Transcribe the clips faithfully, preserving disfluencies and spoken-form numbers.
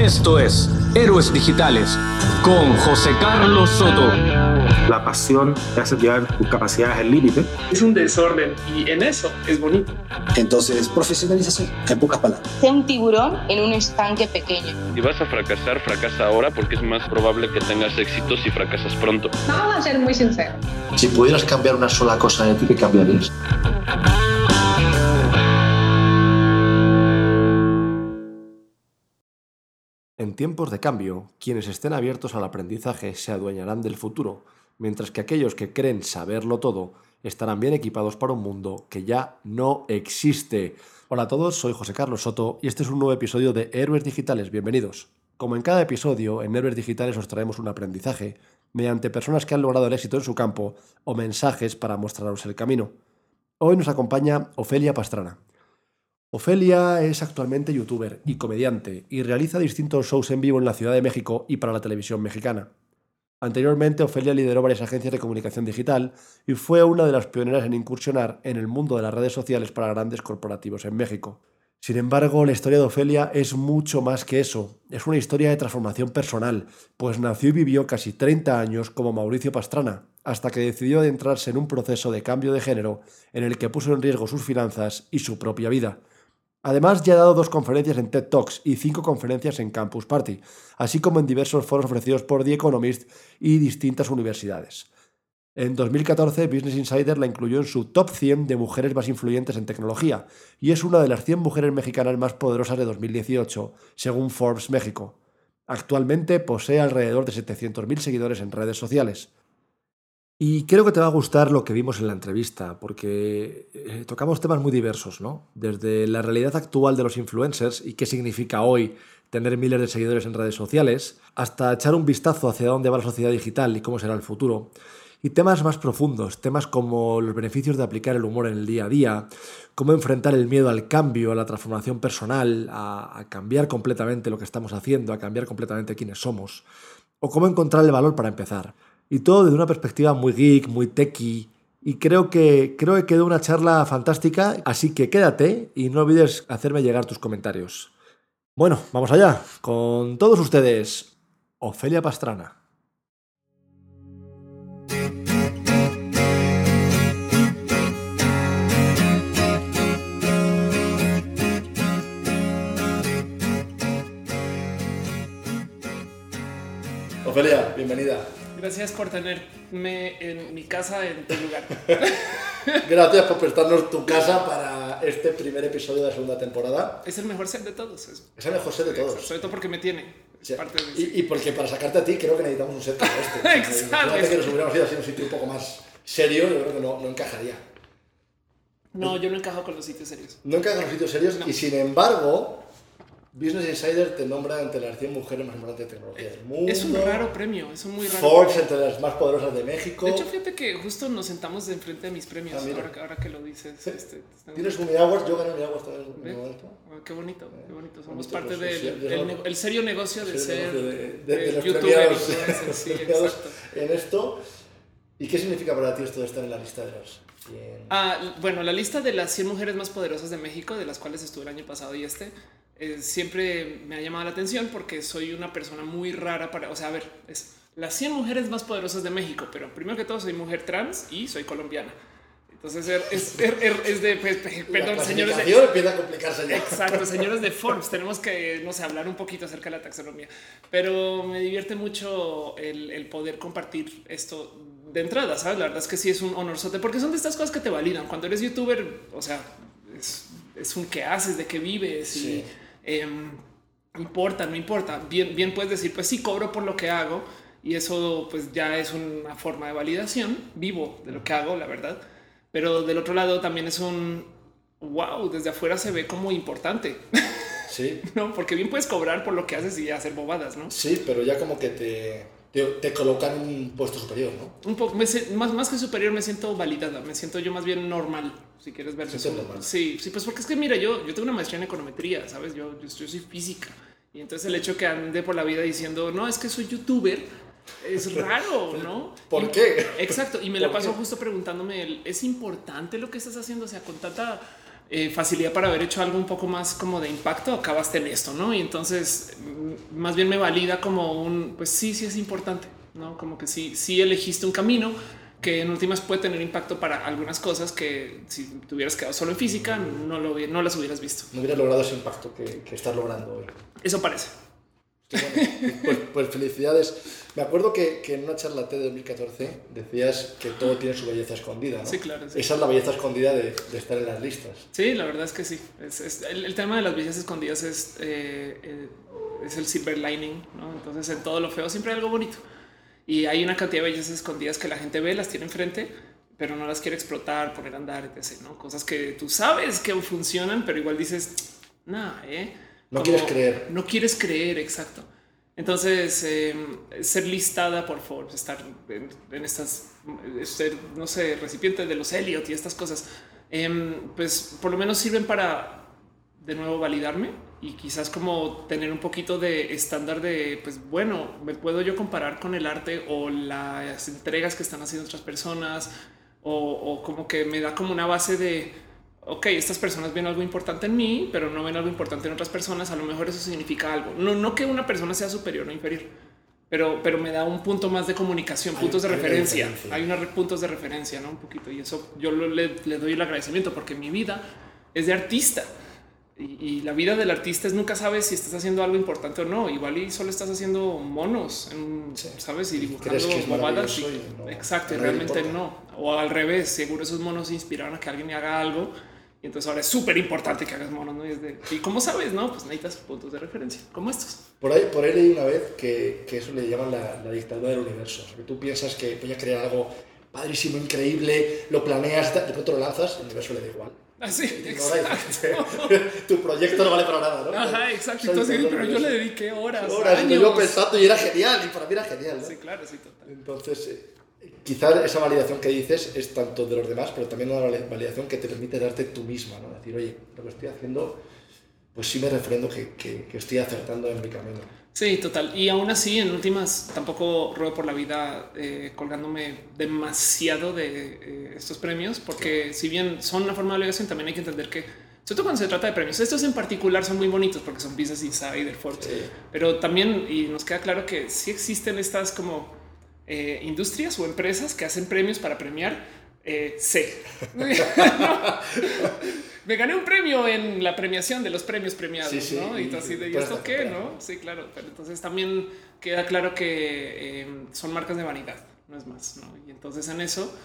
Esto es Héroes Digitales con José Carlos Soto. La pasión te hace llevar tus capacidades al límite. Es un desorden y en eso es bonito. Entonces, profesionalización, en pocas palabras. Sé un tiburón en un estanque pequeño. Si vas a fracasar, fracasa ahora porque es más probable que tengas éxito si fracasas pronto. Vamos a ser muy sinceros. Si pudieras cambiar una sola cosa de ti, ¿qué cambiarías? En tiempos de cambio, quienes estén abiertos al aprendizaje se adueñarán del futuro, mientras que aquellos que creen saberlo todo estarán bien equipados para un mundo que ya no existe. Hola a todos, soy José Carlos Soto y este es un nuevo episodio de Héroes Digitales. Bienvenidos. Como en cada episodio, en Héroes Digitales os traemos un aprendizaje mediante personas que han logrado el éxito en su campo o mensajes para mostraros el camino. Hoy nos acompaña Ofelia Pastrana. Ofelia es actualmente youtuber y comediante y realiza distintos shows en vivo en la Ciudad de México y para la televisión mexicana. Anteriormente, Ofelia lideró varias agencias de comunicación digital y fue una de las pioneras en incursionar en el mundo de las redes sociales para grandes corporativos en México. Sin embargo, la historia de Ofelia es mucho más que eso. Es una historia de transformación personal, pues nació y vivió casi treinta años como Mauricio Pastrana, hasta que decidió adentrarse en un proceso de cambio de género en el que puso en riesgo sus finanzas y su propia vida. Además, ya ha dado dos conferencias en TED Talks y cinco conferencias en Campus Party, así como en diversos foros ofrecidos por The Economist y distintas universidades. En dos mil catorce, Business Insider la incluyó en su top cien de mujeres más influyentes en tecnología y es una de las cien mujeres mexicanas más poderosas de dos mil dieciocho, según Forbes México. Actualmente posee alrededor de setecientos mil seguidores en redes sociales. Y creo que te va a gustar lo que vimos en la entrevista, porque eh, tocamos temas muy diversos, ¿no? Desde la realidad actual de los influencers y qué significa hoy tener miles de seguidores en redes sociales, hasta echar un vistazo hacia dónde va la sociedad digital y cómo será el futuro. Y temas más profundos, temas como los beneficios de aplicar el humor en el día a día, cómo enfrentar el miedo al cambio, a la transformación personal, a, a cambiar completamente lo que estamos haciendo, a cambiar completamente quiénes somos, o cómo encontrar el valor para empezar. Y todo desde una perspectiva muy geek, muy techy. Y creo que, creo que quedó una charla fantástica, así que quédate y no olvides hacerme llegar tus comentarios. Bueno, vamos allá. Con todos ustedes, Ofelia Pastrana. Ofelia, bienvenida. Gracias por tenerme en mi casa, en tu lugar. Gracias por prestarnos tu casa para este primer episodio de la segunda temporada. Es el mejor set de todos. Es, es el mejor set de todos. Sobre todo porque me tiene. Sí. Parte de y, y porque para sacarte a ti creo que necesitamos un set como este. Exacto. Fíjate que nos hubiéramos ido a un sitio un poco más serio, yo creo que no, no encajaría. No, yo no encajo con los sitios serios. No encajo con los sitios serios no. Y sin embargo, Business Insider te nombra entre las cien mujeres más importantes de tecnología del mundo. Es un raro premio, es un muy raro Forbes premio. Entre las más poderosas de México. De hecho, fíjate que justo nos sentamos enfrente de mis premios, ah, ahora, ahora que lo dices. Sí. Este, Tienes un Mi Awards, yo gané un Mi Awards también en un momento. Ah, qué bonito, qué bonito. Somos bonito, parte pues, del sí, el, el, el serio negocio de ser de, de, de, de los youtuber. Premiados, Sí, exacto. En esto. ¿Y qué significa para ti esto de estar en la lista de los cien? Ah, bueno, la lista de las cien mujeres más poderosas de México, de las cuales estuve el año pasado y este, eh, siempre me ha llamado la atención porque soy una persona muy rara para, o sea, a ver, es las cien mujeres más poderosas de México, pero primero que todo soy mujer trans y soy colombiana. Entonces es, es, es de, pues, perdón, señores de... empieza a complicarse ya. Exacto, señores de Forbes, tenemos que, no sé, hablar un poquito acerca de la taxonomía, pero me divierte mucho el, el poder compartir esto de entrada, ¿sabes? La verdad es que sí es un honorzote, porque son de estas cosas que te validan. Cuando eres youtuber, o sea, es, es un qué haces, de qué vives sí. y eh, importa, no importa. Bien, bien puedes decir, pues sí, cobro por lo que hago y eso pues ya es una forma de validación, vivo de lo que hago, la verdad. Pero del otro lado también es un wow, desde afuera se ve como importante. Sí. No, porque bien puedes cobrar por lo que haces y hacer bobadas, ¿no? Sí, pero ya como que te, te, te colocan en un puesto superior, ¿no? Un poco, me, más, más que superior, me siento validada, me siento yo más bien normal, si quieres ver eso. Normal. Sí, sí, pues porque es que mira, yo, yo tengo una maestría en econometría, ¿sabes? Yo, yo, yo soy física. Y entonces el hecho que ande por la vida diciendo, no, es que soy youtuber, es raro, ¿no? ¿Por qué? Exacto. Y me la paso justo preguntándome, ¿es importante lo que estás haciendo? O sea, con tanta eh, facilidad para haber hecho algo un poco más como de impacto, acabaste en esto, ¿no? Y entonces mm, más bien me valida como un, pues sí, sí es importante, ¿no? Como que sí, sí elegiste un camino que en últimas puede tener impacto para algunas cosas que si te hubieras quedado solo en física no, lo, no las hubieras visto. No hubieras logrado ese impacto que, que estás logrando hoy. Eso parece. Bueno, pues, pues felicidades. Me acuerdo que, que en una charla T de dos mil catorce decías que todo tiene su belleza escondida, ¿no? Sí, claro. Sí. Esa es la belleza escondida de, de estar en las listas. Sí, la verdad es que sí. Es, es, el, el tema de las bellezas escondidas es, eh, eh, es el silver lining, ¿no? Entonces en todo lo feo siempre hay algo bonito. Y hay una cantidad de bellezas escondidas que la gente ve, las tiene enfrente, pero no las quiere explotar, poner a andar, etcétera, ¿no? Cosas que tú sabes que funcionan, pero igual dices, nah, ¿eh? No Como, quieres creer. No quieres creer, exacto. Entonces, eh, ser listada por Forbes, estar en, en estas, ser, no sé, recipiente de los Elliot y estas cosas, eh, pues por lo menos sirven para de nuevo validarme y quizás como tener un poquito de estándar de, pues bueno, me puedo yo comparar con el arte o las entregas que están haciendo otras personas o, o como que me da como una base de, ok, estas personas ven algo importante en mí, pero no ven algo importante en otras personas. A lo mejor eso significa algo. No, no que una persona sea superior o inferior, pero, pero me da un punto más de comunicación, puntos de referencia. Hay unos puntos de referencia, ¿no? Un poquito. Y eso yo lo, le, le doy el agradecimiento porque mi vida es de artista. Y, y la vida del artista es nunca sabes si estás haciendo algo importante o no. Igual y solo estás haciendo monos, en, sí. ¿sabes? Y dibujando bobadas. Y, no, exacto, y realmente no. O al revés, seguro esos monos inspiraron a que alguien haga algo. Y entonces ahora es súper importante que hagas monos, ¿no? Y, es de, ¿y cómo sabes? No, pues necesitas puntos de referencia, como estos. Por ahí, por ahí leí una vez que, que eso le llaman la, la dictadura del universo. O sea, que tú piensas que voy a crear algo padrísimo, increíble, lo planeas, de pronto lo lanzas, el universo le da igual. Así, exacto. Tu proyecto no vale para nada, ¿no? Ajá, exacto. Entonces, pero yo le dediqué horas, horas, años. Yo pensando y era genial, y para mí era genial, ¿no? Sí, claro, sí, total. Entonces, eh, quizás esa validación que dices es tanto de los demás, pero también una validación que te permite darte tú misma, ¿no? Decir, oye, lo que estoy haciendo, pues sí me refrendo que, que, que estoy acertando en mi camino. Sí, total. Y aún así, en últimas, tampoco ruedo por la vida eh, colgándome demasiado de eh, estos premios, porque sí. si bien son una forma de validación, también hay que entender que, sobre todo cuando se trata de premios, estos en particular son muy bonitos porque son Business Insider, Forbes, sí. pero también, y nos queda claro que sí existen estas como eh, industrias o empresas que hacen premios para premiar. Eh, C. Me gané un premio en la premiación de los premios premiados, sí, sí, ¿no? Y, y así de, ¿y esto qué, no? Sí, claro. Pero entonces también queda claro que eh, son marcas de vanidad, no es más, ¿no? Y entonces en eso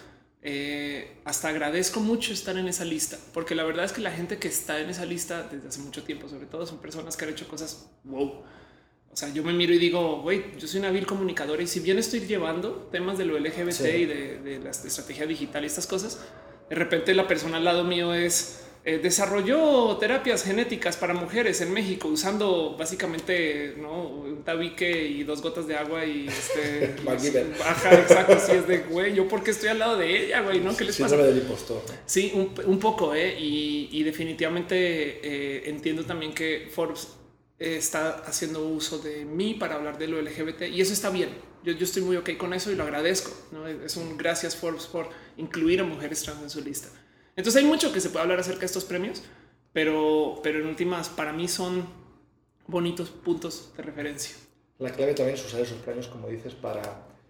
eh, hasta agradezco mucho estar en esa lista, porque la verdad es que la gente que está en esa lista desde hace mucho tiempo, sobre todo, son personas que han hecho cosas wow. O sea, yo me miro y digo, güey, yo soy una vil comunicadora y si bien estoy llevando temas de lo L G B T sí. y de, de la estrategia digital y estas cosas, de repente la persona al lado mío es eh, desarrolló terapias genéticas para mujeres en México usando básicamente ¿no? un tabique y dos gotas de agua y este baja, exacto. Sí, es de güey, yo porque estoy al lado de ella, güey, no? ¿Qué les pasa? Del impostor, ¿no? Sí, un, un poco, eh, y, y definitivamente eh, entiendo también que Forbes está haciendo uso de mí para hablar de lo L G B T y eso está bien. Yo, yo estoy muy ok con eso y lo agradezco, ¿no? Es un gracias Forbes por incluir a mujeres trans en su lista. Entonces hay mucho que se puede hablar acerca de estos premios, pero, pero en últimas para mí son bonitos puntos de referencia. La clave también es usar esos premios, como dices, para,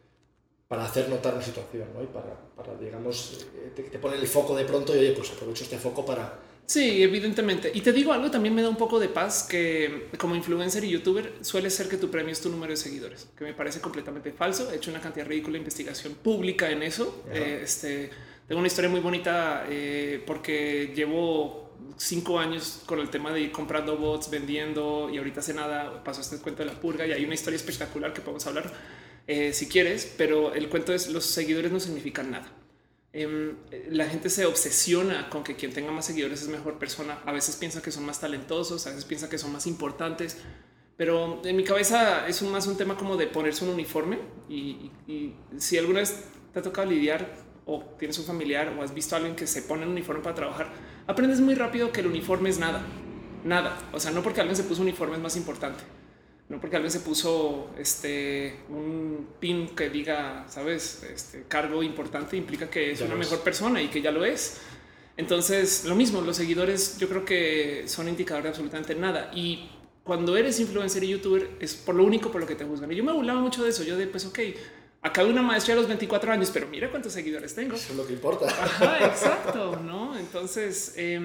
para hacer notar una situación, ¿no? Y para, para digamos, te, te pone el foco de pronto y oye, pues aprovecho este foco para... Sí, evidentemente. Y te digo algo, también me da un poco de paz que como influencer y youtuber suele ser que tu premio es tu número de seguidores, que me parece completamente falso. He hecho una cantidad ridícula de investigación pública en eso. Eh, este, tengo una historia muy bonita eh, porque llevo cinco años con el tema de ir comprando bots, vendiendo y ahorita hace nada pasó este cuento de la purga y hay una historia espectacular que podemos hablar eh, si quieres, pero el cuento es los seguidores no significan nada. Eh, la gente se obsesiona con que quien tenga más seguidores es mejor persona. A veces piensa que son más talentosos, a veces piensa que son más importantes, pero en mi cabeza es un, más un tema como de ponerse un uniforme y, y, y si alguna vez te ha tocado lidiar o tienes un familiar o has visto a alguien que se pone un uniforme para trabajar, aprendes muy rápido que el uniforme es nada, nada. O sea, no porque alguien se puso un uniforme es más importante. No porque alguien se puso este, un pin que diga, sabes, este cargo importante implica que es ya una mejor persona y que ya lo es. Entonces, lo mismo, los seguidores yo creo que son indicadores de absolutamente nada. Y cuando eres influencer y youtuber es por lo único por lo que te juzgan. Y yo me burlaba mucho de eso. Yo de pues, ok, acabé una maestría a los veinticuatro años, pero mira cuántos seguidores tengo. Eso es lo que importa. Ajá, exacto, ¿no? Entonces, eh,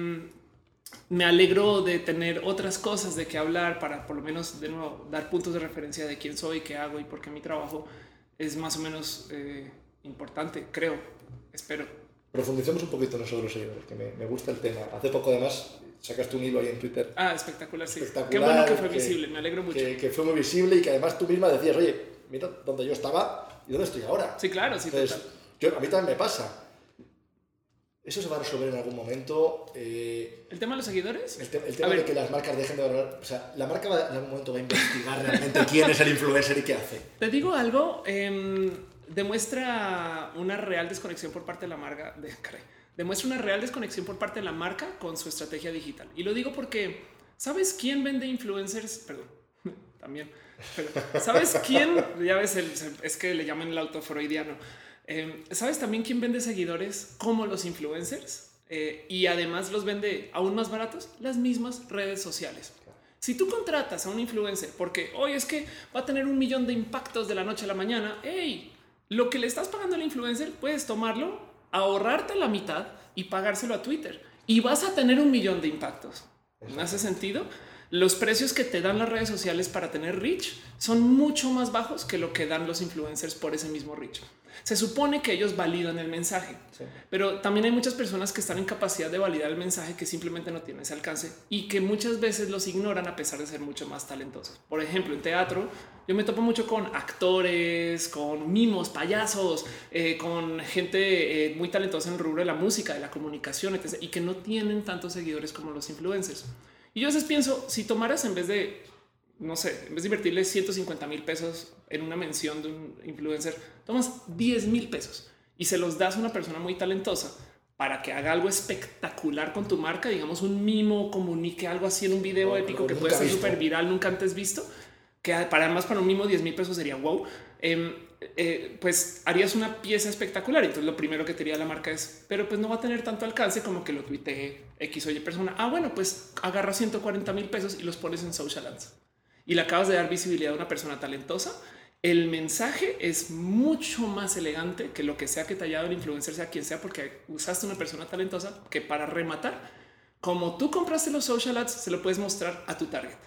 me alegro de tener otras cosas de qué hablar para por lo menos de nuevo dar puntos de referencia de quién soy, qué hago y por qué mi trabajo es más o menos eh, importante, creo, espero. Profundicemos un poquito en eso de los seguidores, que me, me gusta el tema. Hace poco además sacaste un hilo ahí en Twitter. Ah, espectacular, sí. Espectacular. Qué bueno que fue visible, me alegro mucho. Que, que fue muy visible y que además tú misma decías, oye, mira dónde yo estaba y dónde estoy ahora. Sí, claro, sí. Entonces, yo, a mí también me pasa. ¿Eso se va a resolver en algún momento? Eh, ¿El tema de los seguidores? El, te, el tema de que las marcas dejen de valorar... O sea, la marca va, en algún momento va a investigar realmente quién es el influencer y qué hace. Te digo algo, eh, demuestra una real desconexión por parte de la marca. De, caray, demuestra una real desconexión por parte de la marca con su estrategia digital. Y lo digo porque, ¿sabes quién vende influencers? Perdón, también. Pero, ¿sabes quién? Ya ves, el, es que le llaman el autofreudiano. Eh, ¿Sabes también quién vende seguidores como los influencers? Eh, y además los vende aún más baratos, las mismas redes sociales. Si tú contratas a un influencer porque hoy es que va a tener un millón de impactos de la noche a la mañana, hey, lo que le estás pagando al influencer puedes tomarlo, ahorrarte la mitad y pagárselo a Twitter y vas a tener un millón de impactos. ¿No hace sentido? Los precios que te dan las redes sociales para tener reach son mucho más bajos que lo que dan los influencers por ese mismo reach. Se supone que ellos validan el mensaje, sí, pero también hay muchas personas que están en capacidad de validar el mensaje que simplemente no tienen ese alcance y que muchas veces los ignoran a pesar de ser mucho más talentosos. Por ejemplo, en teatro yo me topo mucho con actores, con mimos, payasos, eh, con gente eh, muy talentosa en el rubro de la música, de la comunicación, etcétera, y que no tienen tantos seguidores como los influencers. Y yo a veces pienso, si tomaras en vez de, no sé, en vez de invertirle ciento cincuenta mil pesos en una mención de un influencer, tomas diez mil pesos y se los das a una persona muy talentosa para que haga algo espectacular con tu marca, digamos un mimo, comunique algo así en un video no, épico que puede ser súper viral, nunca antes visto, que para además para un mimo diez mil pesos sería wow. Eh, eh, pues harías una pieza espectacular. Entonces lo primero que te diría la marca es, pero pues no va a tener tanto alcance como que lo tuitee X o Y persona. Ah, bueno, pues agarra ciento cuarenta mil pesos y los pones en social ads y le acabas de dar visibilidad a una persona talentosa. El mensaje es mucho más elegante que lo que sea que te haya dado el influencer, sea quien sea, porque usaste una persona talentosa que para rematar, como tú compraste los social ads, se lo puedes mostrar a tu target,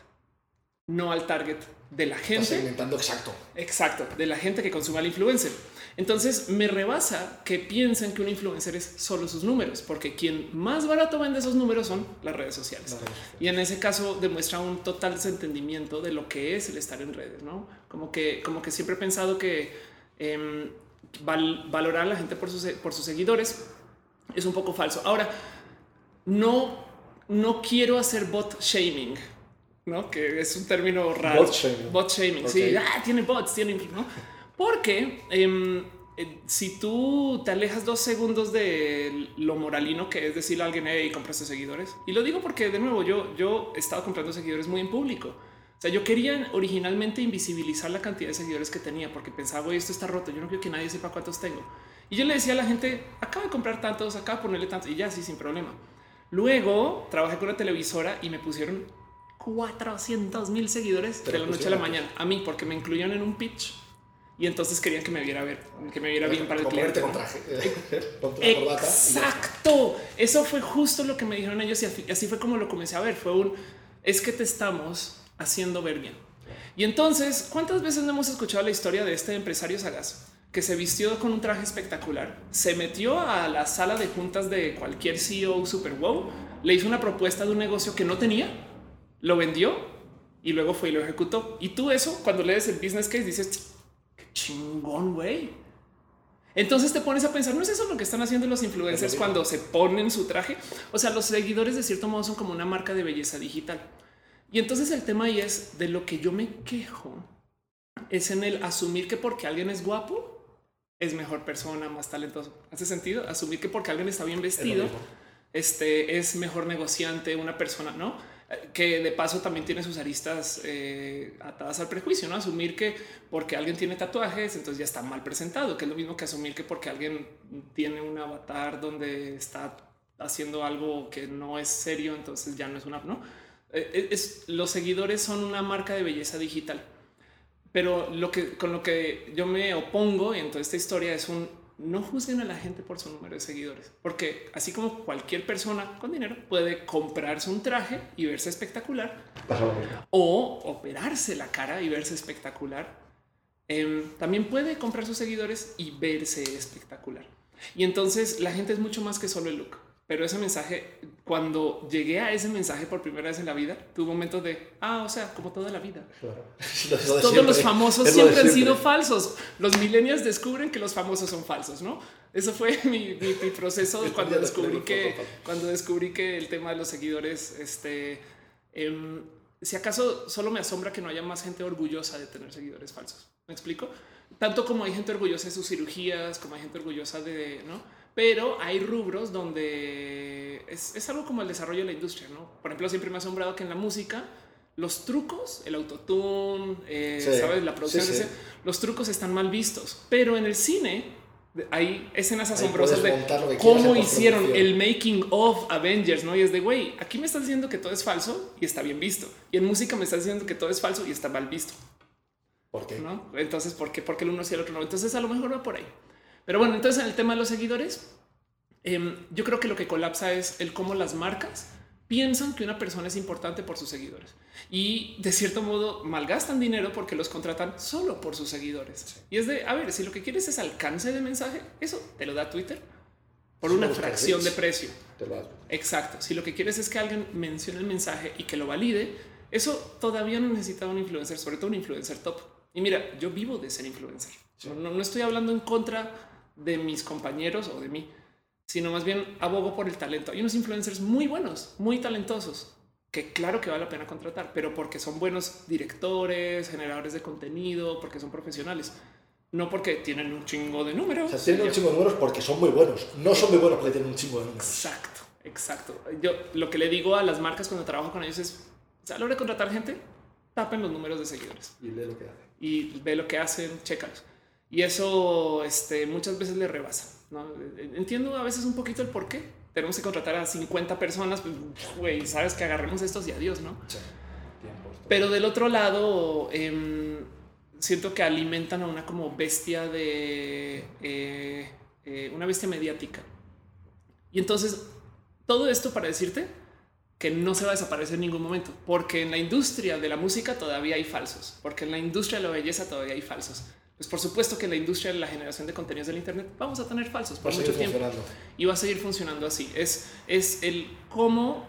no al target de la gente. Estás segmentando exacto. Exacto, de la gente que consume al influencer. Entonces me rebasa que piensen que un influencer es solo sus números, porque quien más barato vende esos números son las redes sociales. Las redes sociales. Y en ese caso demuestra un total desentendimiento de lo que es el estar en redes, ¿no? Como que, como que siempre he pensado que eh, val, valorar a la gente por sus, por sus seguidores es un poco falso. Ahora, no, no quiero hacer bot shaming, ¿no? Que es un término raro. Bot shaming. Bot shaming, okay. Sí, ah, tiene bots, tiene, ¿no? Porque eh, eh, si tú te alejas dos segundos de lo moralino que es decirle a alguien, hey, compraste seguidores. Y lo digo porque, de nuevo, yo, yo he estado comprando seguidores muy en público. O sea, yo quería originalmente invisibilizar la cantidad de seguidores que tenía porque pensaba, güey, esto está roto. Yo no quiero que nadie sepa cuántos tengo. Y yo le decía a la gente, acabo de comprar tantos, acabo de ponerle tantos y ya, sí, sin problema. Luego trabajé con una televisora y me pusieron cuatrocientos mil seguidores de la noche a la mañana a mí porque me incluyeron en un pitch. Y entonces querían que me viera ver, que me viera bien para el cliente. Con traje, con Exacto. Eso fue justo lo que me dijeron ellos y así fue como lo comencé a ver. Fue un, es que te estamos haciendo ver bien. Y entonces, ¿cuántas veces no hemos escuchado la historia de este empresario sagaz que se vistió con un traje espectacular, se metió a la sala de juntas de cualquier C E O super wow, le hizo una propuesta de un negocio que no tenía, lo vendió y luego fue y lo ejecutó? Y tú eso, cuando lees el business case, dices, chingón, güey. Entonces te pones a pensar, ¿no es eso lo que están haciendo los influencers cuando se ponen su traje? O sea, los seguidores de cierto modo son como una marca de belleza digital. Y entonces el tema ahí es de lo que yo me quejo es en el asumir que porque alguien es guapo es mejor persona, más talentoso. ¿Hace sentido? Asumir que porque alguien está bien vestido es, este, es mejor negociante, una persona, ¿no? Que de paso también tiene sus aristas eh, atadas al prejuicio, ¿no? Asumir que porque alguien tiene tatuajes, entonces ya está mal presentado, que es lo mismo que asumir que porque alguien tiene un avatar donde está haciendo algo que no es serio, entonces ya no es una, ¿no? Es, es, los seguidores son una marca de belleza digital, pero lo que con lo que yo me opongo en toda esta historia es un no juzguen a la gente por su número de seguidores, porque así como cualquier persona con dinero puede comprarse un traje y verse espectacular o operarse la cara y verse espectacular, eh, también puede comprar sus seguidores y verse espectacular. Y entonces la gente es mucho más que solo el look. Pero ese mensaje, cuando llegué a ese mensaje por primera vez en la vida, tuve momentos de, ah, o sea, como toda la vida. Claro. Todos siempre. Los famosos siempre, siempre han sido falsos. Los millennials descubren que los famosos son falsos, ¿no? Eso fue mi, mi, mi proceso cuando descubrí que, cuando descubrí que el tema de los seguidores, este, eh, si acaso solo me asombra que no haya más gente orgullosa de tener seguidores falsos. ¿Me explico? Tanto como hay gente orgullosa de sus cirugías, como hay gente orgullosa de, ¿no? Pero hay rubros donde es, es algo como el desarrollo de la industria, ¿no? Por ejemplo, siempre me ha asombrado que en la música los trucos, el autotune, eh, sí, sabes, la producción, sí, sí. Ese, los trucos están mal vistos. Pero en el cine hay escenas asombrosas de cómo hicieron el making of Avengers, ¿no? Y es de, güey, aquí me estás diciendo que todo es falso y está bien visto. Y en música me estás diciendo que todo es falso y está mal visto. ¿Por qué? ¿No? Entonces, ¿por qué? Porque el uno sí y el otro no. Entonces, a lo mejor va por ahí. Pero bueno, entonces en el tema de los seguidores, eh, yo creo que lo que colapsa es el cómo las marcas piensan que una persona es importante por sus seguidores y de cierto modo malgastan dinero porque los contratan solo por sus seguidores. Sí. Y es de, a ver, si lo que quieres es alcance de mensaje, eso te lo da Twitter por si una fracción de precio. Te lo das. Exacto. Si lo que quieres es que alguien mencione el mensaje y que lo valide, eso todavía no necesita un influencer, sobre todo un influencer top. Y mira, yo vivo de ser influencer. Sí. No, no estoy hablando en contra de mis compañeros o de mí, sino más bien abogo por el talento. Hay unos influencers muy buenos, muy talentosos, que claro que vale la pena contratar, pero porque son buenos directores, generadores de contenido, porque son profesionales, no porque tienen un chingo de números. O sea, tienen un chingo de números porque son muy buenos, no son muy buenos porque tienen un chingo de números. Exacto, exacto. Yo lo que le digo a las marcas cuando trabajo con ellos es, o sea, a la hora de contratar gente, tapen los números de seguidores. Y ve lo que hacen. Y ve lo que hacen, chécalos. Y eso este, muchas veces le rebasa, ¿no? Entiendo a veces un poquito el por qué. Tenemos que contratar a cincuenta personas, pues, güey, sabes que agarremos estos y adiós, ¿no? Sí. Pero del otro lado, eh, siento que alimentan a una como bestia de... Eh, eh, una bestia mediática. Y entonces, todo esto para decirte que no se va a desaparecer en ningún momento, porque en la industria de la música todavía hay falsos, porque en la industria de la belleza todavía hay falsos. Pues por supuesto que en la industria de la generación de contenidos del internet vamos a tener falsos por mucho tiempo y va a seguir funcionando así. Es, es el cómo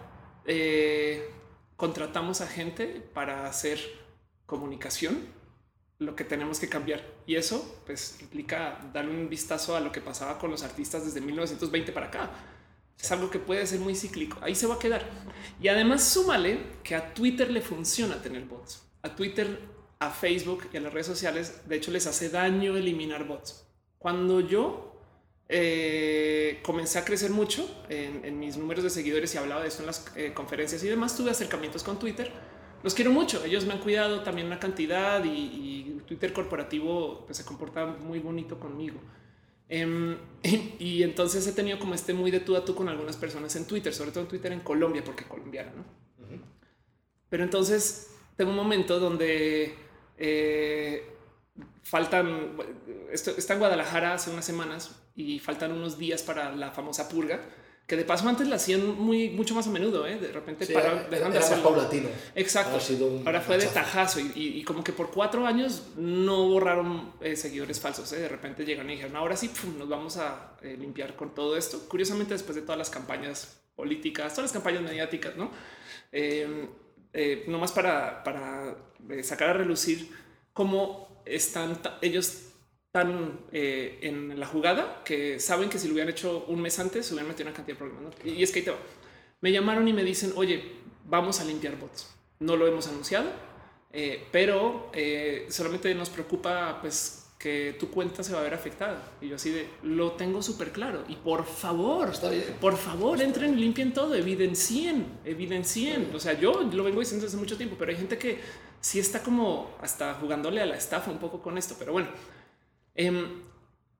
eh, contratamos a gente para hacer comunicación lo que tenemos que cambiar. Y eso pues implica darle un vistazo a lo que pasaba con los artistas desde mil novecientos veinte para acá. Es algo que puede ser muy cíclico. Ahí se va a quedar. Y además súmale que a Twitter le funciona tener bots. A Twitter, a Facebook y a las redes sociales, de hecho, les hace daño eliminar bots. Cuando yo eh, comencé a crecer mucho en, en mis números de seguidores y hablaba de esto en las eh, conferencias y demás, tuve acercamientos con Twitter. Los quiero mucho. Ellos me han cuidado también una cantidad y, y Twitter corporativo pues, se comporta muy bonito conmigo. Um, y, y entonces he tenido como este muy de tú a tú con algunas personas en Twitter, sobre todo en Twitter en Colombia, porque colombiana, ¿no? Uh-huh. Pero entonces tengo un momento donde eh, faltan, esto, está en Guadalajara hace unas semanas y faltan unos días para la famosa purga, que de paso antes la hacían muy, mucho más a menudo, ¿eh? De repente sí, para, era, dejan era de hacerlo. Paulatino. Exacto. Ahora fue de tajazo y, y, y como que por cuatro años no borraron eh, seguidores falsos. ¿eh? De repente llegan y dijeron, ahora sí, pum, nos vamos a eh, limpiar con todo esto. Curiosamente, después de todas las campañas políticas, todas las campañas mediáticas, ¿no? Eh, eh, nomás para, para eh, sacar a relucir cómo están ellos tan eh, en la jugada que saben que si lo hubieran hecho un mes antes se hubieran metido una cantidad de problemas, ¿no? Y es que ahí te va. Me llamaron y me dicen, oye, vamos a limpiar bots. No lo hemos anunciado, eh, pero eh, solamente nos preocupa pues que tu cuenta se va a ver afectada. Y yo así de, lo tengo súper claro. Y por favor, está bien. por favor, entren y limpien todo, evidencien, evidencien. O sea, yo lo vengo diciendo desde mucho tiempo, pero hay gente que sí está como hasta jugándole a la estafa un poco con esto. Pero bueno, Eh,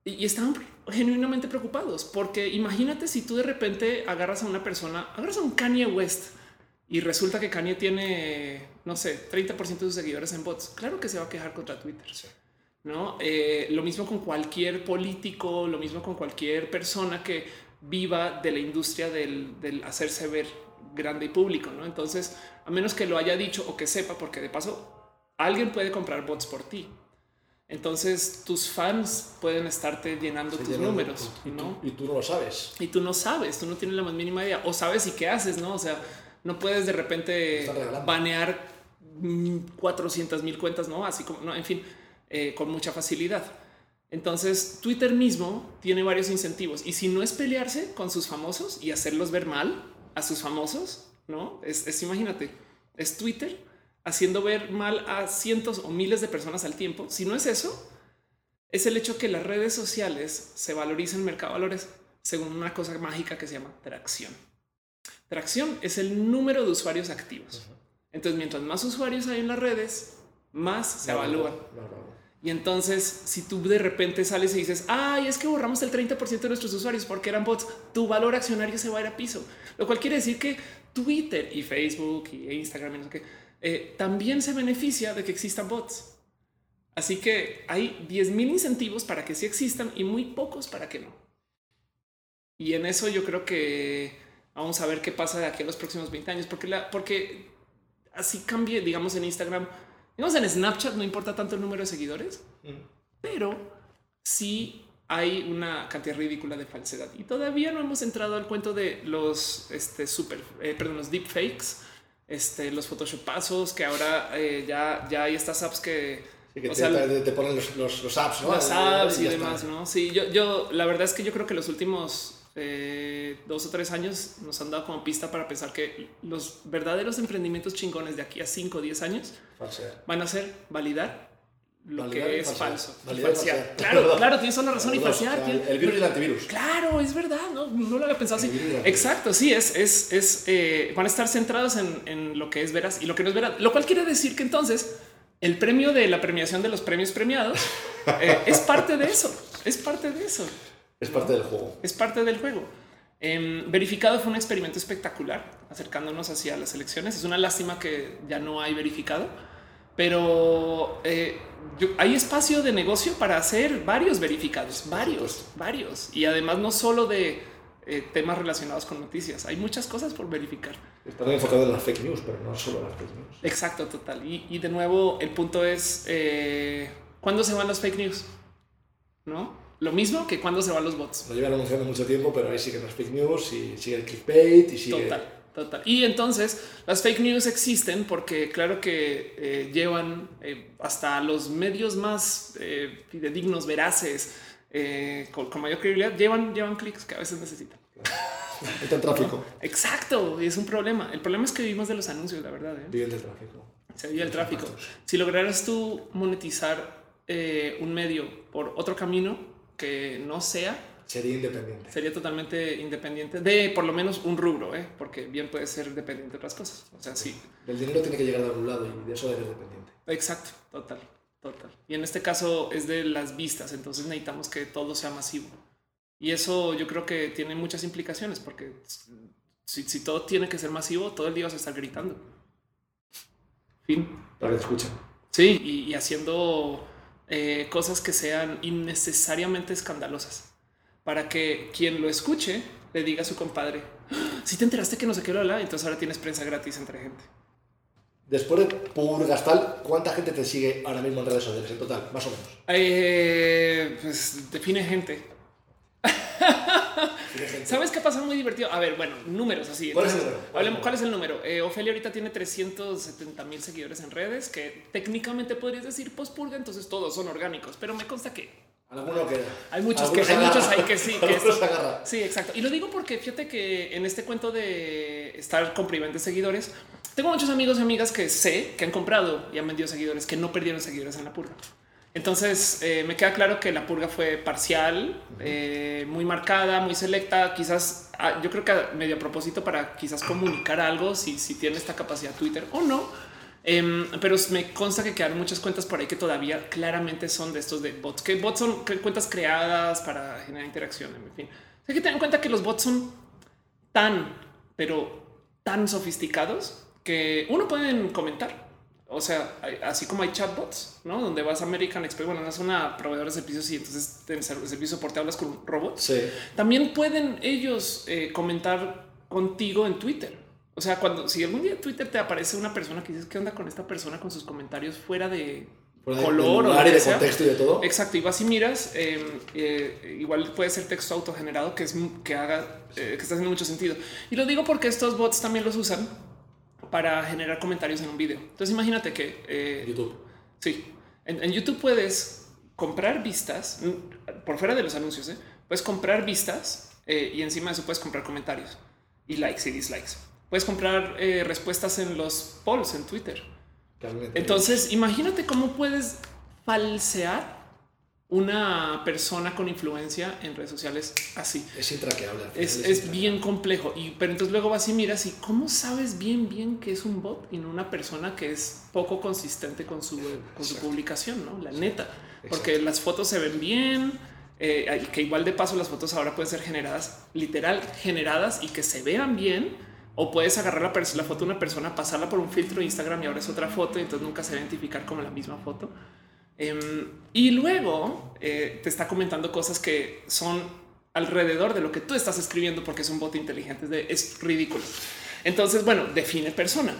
y, y estaban genuinamente preocupados porque imagínate si tú de repente agarras a una persona, agarras a un Kanye West y resulta que Kanye tiene, no sé, treinta por ciento de sus seguidores en bots. Claro que se va a quejar contra Twitter. Sí. No, eh, lo mismo con cualquier político, lo mismo con cualquier persona que viva de la industria del, del hacerse ver grande y público. ¿No? Entonces, a menos que lo haya dicho o que sepa, porque de paso alguien puede comprar bots por ti. Entonces tus fans pueden estarte llenando sí, tus llenando, números, y, ¿no? Y tú no lo sabes. Y tú no sabes, tú no tienes la más mínima idea. O sabes y qué haces, ¿no? O sea, no puedes de repente banear cuatrocientas mil cuentas, ¿no? Así como, no, en fin, eh, con mucha facilidad. Entonces Twitter mismo tiene varios incentivos. Y si no es pelearse con sus famosos y hacerlos ver mal a sus famosos, ¿no? Es, es imagínate, es Twitter haciendo ver mal a cientos o miles de personas al tiempo. Si no es eso, es el hecho que las redes sociales se valorizan en el mercado de valores según una cosa mágica que se llama tracción. Tracción es el número de usuarios activos. Entonces, mientras más usuarios hay en las redes, más se evalúan. No, no, no. Y entonces, si tú de repente sales y dices, ay, es que borramos el treinta por ciento de nuestros usuarios porque eran bots, tu valor accionario se va a ir a piso. Lo cual quiere decir que Twitter y Facebook y Instagram y no sé qué, Eh, también se beneficia de que existan bots. Así que hay diez mil incentivos para que sí existan y muy pocos para que no. Y en eso yo creo que vamos a ver qué pasa de aquí a los próximos veinte años, porque, la, porque así cambie, digamos, en Instagram, digamos, en Snapchat no importa tanto el número de seguidores, mm. pero sí hay una cantidad ridícula de falsedad. Y todavía no hemos entrado al cuento de los este, super, eh, perdón, los deepfakes. Este, los photoshopazos que ahora eh, ya, ya hay estas apps que, sí, que o te, sea, te, te ponen los, los, los apps, ¿no? Las apps y, y demás, está. ¿no? Sí, yo, yo la verdad es que yo creo que los últimos eh, dos o tres años nos han dado como pista para pensar que los verdaderos emprendimientos chingones de aquí a cinco o diez años falsear. Van a ser validar lo validar que es falsear. falso. Validar y falsear. Claro, claro, tienes toda la razón. Los, y falsear. El, tiene, el virus y el antivirus. Claro, es verdad. No, no lo había pensado así. Exacto. Sí, es, es, es eh, van a estar centrados en, en lo que es veraz y lo que no es veraz. Lo cual quiere decir que entonces el premio de la premiación de los premios premiados eh, es parte de eso. Es parte de eso. Es parte del juego. Es parte del juego. Eh, verificado fue un experimento espectacular acercándonos hacia las elecciones. Es una lástima que ya no hay verificado, pero eh, yo, hay espacio de negocio para hacer varios verificados, varios, varios. Y además no solo de eh, temas relacionados con noticias, hay muchas cosas por verificar. Están enfocados en las fake news, pero no solo las fake news. Exacto, total. Y, y de nuevo, el punto es, eh, ¿cuándo se van las fake news? ¿No? Lo mismo que cuándo se van los bots. Lo llevan anunciando mucho tiempo, pero ahí siguen las fake news y sigue el clickbait y sigue... Total. Total. Y entonces las fake news existen porque claro que eh, llevan eh, hasta los medios más eh, fidedignos, veraces, eh, con, con mayor credibilidad, llevan, llevan clics que a veces necesitan. Claro. Está en tráfico. ¿No? Exacto, y es un problema. El problema es que vivimos de los anuncios, la verdad. ¿eh? Viven del tráfico. Se vive el tráfico. Si lograras tú monetizar eh, un medio por otro camino que no sea, sería independiente. Sería totalmente independiente de por lo menos un rubro, ¿eh? Porque bien puede ser dependiente de otras cosas. O sea, sí. El dinero tiene que llegar de algún lado y de eso eres dependiente. Exacto, total, total. Y en este caso es de las vistas, entonces necesitamos que todo sea masivo. Y eso yo creo que tiene muchas implicaciones, porque si, si todo tiene que ser masivo, todo el día vas a estar gritando. Fin. Para que te escuchen. Sí, y, y haciendo eh, cosas que sean innecesariamente escandalosas, para que quien lo escuche le diga a su compadre, si te enteraste que no sé qué lo habla, entonces ahora tienes prensa gratis entre gente. Después de purgas tal, ¿cuánta gente te sigue ahora mismo en redes sociales en total, más o menos? Eh, pues define gente. define gente. ¿Sabes qué pasa? Muy divertido. A ver, bueno, números así. ¿Cuál entonces, es el número? Hablemos, ¿cuál es el número? Eh, Ofelia ahorita tiene trescientos setenta mil seguidores en redes, que técnicamente podrías decir post-purga, entonces todos son orgánicos, pero me consta que alguno queda. Hay muchos que hay muchos ahí que sí, que esto, sí, exacto. Y lo digo porque fíjate que en este cuento de estar con privantes seguidores, tengo muchos amigos y amigas que sé que han comprado y han vendido seguidores que no perdieron seguidores en la purga. Entonces eh, me queda claro que la purga fue parcial, uh-huh. eh, muy marcada, muy selecta. Quizás ah, yo creo que medio a propósito para quizás comunicar algo si, si tiene esta capacidad Twitter o no. Eh, pero me consta que quedaron muchas cuentas por ahí que todavía claramente son de estos de bots, que bots son cuentas creadas para generar interacción. En fin, hay que tener en cuenta que los bots son tan, pero tan sofisticados que uno pueden comentar. O sea, hay, así como hay chatbots, ¿no? Donde vas a American Express, bueno, no es una proveedora de servicios y entonces en el servicio de soporte hablas con un robot. Sí. También pueden ellos eh, comentar contigo en Twitter. O sea, cuando si algún día en Twitter te aparece una persona que dices qué onda con esta persona con sus comentarios fuera de fuera de, color de o de sea, contexto y de todo. Exacto. Y vas y miras, eh, eh, igual puede ser texto autogenerado que es que haga eh, que está haciendo mucho sentido. Y lo digo porque estos bots también los usan para generar comentarios en un video. Entonces imagínate que eh, YouTube. Sí, en, en YouTube puedes comprar vistas por fuera de los anuncios. ¿eh? Puedes comprar vistas eh, y encima de eso puedes comprar comentarios y likes y dislikes. Puedes comprar eh, respuestas en los polls en Twitter. Realmente. Entonces, imagínate cómo puedes falsear una persona con influencia en redes sociales así. Es intraqueable. Es, es, es bien complejo. Y, pero entonces luego vas y miras y cómo sabes bien, bien que es un bot y no una persona que es poco consistente con su, con su publicación, ¿no? La neta. Porque Exacto. Las fotos se ven bien. Eh, que igual de paso las fotos ahora pueden ser generadas, literal generadas y que se vean bien. O puedes agarrar la, la foto de una persona, pasarla por un filtro de Instagram y ahora es otra foto y entonces nunca se va a identificar como la misma foto. Um, y luego eh, te está comentando cosas que son alrededor de lo que tú estás escribiendo porque es un bot inteligente. Es, de, es ridículo. Entonces, bueno, define persona.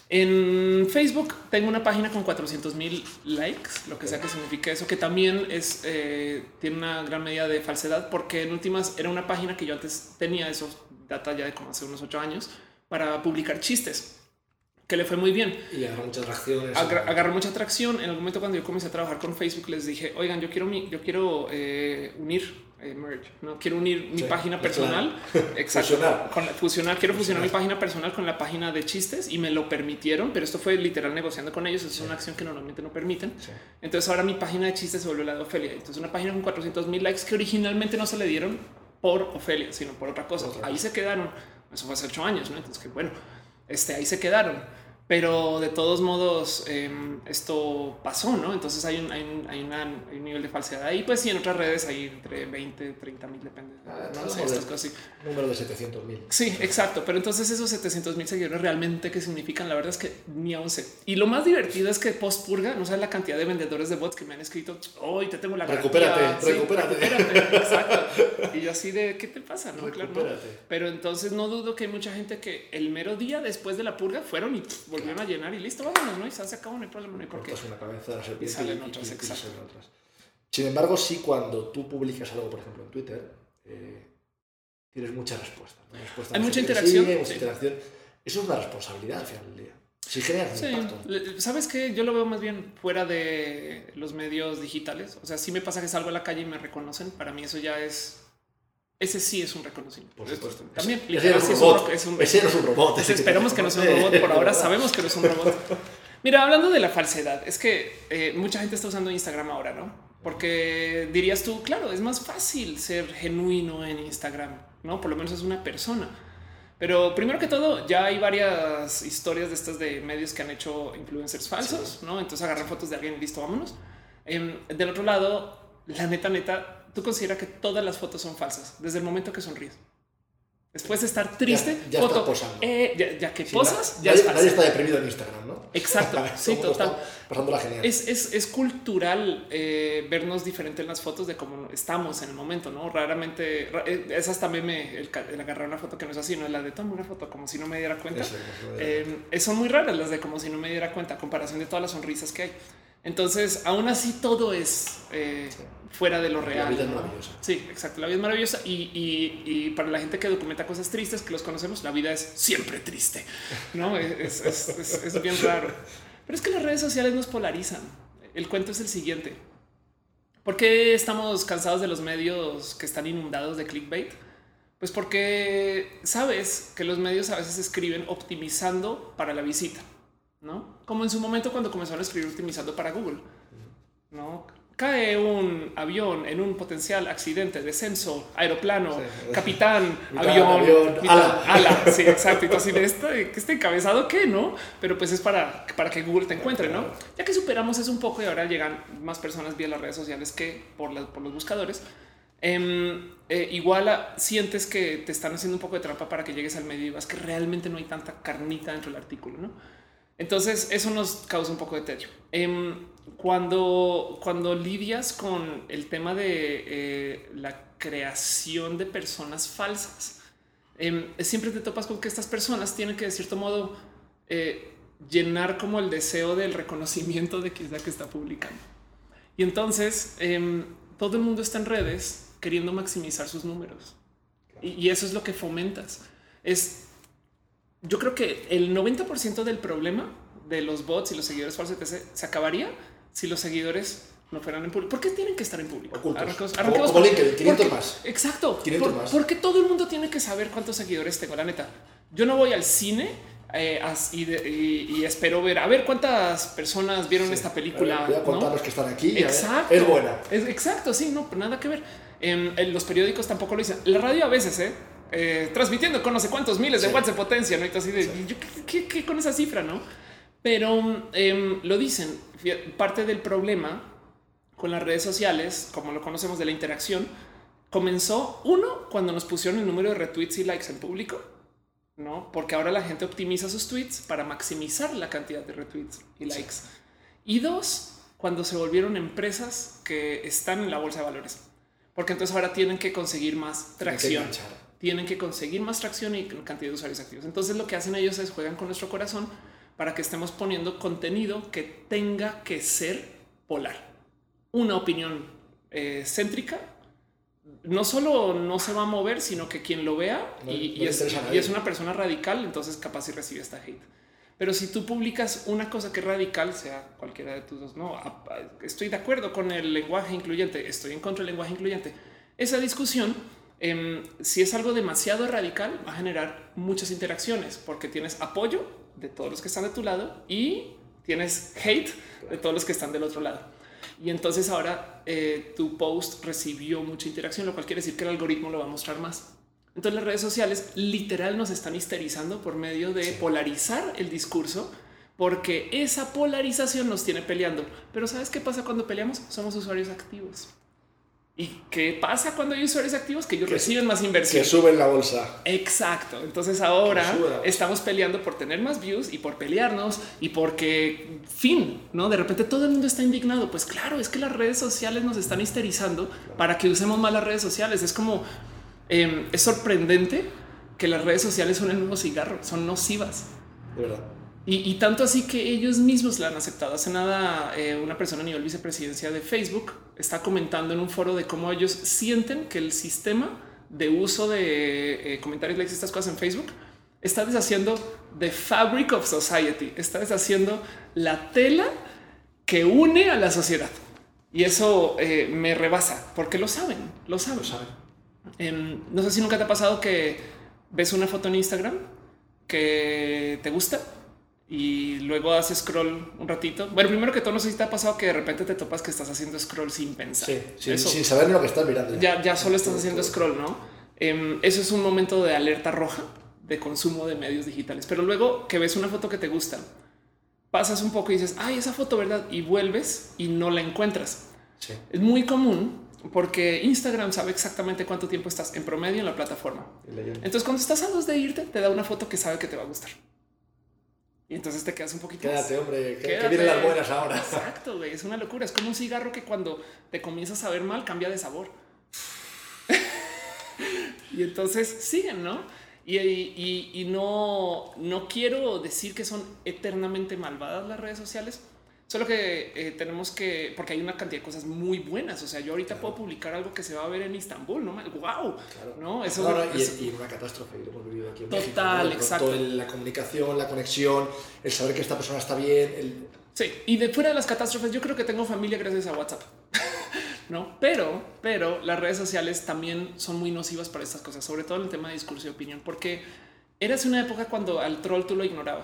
En Facebook tengo una página con cuatrocientos mil likes, lo que sea que signifique eso, que también es eh, tiene una gran medida de falsedad porque en últimas era una página que yo antes tenía eso data ya de como hace unos ocho años para publicar chistes que le fue muy bien y agarró mucha atracción. Agar, agarró mucha atracción. En el momento cuando yo comencé a trabajar con Facebook les dije, oigan, yo quiero mi, yo quiero eh, unir eh, merge, no quiero unir mi sí, página personal, claro. Exacto, fusionar. Con la, fusionar, quiero fusionar. fusionar mi página personal con la página de chistes y me lo permitieron, pero esto fue literal negociando con ellos. Eso sí. Es una acción que normalmente no permiten. Sí. Entonces ahora mi página de chistes se volvió la de Ofelia. Entonces una página con cuatrocientos mil likes que originalmente no se le dieron por Ofelia, sino por otra cosa. Otra ahí cosa. Se quedaron. Eso fue hace ocho años, ¿no? Entonces que bueno, este ahí se quedaron. Pero de todos modos eh, esto pasó, ¿no? Entonces hay un, hay, un, hay, una, hay un nivel de falsedad ahí. Pues sí, en otras redes hay entre veinte, treinta mil, depende. Ah, no, no sé, estas cosas así. Número de setecientos mil. Sí, exacto. Pero entonces esos setecientos mil seguidores realmente qué significan, la verdad es que ni aún sé. Y lo más divertido es que post purga, no sabes la cantidad de vendedores de bots que me han escrito. Hoy te tengo la recupérate, garantía. recupérate, sí, recupérate. Exacto. Y yo así de ¿qué te pasa? No, recupérate. Claro, no. Pero entonces no dudo que hay mucha gente que el mero día después de la purga fueron y pff, volvieron claro. a llenar y listo. Vámonos, ¿no? Y se acabó, no hay problema, no hay por qué. Una cabeza, la serpiente y salen y, otras, y, exacto. Y otras. Sin embargo, sí, cuando tú publicas algo, por ejemplo, en Twitter, eh, tienes muchas respuestas. ¿no? respuestas hay mucha interacción. Sigue, mucha sí. interacción. Eso es una responsabilidad al final del día. Si generas sí. impacto. Sabes que yo lo veo más bien fuera de los medios digitales. O sea, si me pasa que salgo a la calle y me reconocen, para mí eso ya es. Ese sí es un reconocimiento. Por supuesto. También. Ese, ese, es un robot. Es un, ese no es un robot. Ese esperemos que no sea un robot. Por ahora sabemos que no es un robot. Mira, hablando de la falsedad, es que eh, mucha gente está usando Instagram ahora, ¿no? Porque dirías tú, claro, es más fácil ser genuino en Instagram, ¿no? Por lo menos es una persona. Pero primero que todo, ya hay varias historias de estas de medios que han hecho influencers falsos, sí. ¿no? Entonces agarran fotos de alguien y listo, vámonos. Eh, del otro lado, la neta, neta, tú consideras que todas las fotos son falsas desde el momento que sonríes. Después de estar triste, ya, ya foto, está posando. Eh, ya, ya que sí, posas, la, ya nadie, es nadie está deprimido en Instagram, ¿no? Exacto, sí, total. Pasándola genial. Es, es, es cultural eh, vernos diferente en las fotos de cómo estamos en el momento, ¿no? Raramente, esas también me el, el agarrar una foto que no es así, no es la de toma una foto como si no me diera cuenta. Eso, no eh, son muy raras las de como si no me diera cuenta, a comparación de todas las sonrisas que hay. Entonces, aún así, todo es eh, sí. fuera de lo real. La vida es ¿no? maravillosa. Sí, exacto. La vida es maravillosa. Y, y, y para la gente que documenta cosas tristes, que los conocemos, la vida es siempre triste. No es, es, es, es bien raro. Pero es que las redes sociales nos polarizan. El cuento es el siguiente. ¿Por qué estamos cansados de los medios que están inundados de clickbait? Pues porque sabes que los medios a veces escriben optimizando para la visita. ¿No? Como en su momento cuando comenzaron a escribir optimizando para Google, ¿no? cae un avión en un potencial accidente, descenso, aeroplano, sí. capitán, mitad, avión, avión mitad, ala. ala. Sí, exacto. Entonces, este, este encabezado, ¿qué? No, pero pues es para, para que Google te encuentre, ¿no? Ya que superamos eso un poco y ahora llegan más personas vía las redes sociales que por, la, por los buscadores. Eh, eh, igual a, sientes que te están haciendo un poco de trampa para que llegues al medio y vas que realmente no hay tanta carnita dentro del artículo, ¿no? Entonces eso nos causa un poco de tedio. Eh, cuando, cuando lidias con el tema de eh, la creación de personas falsas, eh, siempre te topas con que estas personas tienen que de cierto modo eh, llenar como el deseo del reconocimiento de quien sea que está publicando. Y entonces eh, todo el mundo está en redes queriendo maximizar sus números. Y, y eso es lo que fomentas. Es, yo creo que el noventa por ciento del problema de los bots y los seguidores falsos etcétera se acabaría si los seguidores no fueran en público. ¿Por qué tienen que estar en público? Ocultos. Arranquemos, Como, arranquemos como por, LinkedIn, quinientos porque, más. Exacto. quinientos Por, más. porque todo el mundo tiene que saber cuántos seguidores tengo. La neta, yo no voy al cine eh, y, de, y, y espero ver a ver cuántas personas vieron sí. esta película. Voy a contar ¿no? los que están aquí. Exacto. Es buena. Es, exacto. Sí, no, nada que ver. En, en los periódicos tampoco lo dicen. La radio a veces, eh, eh transmitiendo con no sé cuántos miles de sí. watts de potencia, no? Y así de sí. yo, ¿qué, qué, qué con esa cifra, no? Pero eh, lo dicen. Parte del problema con las redes sociales, como lo conocemos de la interacción, comenzó uno cuando nos pusieron el número de retweets y likes en público, no? Porque ahora la gente optimiza sus tweets para maximizar la cantidad de retweets y likes. Sí. Y dos, cuando se volvieron empresas que están en la bolsa de valores. Porque entonces ahora tienen que conseguir más tracción, que tienen que conseguir más tracción y cantidad de usuarios activos. Entonces lo que hacen ellos es juegan con nuestro corazón para que estemos poniendo contenido que tenga que ser polar. Una opinión eh, céntrica no solo no se va a mover, sino que quien lo vea no, y, no y, es, y es una persona radical, entonces capaz y recibe esta hate. Pero si tú publicas una cosa que es radical, sea cualquiera de tus dos, no, estoy de acuerdo con el lenguaje incluyente, estoy en contra del lenguaje incluyente. Esa discusión, eh, si es algo demasiado radical, va a generar muchas interacciones porque tienes apoyo de todos los que están de tu lado y tienes hate de todos los que están del otro lado. Y entonces ahora eh, tu post recibió mucha interacción, lo cual quiere decir que el algoritmo lo va a mostrar más. Entonces las redes sociales literal nos están histerizando por medio de sí. polarizar el discurso, porque esa polarización nos tiene peleando. Pero ¿sabes qué pasa cuando peleamos? Somos usuarios activos. ¿Y qué pasa cuando hay usuarios activos? Que ellos que reciben más inversión. Que suben la bolsa. Exacto. Entonces ahora estamos peleando por tener más views y por pelearnos y porque fin, ¿no? De repente todo el mundo está indignado. Pues claro, es que las redes sociales nos están histerizando para que usemos más las redes sociales. Es como... Eh, es sorprendente que las redes sociales son el nuevo cigarro, son nocivas. De verdad. Y, y tanto así que ellos mismos la han aceptado. Hace nada, eh, una persona a nivel vicepresidencia de Facebook está comentando en un foro de cómo ellos sienten que el sistema de uso de eh, comentarios, likes y estas cosas en Facebook está deshaciendo the fabric of society, está deshaciendo la tela que une a la sociedad. Y eso eh, me rebasa porque lo saben, lo saben. Lo saben. Eh, no sé si nunca te ha pasado que ves una foto en Instagram que te gusta y luego haces scroll un ratito. Bueno, primero que todo, no sé si te ha pasado que de repente te topas que estás haciendo scroll sin pensar. Sí, sí eso, sin saber lo que estás mirando. Ya, ya solo estás haciendo scroll, ¿no? Eh, eso es un momento de alerta roja de consumo de medios digitales. Pero luego que ves una foto que te gusta, pasas un poco y dices, ay, esa foto, ¿verdad? Y vuelves y no la encuentras. Sí. Es muy común porque Instagram sabe exactamente cuánto tiempo estás en promedio en la plataforma. Entonces, cuando estás a dos de irte, te da una foto que sabe que te va a gustar. Y entonces te quedas un poquito Quédate, más. hombre, que, Quédate. que vienen las buenas ahora. Exacto, güey. Es una locura. Es como un cigarro que cuando te comienzas a ver mal, cambia de sabor. Y entonces siguen, ¿no? Y, y, y no, no quiero decir que son eternamente malvadas las redes sociales. Solo que eh, tenemos que, porque hay una cantidad de cosas muy buenas. O sea, yo ahorita claro. puedo publicar algo que se va a ver en Estambul, ¿no? ¡Wow! Claro. ¿No? Eso, no, no, y, eso, y una catástrofe, lo hemos vivido aquí en total, México, ¿no? exacto. Todo el, la comunicación, la conexión, el saber que esta persona está bien. El... Sí, y de fuera de las catástrofes, yo creo que tengo familia gracias a WhatsApp. No, pero, pero las redes sociales también son muy nocivas para estas cosas, sobre todo en el tema de discurso y opinión, porque eras una época cuando al troll tú lo ignorabas.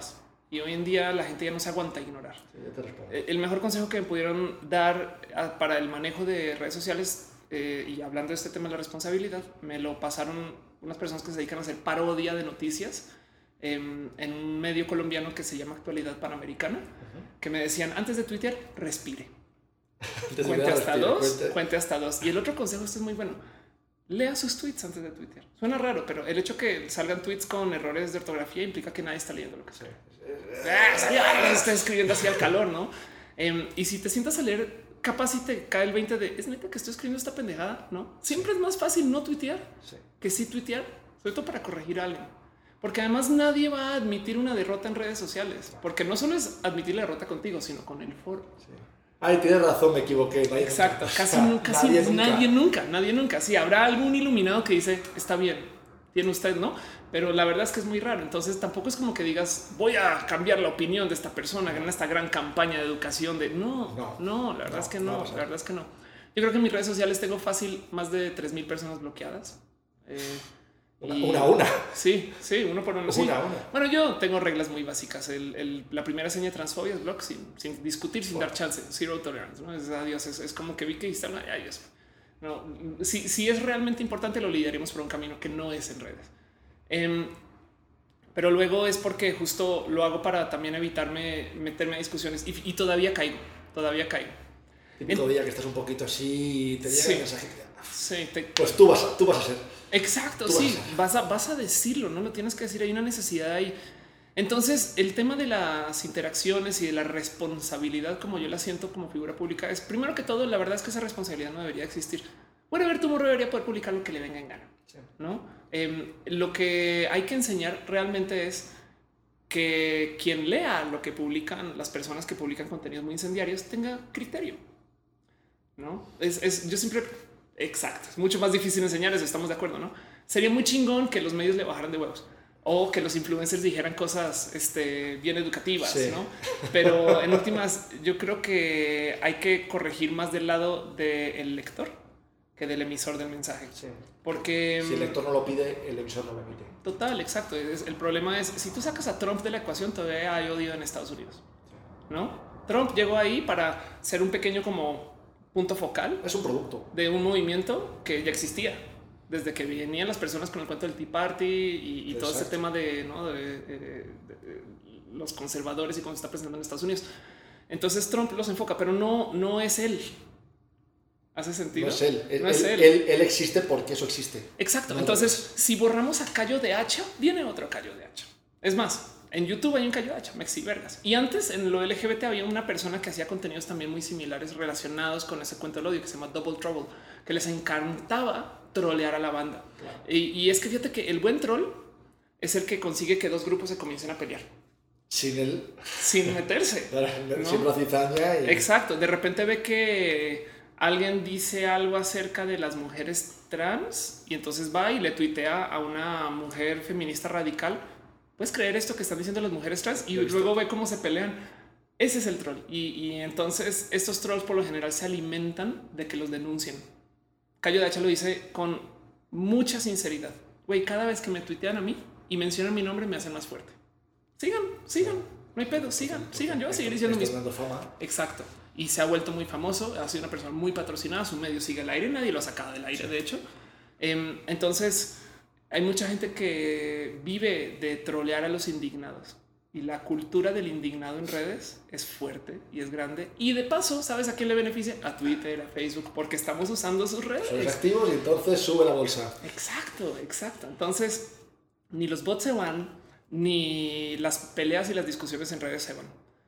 Y hoy en día la gente ya no se aguanta ignorar. Sí, ya te respondo. El mejor consejo que me pudieron dar para el manejo de redes sociales, eh, y hablando de este tema de la responsabilidad, me lo pasaron unas personas que se dedican a hacer parodia de noticias eh, en un medio colombiano que se llama Actualidad Panamericana, uh-huh. que me decían antes de tuitear, respire. Cuente hasta respire, dos, cuente. cuente hasta dos. Y el otro consejo, este es muy bueno. Lea sus tweets antes de tuitear. Suena raro, pero el hecho que salgan tweets con errores de ortografía implica que nadie está leyendo lo que sea. Ah, o sea, ya está escribiendo así al calor, ¿no? Eh, y si te sientas a leer, capaz si te cae el veinte de es neta que estoy escribiendo esta pendejada, ¿no? Siempre es más fácil no tuitear sí. que sí tuitear, sobre todo para corregir a alguien. Porque además nadie va a admitir una derrota en redes sociales, porque no solo es admitir la derrota contigo, sino con el foro. Sí. Ay, tienes razón, me equivoqué. Nadie Exacto, nunca. casi nunca, nadie, nunca. nadie nunca, nadie nunca. Sí, habrá algún iluminado que dice está bien, tiene usted, ¿no? Pero la verdad es que es muy raro. Entonces tampoco es como que digas voy a cambiar la opinión de esta persona en esta gran campaña de educación de no, no, no la verdad no, es que no, no la verdad es que no. Yo creo que en mis redes sociales tengo fácil más de tres mil personas bloqueadas. Eh, Una, y, una a una. Sí, sí, uno por uno. Una sí. a una. Bueno, yo tengo reglas muy básicas. El, el, la primera seña de transfobia es block, sin, sin discutir, sin bueno. dar chance. Zero tolerance. ¿no? Es, adiós, es, es como que vi que instalan. Adiós. No, si, si es realmente importante, lo lideraremos por un camino que no es en redes. Eh, pero luego es porque justo lo hago para también evitarme meterme a discusiones y, y todavía caigo, todavía caigo. Típico día que estás un poquito así, te llega sí, el mensaje. Sí, te, pues tú vas, tú vas a ser. Exacto, tú sí, vas a, vas a, vas a decirlo, no lo tienes que decir. Hay una necesidad ahí. Entonces, el tema de las interacciones y de la responsabilidad, como yo la siento como figura pública, es primero que todo, la verdad es que esa responsabilidad no debería existir. Bueno, a ver, tu morro debería poder publicar lo que le venga en gana, sí. ¿no? Eh, lo que hay que enseñar realmente es que quien lea lo que publican las personas que publican contenidos muy incendiarios tenga criterio, ¿no? Es, es yo siempre... Exacto, es mucho más difícil enseñar eso, estamos de acuerdo, ¿no? Sería muy chingón que los medios le bajaran de huevos o que los influencers dijeran cosas este, bien educativas, sí. ¿no? Pero en últimas, yo creo que hay que corregir más del lado del lector que del emisor del mensaje. Sí. Porque si el lector no lo pide, el emisor no lo emite. Total, exacto. Es, el problema es si tú sacas a Trump de la ecuación, todavía hay odio en Estados Unidos, ¿no? Trump llegó ahí para ser un pequeño como punto focal. Es un producto de un movimiento que ya existía desde que venían las personas con el cuento del Tea Party y, y todo ese tema de, ¿no? de, de, de, de los conservadores y cómo se está presentando en Estados Unidos. Entonces Trump los enfoca, pero no, no es él. ¿Hace sentido? No es él. Él, no es él, él. él, él existe porque eso existe. Exacto. No Entonces, si borramos a Cayo de Hacha, viene otro Cayo de Hacha. Es más, en YouTube hay un Cayo de Hacha, Mexi Vergas. Y antes en lo L G B T había una persona que hacía contenidos también muy similares relacionados con ese cuento del odio que se llama Double Trouble, que les encantaba trolear a la banda. Claro. Y, y es que fíjate que el buen troll es el que consigue que dos grupos se comiencen a pelear. Sin el... Sin meterse. ¿no? Sin la cizaña. Y... Exacto. De repente ve que alguien dice algo acerca de las mujeres trans y entonces va y le tuitea a una mujer feminista radical. ¿Puedes creer esto que están diciendo las mujeres trans? Y luego ve cómo se pelean. Ese es el troll. Y, y entonces estos trolls por lo general se alimentan de que los denuncien. Cayo de Hacha lo dice con mucha sinceridad. Güey, cada vez que me tuitean a mí y mencionan mi nombre me hacen más fuerte. Sigan, sigan. No hay pedo, sigan, sigan. Yo voy a seguir diciendo mis... Exacto. Y se ha vuelto muy famoso. Ha sido una persona muy patrocinada. Su medio sigue al aire. Nadie lo ha sacado del aire, sí. de hecho. Eh, entonces... Hay mucha gente que vive de trolear a los indignados y la cultura del indignado en redes es fuerte y es grande. Y de paso, ¿sabes a quién le beneficia? A Twitter, a Facebook, porque estamos usando sus redes. Son activos y entonces sube la bolsa. Exacto, exacto. Entonces, ni los bots se van, ni las peleas y las discusiones en redes se van.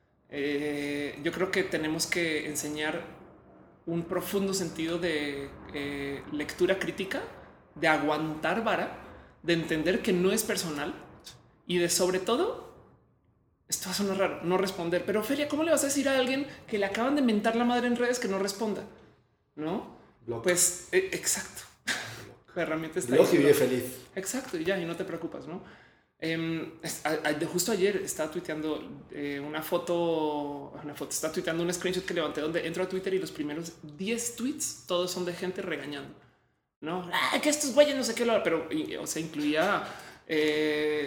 Eh, yo creo que tenemos que enseñar un profundo sentido de eh, lectura crítica, de aguantar vara, de entender que no es personal y de sobre todo, esto va a sonar raro, no responder. Pero Ophelia, ¿cómo le vas a decir a alguien que le acaban de mentar la madre en redes que no responda? ¿No? Block. Pues eh, exacto. La herramienta está ahí. Y vive feliz. Exacto, y ya, y no te preocupas, ¿no? Eh, justo ayer estaba tuiteando eh, una foto, una foto, estaba tuiteando un screenshot que levanté donde entro a Twitter y los primeros diez tweets todos son de gente regañando. No, ah, que estos güeyes no sé qué, pero y, o sea, incluía eh,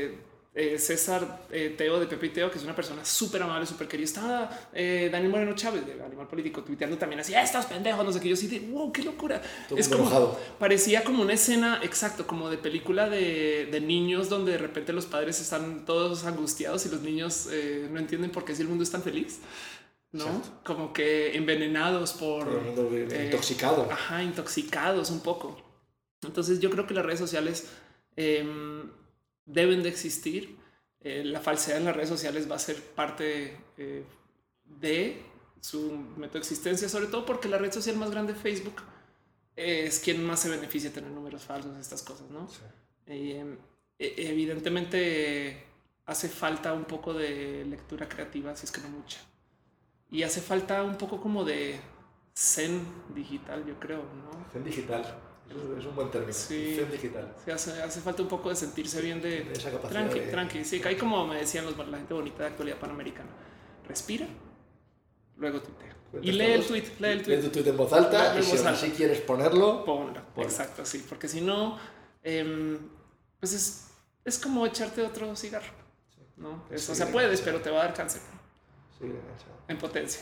eh, César eh, Teo de Pepe y Teo, que es una persona súper amable, súper querida. Estaba eh, Daniel Moreno Chávez de Animal Político tuiteando también así, estos pendejos, no sé qué. Yo sí de wow, qué locura. Todo Es como enojado. parecía como una escena exacto, como de película de, de niños donde de repente los padres están todos angustiados y los niños eh, no entienden por qué si el mundo es tan feliz. No, exacto. Como que envenenados por el mundo eh, intoxicado. Ajá, intoxicados un poco. Entonces yo creo que las redes sociales eh, deben de existir. Eh, la falsedad en las redes sociales va a ser parte eh, de su método de existencia, sobre todo porque la red social más grande, Facebook, eh, es quien más se beneficia de tener números falsos, estas cosas, ¿no? Sí. Eh, eh, evidentemente hace falta un poco de lectura creativa, si es que no mucha. Y hace falta un poco como de zen digital, yo creo, ¿no? Zen digital, es un buen término. Sí, zen digital. Sí, hace, hace falta un poco de sentirse bien de, de esa capacidad. Tranqui, de... tranqui. Sí, que hay como me decían los, la gente bonita de actualidad panamericana. Respira, luego tuitea. Y lee el tweet, lee el tweet. Lee tu tweet en voz alta y si aún así quieres ponerlo, ponlo. ponlo. Exacto, sí, porque si no, eh, pues es, es como echarte otro cigarro, ¿no? Es, sí, o sea, puedes, pero te va a dar cáncer. Sí, en potencia.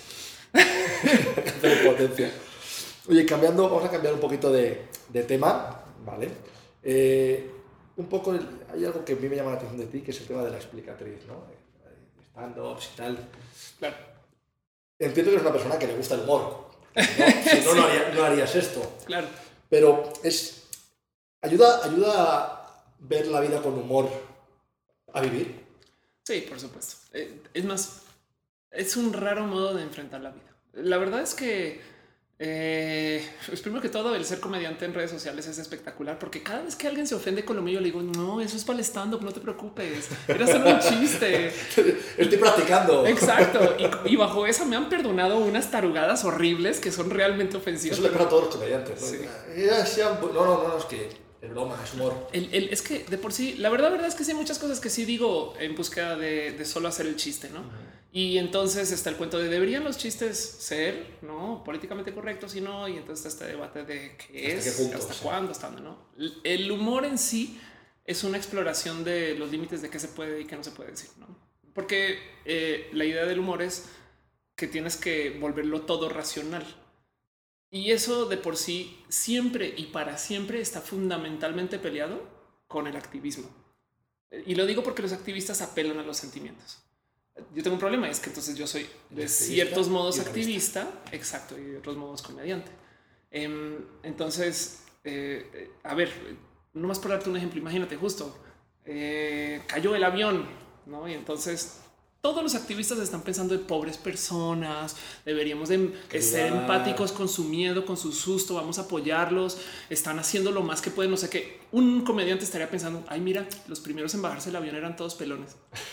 en potencia. Oye, cambiando, vamos a cambiar un poquito de, de tema, ¿vale? Eh, un poco, hay algo que a mí me llama la atención de ti, que es el tema de la explicatriz, ¿no? Stand-ups y tal. Claro. Entiendo que eres una persona que le gusta el humor, ¿no? Si no, sí. no, haría, no harías esto. Claro. Pero es, ayuda, ayuda a ver la vida con humor a vivir. Sí, por supuesto. Eh, es más... Es un raro modo de enfrentar la vida. La verdad es que, eh, pues primero que todo, el ser comediante en redes sociales es espectacular porque cada vez que alguien se ofende con lo mío, le digo, no, eso es para el stand-up, no te preocupes. Era solo un chiste. Estoy practicando. Exacto. Y, y bajo esa me han perdonado unas tarugadas horribles que son realmente ofensivas. Eso le pasa a todos los comediantes, ¿no? Sí. No, no, no, es que... Es broma, es humor. El, el, es que de por sí, la verdad, verdad es que sí hay muchas cosas que sí digo en búsqueda de, de solo hacer el chiste, ¿no? Uh-huh. Y entonces está el cuento de deberían los chistes ser, ¿no? Políticamente correctos y no. Y entonces está este debate de qué es, ¿Hasta, qué punto, hasta sí. cuándo, hasta dónde, ¿no? El humor en sí es una exploración de los límites de qué se puede y qué no se puede decir, ¿no? Porque eh, la idea del humor es que tienes que volverlo todo racional. Y eso de por sí siempre y para siempre está fundamentalmente peleado con el activismo. Y lo digo porque los activistas apelan a los sentimientos. Yo tengo un problema, es que entonces yo soy de ciertos modos activista, exacto, y de otros modos comediante. Eh, entonces, eh, a ver, nomás por darte un ejemplo, imagínate justo, eh, cayó el avión, ¿no? Y entonces... Todos los activistas están pensando en pobres personas, deberíamos de ser empáticos con su miedo, con su susto, vamos a apoyarlos, están haciendo lo más que pueden, no sé qué. Un comediante estaría pensando, ay mira, los primeros en bajarse el avión eran todos pelones.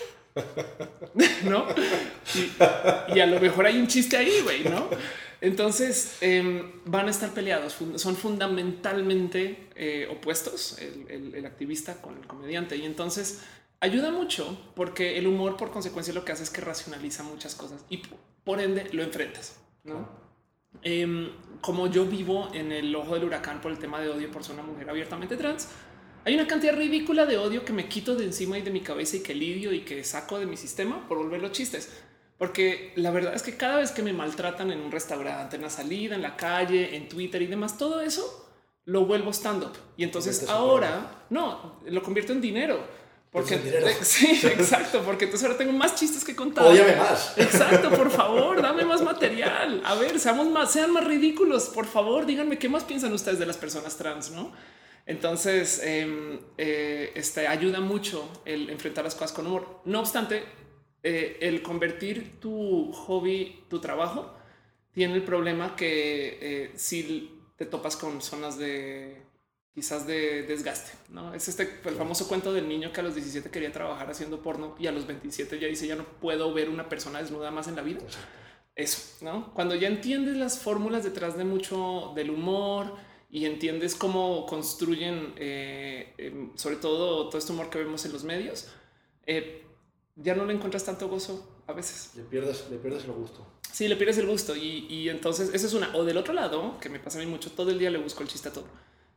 ¿No? Y, y a lo mejor hay un chiste ahí, güey, ¿no? Entonces eh, van a estar peleados, son fundamentalmente eh, opuestos, el, el, el activista con el comediante. Y entonces... Ayuda mucho porque el humor por consecuencia lo que hace es que racionaliza muchas cosas y por ende lo enfrentas, ¿no? Eh, como yo vivo en el ojo del huracán por el tema de odio por ser una mujer abiertamente trans, hay una cantidad ridícula de odio que me quito de encima y de mi cabeza y que lidio y que saco de mi sistema por volverlo chistes. Porque la verdad es que cada vez que me maltratan en un restaurante, en la salida, en la calle, en Twitter y demás, todo eso lo vuelvo stand-up. Y entonces ahora no, lo convierto en dinero. Porque sí, exacto, porque entonces ahora tengo más chistes que contar. Óyame más. Exacto, por favor, dame más material. A ver, seamos más, sean más ridículos, por favor, díganme qué más piensan ustedes de las personas trans, ¿no? Entonces, eh, eh, este, ayuda mucho el enfrentar las cosas con humor. No obstante, eh, el convertir tu hobby, tu trabajo, tiene el problema que eh, si te topas con zonas de... quizás de desgaste, ¿no? Es este el famoso cuento del niño que a los diecisiete quería trabajar haciendo porno y a los veintisiete ya dice, ya no puedo ver una persona desnuda más en la vida. Eso, ¿no? Cuando ya entiendes las fórmulas detrás de mucho del humor y entiendes cómo construyen, eh, eh, sobre todo todo este humor que vemos en los medios, eh, ya no le encuentras tanto gozo a veces. Le pierdes, le pierdes el gusto. Sí, le pierdes el gusto y, y entonces esa es una. O del otro lado, que me pasa a mí mucho, todo el día le busco el chiste a todo.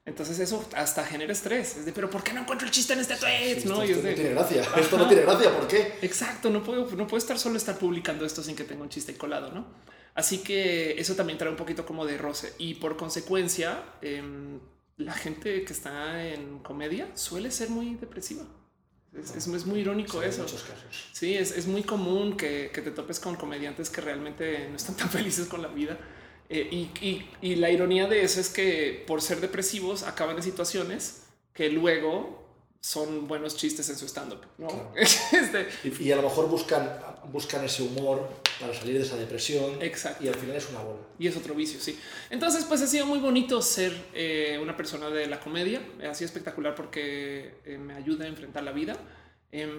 Entonces eso hasta genera estrés. Es de, pero ¿por qué no encuentro el chiste en este tweet? Sí, ¿no? Esto, y es esto de, no tiene gracia. Ajá. Esto no tiene gracia. ¿Por qué? Exacto. No puedo, no puedo estar solo estar publicando esto sin que tenga un chiste colado, ¿no? Así que eso también trae un poquito como de roce. Y por consecuencia, eh, la gente que está en comedia suele ser muy depresiva. Es, es, es muy irónico eso. En muchos casos. Sí, es, es muy común que, que te topes con comediantes que realmente no están tan felices con la vida. Eh, y, y, y la ironía de eso es que por ser depresivos acaban en situaciones que luego son buenos chistes en su stand-up, ¿no? Claro. este, y, y a lo mejor buscan, buscan ese humor para salir de esa depresión. Exacto. Y al final es una bola. Y es otro vicio, sí. Entonces, pues ha sido muy bonito ser eh, una persona de la comedia. Ha sido espectacular porque eh, me ayuda a enfrentar la vida. Eh,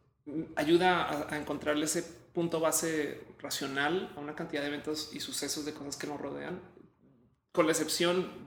ayuda a, a encontrarle ese punto base racional a una cantidad de eventos y sucesos de cosas que nos rodean, con la excepción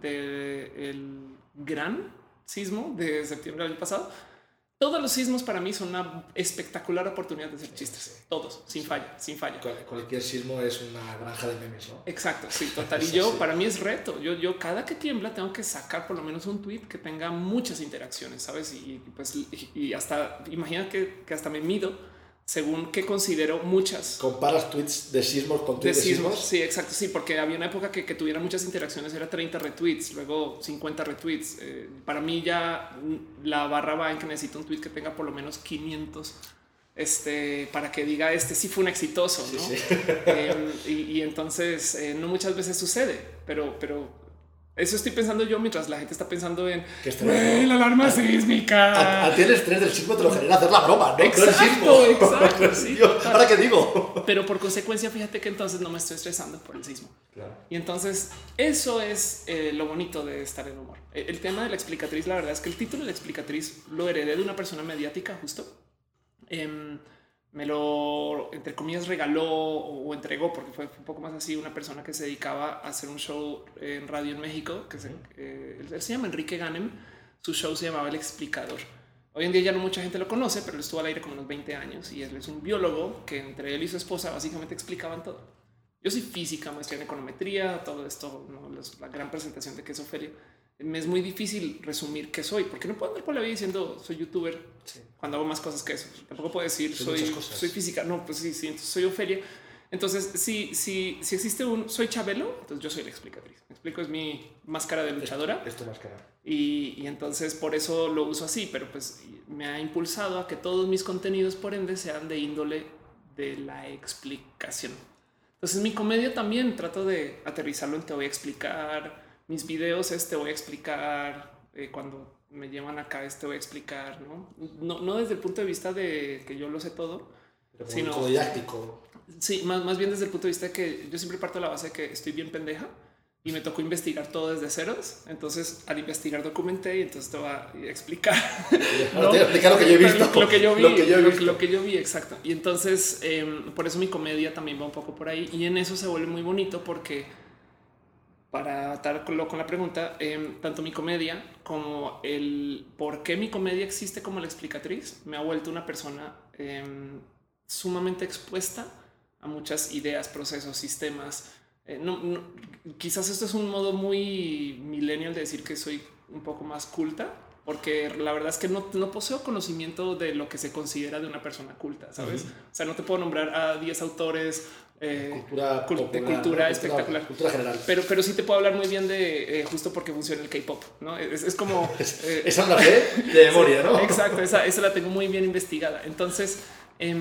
del gran sismo de septiembre del año pasado. Todos los sismos para mí son una espectacular oportunidad de hacer chistes. Todos, sin falla, sin falla. Cual, cualquier sismo es una granja de memes, ¿no? Exacto, sí, total. Y yo, para mí es reto. Yo, yo cada que tiembla tengo que sacar por lo menos un tweet que tenga muchas interacciones, ¿sabes? Y, y pues, y, y hasta, imagina que, que hasta me mido según que considero muchas. ¿Comparas tweets de sismos con tweets de, de sismos? sismos? Sí, exacto. Sí, porque había una época que, que tuviera muchas interacciones, era treinta retweets, luego cincuenta retweets. Eh, para mí ya la barra va en que necesito un tweet que tenga por lo menos quinientos este, para que diga este sí fue un exitoso, ¿no? Sí, sí. Eh, y, y entonces eh, no muchas veces sucede, pero, pero eso estoy pensando yo mientras la gente está pensando en ¿no? la alarma sísmica. A, a ti el estrés del sismo te lo genera hacer la broma, ¿no? Exacto, exacto. Sí, Dios, ¿ahora qué digo? Pero por consecuencia, fíjate que entonces no me estoy estresando por el sismo. Claro. Y entonces eso es eh, lo bonito de estar en humor. El, el tema de la explicatriz, la verdad es que el título de la explicatriz lo heredé de una persona mediática justo. Eh, me lo, entre comillas, regaló o entregó, porque fue un poco más así, una persona que se dedicaba a hacer un show en radio en México, que se, eh, él se llama Enrique Ganem. Su show se llamaba El Explicador. Hoy en día ya no mucha gente lo conoce, pero él estuvo al aire como unos veinte años y él es un biólogo que entre él y su esposa básicamente explicaban todo. Yo soy física, maestría en econometría, todo esto, ¿no? La gran presentación de qué es Ofelia. Me es muy difícil resumir qué soy, porque no puedo andar por la vida diciendo soy youtuber sí. cuando hago más cosas que eso. Tampoco puedo decir soy, soy física. No, pues sí, sí, entonces soy Ofelia. Entonces, si, si, si existe un soy Chabelo, entonces yo soy la explicatriz. Me explico, es mi máscara de luchadora. Es tu máscara. Y, y entonces por eso lo uso así, pero pues me ha impulsado a que todos mis contenidos, por ende, sean de índole de la explicación. Entonces, mi comedia también trato de aterrizarlo en te voy a explicar. Mis videos es te voy a explicar, eh, cuando me llevan acá es te voy a explicar, ¿no? No, no desde el punto de vista de que yo lo sé todo, pero sino como didáctico. Sí, más, más bien desde el punto de vista de que yo siempre parto de la base de que estoy bien pendeja y me tocó investigar todo desde ceros. Entonces, al investigar documenté y entonces te voy a explicar. ¿No? Te voy a explicar lo que yo he visto. Lo, lo que yo vi, lo que yo, he visto. Lo, lo que yo vi, exacto. Y entonces, eh, por eso mi comedia también va un poco por ahí. Y en eso se vuelve muy bonito porque, para atarlo con la pregunta, eh, tanto mi comedia como el por qué mi comedia existe como la explicatriz me ha vuelto una persona eh, sumamente expuesta a muchas ideas, procesos, sistemas. Eh, no, no, quizás esto es un modo muy millennial de decir que soy un poco más culta, porque la verdad es que no, no poseo conocimiento de lo que se considera de una persona culta, ¿sabes? Uh-huh. O sea, no te puedo nombrar a diez autores eh, cultura cult- de popular, cultura ¿no? espectacular. Cultura general. Pero, pero sí te puedo hablar muy bien de eh, justo porque funciona el K-pop, ¿no? Es, es como... Eh, esa la sé de memoria, ¿no? Exacto, esa, esa la tengo muy bien investigada. Entonces... Eh,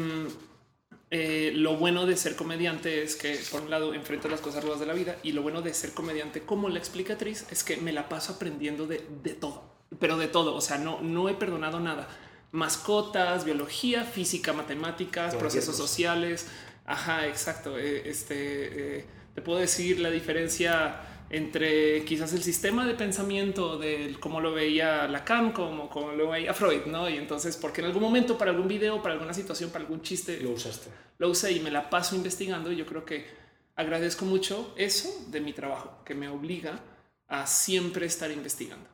Eh, lo bueno de ser comediante es que por un lado enfrento las cosas rudas de la vida, y lo bueno de ser comediante como la explicatriz es que me la paso aprendiendo de, de todo, pero de todo. O sea, no, no he perdonado nada. Mascotas, biología, física, matemáticas, procesos sociales. Ajá, exacto. Eh, este, eh, te puedo decir la diferencia entre quizás el sistema de pensamiento de cómo lo veía Lacan, como, como lo veía Freud, ¿no? Y entonces, porque en algún momento, para algún video, para alguna situación, para algún chiste, lo usaste. Lo usé y me la paso investigando. Y yo creo que agradezco mucho eso de mi trabajo, que me obliga a siempre estar investigando.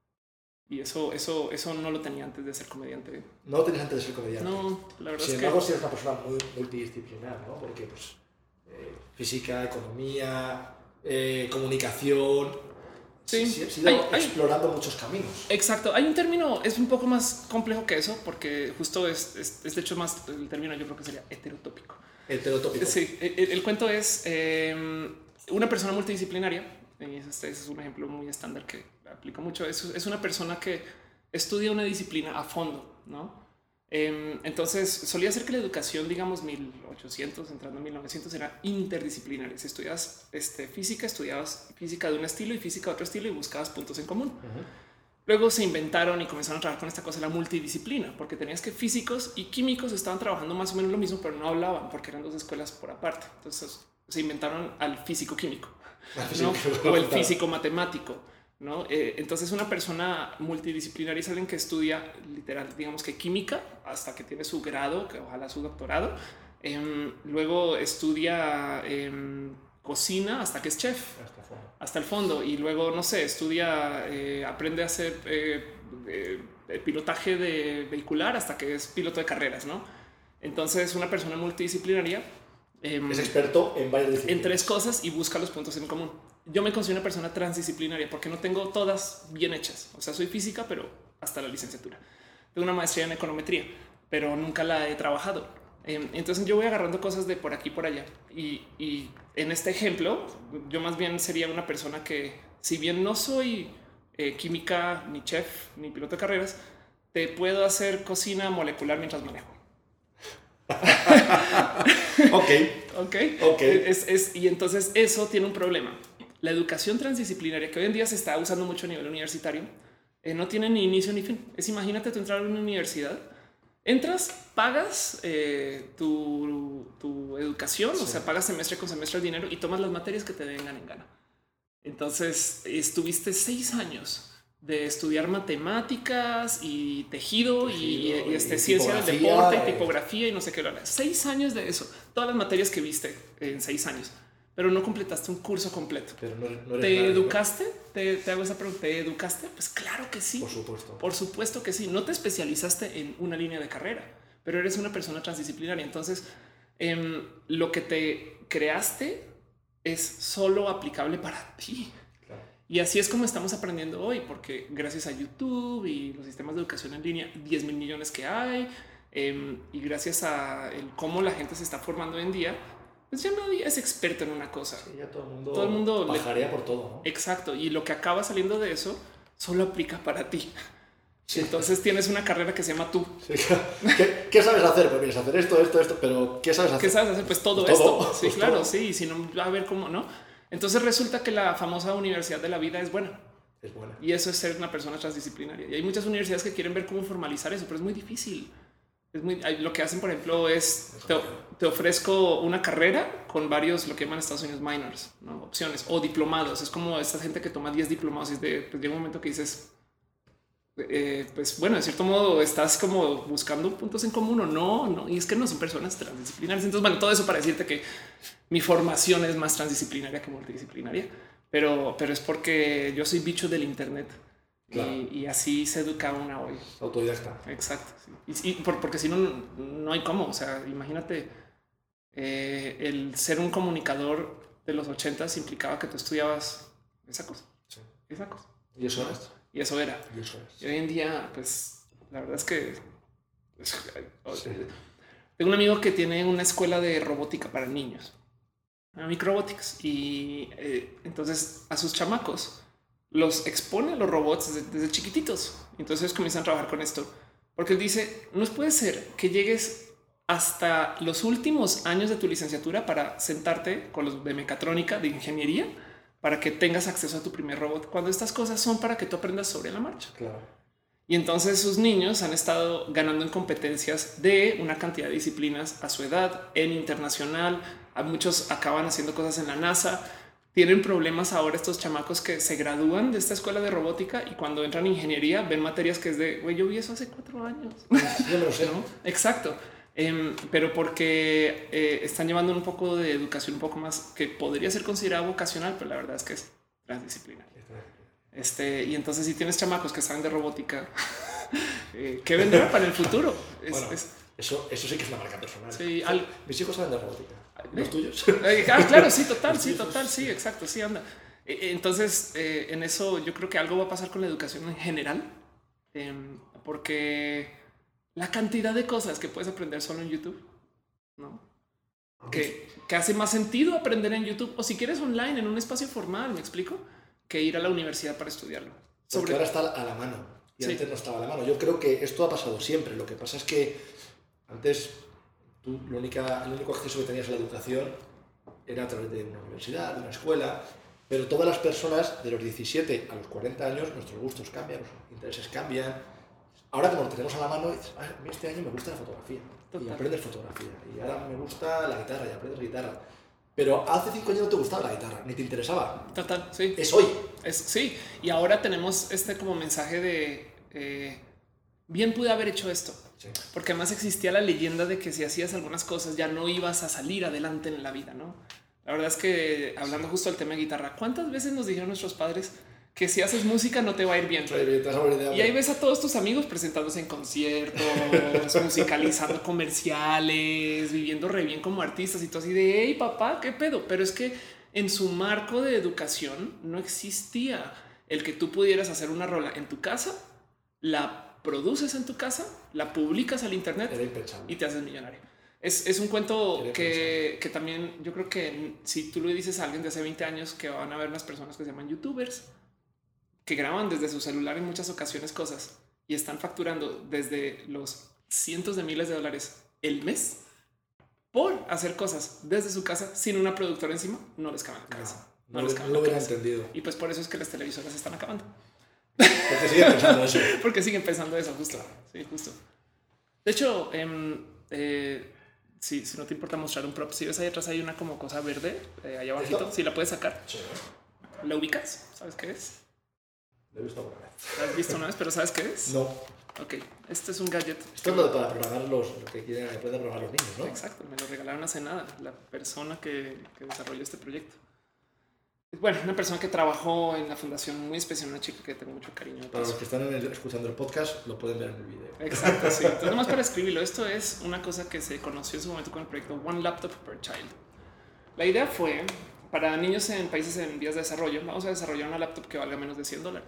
Y eso, eso, eso no lo tenía antes de ser comediante. No lo tenías antes de ser comediante. No, la verdad Sin es embargo, que... si eres una persona muy multidisciplinar, ¿no? Porque pues, eh, física, economía... Eh, comunicación, Sí, sí, sí, sí, hay, explorando hay, muchos caminos. Exacto. Hay un término, es un poco más complejo que eso, porque justo es, es, es de hecho más el término, yo creo que sería heterotópico. Heterotópico. Sí, el, el cuento es eh, una persona multidisciplinaria. Y este es un ejemplo muy estándar que aplica mucho. Es, es una persona que estudia una disciplina a fondo, ¿no? Eh, entonces solía ser que la educación, digamos, mil ochocientos, entrando en mil novecientos, era interdisciplinaria. Si estudiabas este, física, estudiabas física de un estilo y física de otro estilo y buscabas puntos en común. Uh-huh. Luego se inventaron y comenzaron a trabajar con esta cosa, la multidisciplina, porque tenías que físicos y químicos estaban trabajando más o menos lo mismo, pero no hablaban porque eran dos escuelas por aparte. Entonces se inventaron al físico químico, ¿no? O el físico matemático, ¿no? Eh, entonces una persona multidisciplinaria es alguien que estudia literal, digamos que química hasta que tiene su grado, que ojalá su doctorado. Eh, luego estudia eh, cocina hasta que es chef, hasta el fondo, hasta el fondo y luego, no sé, estudia, eh, aprende a hacer eh, eh, pilotaje de vehicular hasta que es piloto de carreras, ¿no? Entonces una persona multidisciplinaria eh, es experto en varias disciplinas, en tres cosas y busca los puntos en común. Yo me considero una persona transdisciplinaria porque no tengo todas bien hechas. O sea, soy física, pero hasta la licenciatura. Tengo una maestría en econometría, pero nunca la he trabajado. Entonces yo voy agarrando cosas de por aquí y por allá. Y, y en este ejemplo, yo más bien sería una persona que, si bien no soy eh, química, ni chef, ni piloto de carreras, te puedo hacer cocina molecular mientras manejo. Ok. Ok. okay. Es, es, y entonces eso tiene un problema. La educación transdisciplinaria, que hoy en día se está usando mucho a nivel universitario, eh, no tiene ni inicio ni fin. Es, imagínate tú entrar a una universidad, entras, pagas eh, tu, tu educación, sí. O sea, pagas semestre con semestre el dinero y tomas las materias que te vengan en gana. Entonces estuviste seis años de estudiar matemáticas y tejido, tejido y, y, y este, y ciencia del deporte y tipografía y no sé qué. Seis años de eso, todas las materias que viste en seis años. Pero no completaste un curso completo. Pero no, no ¿Te educaste? ¿Te, te hago esa pregunta. ¿Te educaste? Pues claro que sí. Por supuesto. Por supuesto que sí. No te especializaste en una línea de carrera, pero eres una persona transdisciplinaria. Entonces, eh, lo que te creaste es solo aplicable para ti. Claro. Y así es como estamos aprendiendo hoy, porque gracias a YouTube y los sistemas de educación en línea, diez mil millones que hay, eh, y gracias a el cómo la gente se está formando hoy en día, pues ya nadie es experto en una cosa. Sí, ya todo el mundo, todo el mundo bajaría le... por todo, ¿no? Exacto. Y lo que acaba saliendo de eso solo aplica para ti. Sí. Entonces tienes una carrera que se llama tú. Sí. ¿Qué, ¿Qué sabes hacer? Pues vienes a hacer esto, esto, esto, pero ¿qué sabes hacer? ¿Qué sabes hacer? Pues todo, pues esto. Todo, sí, pues claro, todo. sí. Si no, a ver cómo, ¿no? Entonces resulta que la famosa universidad de la vida es buena. Es buena. Y eso es ser una persona transdisciplinaria. Y hay muchas universidades que quieren ver cómo formalizar eso, pero es muy difícil. Es muy, lo que hacen, por ejemplo, es te, te ofrezco una carrera con varios, lo que llaman en Estados Unidos minors, ¿no? Opciones o diplomados. Es como esta gente que toma diez diplomados y de, pues llega un momento que dices, eh, pues bueno, de cierto modo estás como buscando puntos en común o no, no. Y es que no son personas transdisciplinarias. Entonces, bueno, todo eso para decirte que mi formación es más transdisciplinaria que multidisciplinaria, pero, pero es porque yo soy bicho del Internet. Claro. Y, y así se educa una hoy. Autodidacta. Exacto. Sí. Y, y por, porque si no, no hay cómo. O sea, imagínate eh, el ser un comunicador de los ochentas implicaba que tú estudiabas esa cosa. Sí. Esa cosa. Y eso era. Y eso era. Y eso es. Y hoy en día, pues la verdad es que pues, sí. Tengo un amigo que tiene una escuela de robótica para niños, microbotics, y eh, entonces a sus chamacos los expone a los robots desde, desde chiquititos. Entonces comienzan a trabajar con esto porque él dice, no puede ser que llegues hasta los últimos años de tu licenciatura para sentarte con los de mecatrónica, de ingeniería, para que tengas acceso a tu primer robot, cuando estas cosas son para que tú aprendas sobre la marcha. Claro. Y entonces sus niños han estado ganando en competencias de una cantidad de disciplinas a su edad, en internacional. A muchos acaban haciendo cosas en la NASA. Tienen problemas ahora estos chamacos que se gradúan de esta escuela de robótica y cuando entran en ingeniería ven materias que es de, güey, yo vi eso hace cuatro años. Yo lo sé. ¿No? Exacto. Eh, pero porque eh, están llevando un poco de educación un poco más que podría ser considerada vocacional, pero la verdad es que es transdisciplinaria. Este, y entonces si tienes chamacos que saben de robótica, eh, ¿qué vendrá para el futuro? Es, bueno, es, eso, eso sí que es una marca personal. Sí, o sea, al, mis hijos saben de robótica. ¿Los tuyos? Ah, claro, sí, total, sí, sí, total, sí, exacto, sí, anda. Entonces, eh, en eso yo creo que algo va a pasar con la educación en general, eh, porque la cantidad de cosas que puedes aprender solo en YouTube, ¿no? Que, que hace más sentido aprender en YouTube o si quieres online en un espacio formal, me explico, que ir a la universidad para estudiarlo. Sobre... Porque ahora está a la mano y sí. Antes no estaba a la mano. Yo creo que esto ha pasado siempre. Lo que pasa es que antes tú, lo única, el único acceso que tenías a la educación era a través de una universidad, de una escuela, pero todas las personas de los diecisiete a los cuarenta años, nuestros gustos cambian, los intereses cambian. Ahora como lo tenemos a la mano, dices, ah, a mí este año me gusta la fotografía. Total. Y aprendes fotografía. Y ahora me gusta la guitarra y aprendes guitarra. Pero hace cinco años no te gustaba la guitarra, ni te interesaba. Total, sí. Es hoy. Es, sí, y ahora tenemos este como mensaje de eh, bien pude haber hecho esto. Sí. Porque además existía la leyenda de que si hacías algunas cosas ya no ibas a salir adelante en la vida, ¿no? La verdad es que hablando sí. justo del tema de guitarra, ¿cuántas veces nos dijeron nuestros padres que si haces música no te va a ir bien? Sí, y ahí ves a todos tus amigos presentándose en conciertos, musicalizando comerciales, viviendo re bien como artistas y todo así de hey papá, qué pedo. Pero es que en su marco de educación no existía el que tú pudieras hacer una rola en tu casa, la produces en tu casa, la publicas al internet y te haces millonario. Es, es un cuento que, que también yo creo que si tú le dices a alguien de hace veinte años que van a haber unas personas que se llaman youtubers que graban desde su celular en muchas ocasiones cosas y están facturando desde los cientos de miles de dólares el mes por hacer cosas desde su casa sin una productora encima, no les cabe en la cabeza. No, no, no, no lo hubiera entendido. Y pues por eso es que las televisoras están acabando. Porque siguen pensando eso. Porque siguen pensando eso, justo. Claro. Sí, justo. De hecho, eh, eh, si, si no te importa mostrar un prop, si ves ahí atrás hay una como cosa verde, eh, allá abajito, si la puedes sacar. Sí. ¿La ubicas? ¿Sabes qué es? Lo he visto una vez. ¿La has visto una vez? ¿Pero sabes qué es? No. Ok, este es un gadget. Esto es lo de para programar los, lo que quieren, pueden programar los niños, ¿no? Exacto, me lo regalaron hace nada, la persona que, que desarrolló este proyecto. Bueno, una persona que trabajó en la fundación muy especial, una chica que tengo mucho cariño. Para los que están en el, escuchando el podcast, lo pueden ver en el video. Exacto, sí. Entonces, nomás para escribirlo, esto es una cosa que se conoció en su momento con el proyecto One Laptop per Child. La idea fue, para niños en países en vías de desarrollo, vamos a desarrollar una laptop que valga menos de cien dólares.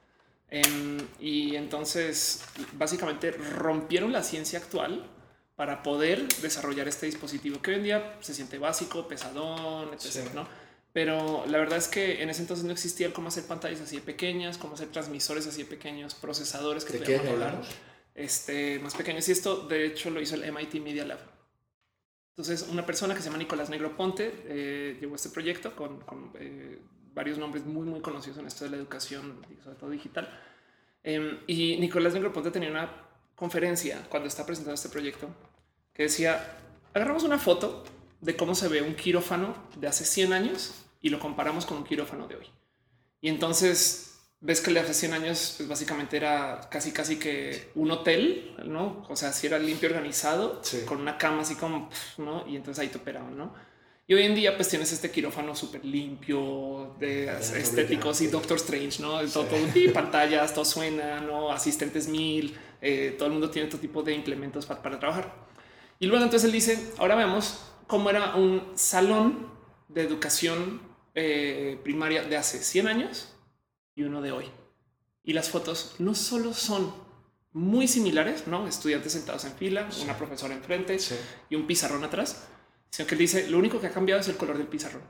Um, y entonces, básicamente, rompieron la ciencia actual para poder desarrollar este dispositivo que hoy en día se siente básico, pesadón, etcétera, sí. ¿no? Pero la verdad es que en ese entonces no existía el cómo hacer pantallas así de pequeñas, cómo hacer transmisores así de pequeños, procesadores que pudieran hablar este, más pequeños. Y esto, de hecho, lo hizo el M I T Media Lab. Entonces, una persona que se llama Nicolás Negroponte eh, llevó este proyecto con, con eh, varios nombres muy, muy conocidos en esto de la educación, sobre todo digital. Eh, y Nicolás Negroponte tenía una conferencia cuando está presentando este proyecto que decía, agarramos una foto de cómo se ve un quirófano de hace cien años y lo comparamos con un quirófano de hoy. Y entonces ves que el de hace cien años pues básicamente era casi casi que un hotel, ¿no? O sea, si era limpio, organizado, sí. Con una cama así como, ¿no? Y entonces ahí te operaban, ¿no? Y hoy en día pues tienes este quirófano súper limpio, de yeah, estéticos y Doctor Strange, ¿no? Sí. Todo, todo, y pantallas, todo suena, ¿no? Asistentes mil, eh, todo el mundo tiene todo tipo de implementos para, para trabajar. Y luego entonces él dice, ahora veamos cómo era un salón de educación eh, primaria de hace cien años y uno de hoy. Y las fotos no solo son muy similares, ¿no? Estudiantes sentados en fila, sí. Una profesora enfrente, sí. Y un pizarrón atrás, sino que él dice, lo único que ha cambiado es el color del pizarrón.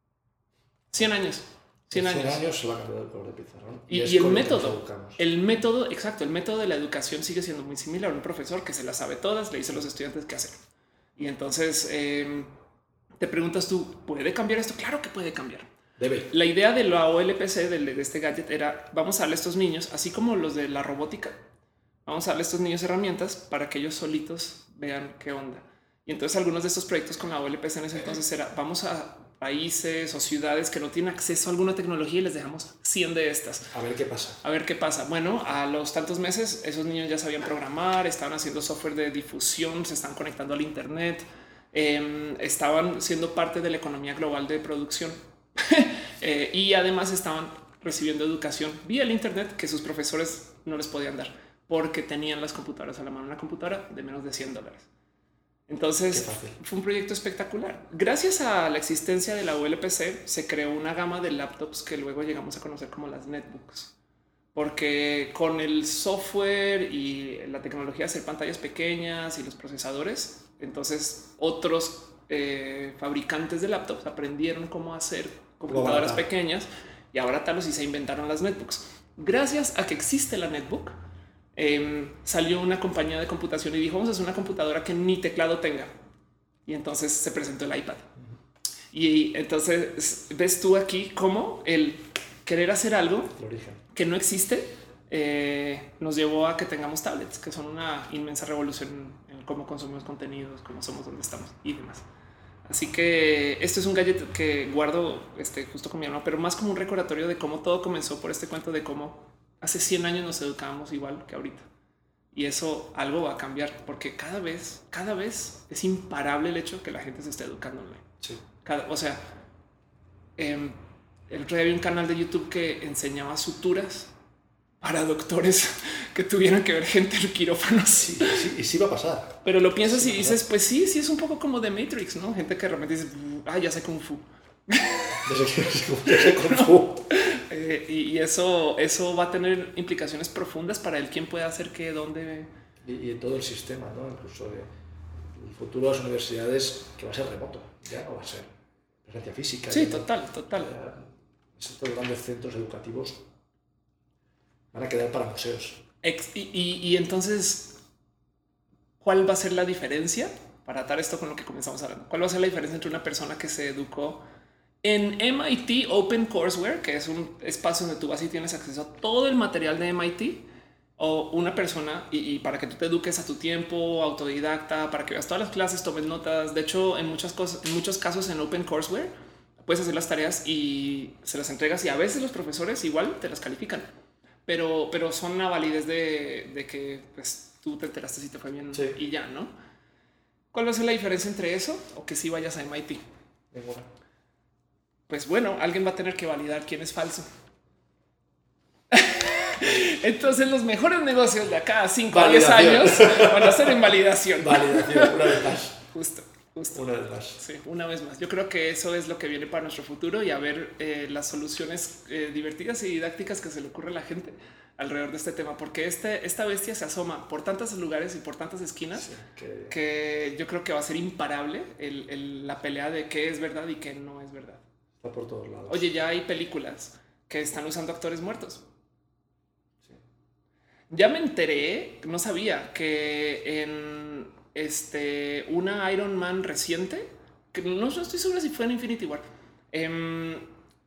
cien años. cien años. cien años solo ha cambiado el color del pizarrón. Y, y, y el método, el método, exacto, el método de la educación sigue siendo muy similar. Un profesor que se las sabe todas, le dice a los estudiantes qué hacer. Y entonces eh, te preguntas tú, ¿puede cambiar esto? Claro que puede cambiar. Debe. La idea de la O L P C, de, de este gadget, era vamos a darle a estos niños, así como los de la robótica, vamos a darle a estos niños herramientas para que ellos solitos vean qué onda. Y entonces algunos de estos proyectos con la O L P C en ese entonces era vamos a países o ciudades que no tienen acceso a alguna tecnología y les dejamos cien de estas. A ver qué pasa. A ver qué pasa. Bueno, a los tantos meses esos niños ya sabían programar, estaban haciendo software de difusión, se están conectando al internet, eh, estaban siendo parte de la economía global de producción eh, y además estaban recibiendo educación vía el internet que sus profesores no les podían dar porque tenían las computadoras a la mano, una computadora de menos de cien dólares. Entonces fue un proyecto espectacular. Gracias a la existencia de la U L P C se creó una gama de laptops que luego llegamos a conocer como las netbooks, porque con el software y la tecnología de hacer pantallas pequeñas y los procesadores, entonces otros eh, fabricantes de laptops aprendieron cómo hacer computadoras wow. pequeñas y abaratarlos y se inventaron las netbooks. Gracias a que existe la netbook, Eh, salió una compañía de computación y dijo: vamos a hacer una computadora que ni teclado tenga. Y entonces se presentó el iPad. Uh-huh. Y entonces ves tú aquí cómo el querer hacer algo que no existe eh, nos llevó a que tengamos tablets, que son una inmensa revolución en, en cómo consumimos contenidos, cómo somos, dónde estamos y demás. Así que esto es un gadget que guardo este, justo con mi hermano, pero más como un recordatorio de cómo todo comenzó por este cuento de cómo hace cien años nos educábamos igual que ahorita. Y eso algo va a cambiar porque cada vez, cada vez es imparable el hecho que la gente se esté educando online. Sí. Cada, o sea, eh, el otro día vi un canal de YouTube que enseñaba suturas para doctores que tuvieran que ver gente en quirófanos. Sí, sí, y sí va a pasar. Pero lo piensas sí, y dices, pues sí, sí es un poco como The Matrix, ¿no? Gente que realmente dice, ah, ya sé Kung Fu. Kung Fu. Eh, y, y eso, eso va a tener implicaciones profundas para el quién puede hacer qué, dónde. Y, y en todo el sistema, ¿no? Incluso de, el futuro de las universidades, que va a ser remoto, ya no va a ser presencia física. Sí, ya, total, total. Estos grandes centros educativos van a quedar para museos. Ex, y, y, y entonces, ¿cuál va a ser la diferencia? Para atar esto con lo que comenzamos hablando, ¿cuál va a ser la diferencia entre una persona que se educó en M I T OpenCourseWare, que es un espacio donde tú vas y tienes acceso a todo el material de M I T, o una persona y, y para que tú te eduques a tu tiempo, autodidacta, para que veas todas las clases, tomes notas? De hecho, en muchas cosas, en muchos casos en OpenCourseWare puedes hacer las tareas y se las entregas y a veces los profesores igual te las califican, pero, pero son una validez de, de que pues, tú te enteraste si te fue bien sí. y ya, ¿no? ¿Cuál va a ser la diferencia entre eso o que si vayas a M I T? Ninguna. Pues bueno, alguien va a tener que validar quién es falso. Entonces los mejores negocios de acá a cinco a diez años van a ser en validación. Validación, una vez más. Justo, justo. Una vez más. Sí, una vez más. Yo creo que eso es lo que viene para nuestro futuro y a ver eh, las soluciones eh, divertidas y didácticas que se le ocurre a la gente alrededor de este tema, porque este, esta bestia se asoma por tantos lugares y por tantas esquinas sí, que... que yo creo que va a ser imparable el, el, la pelea de qué es verdad y qué no es verdad. Por todos lados. Oye, ya hay películas que están usando actores muertos. Sí. Ya me enteré, no sabía que en este una Iron Man reciente, que no, no estoy seguro si fue en Infinity War, eh,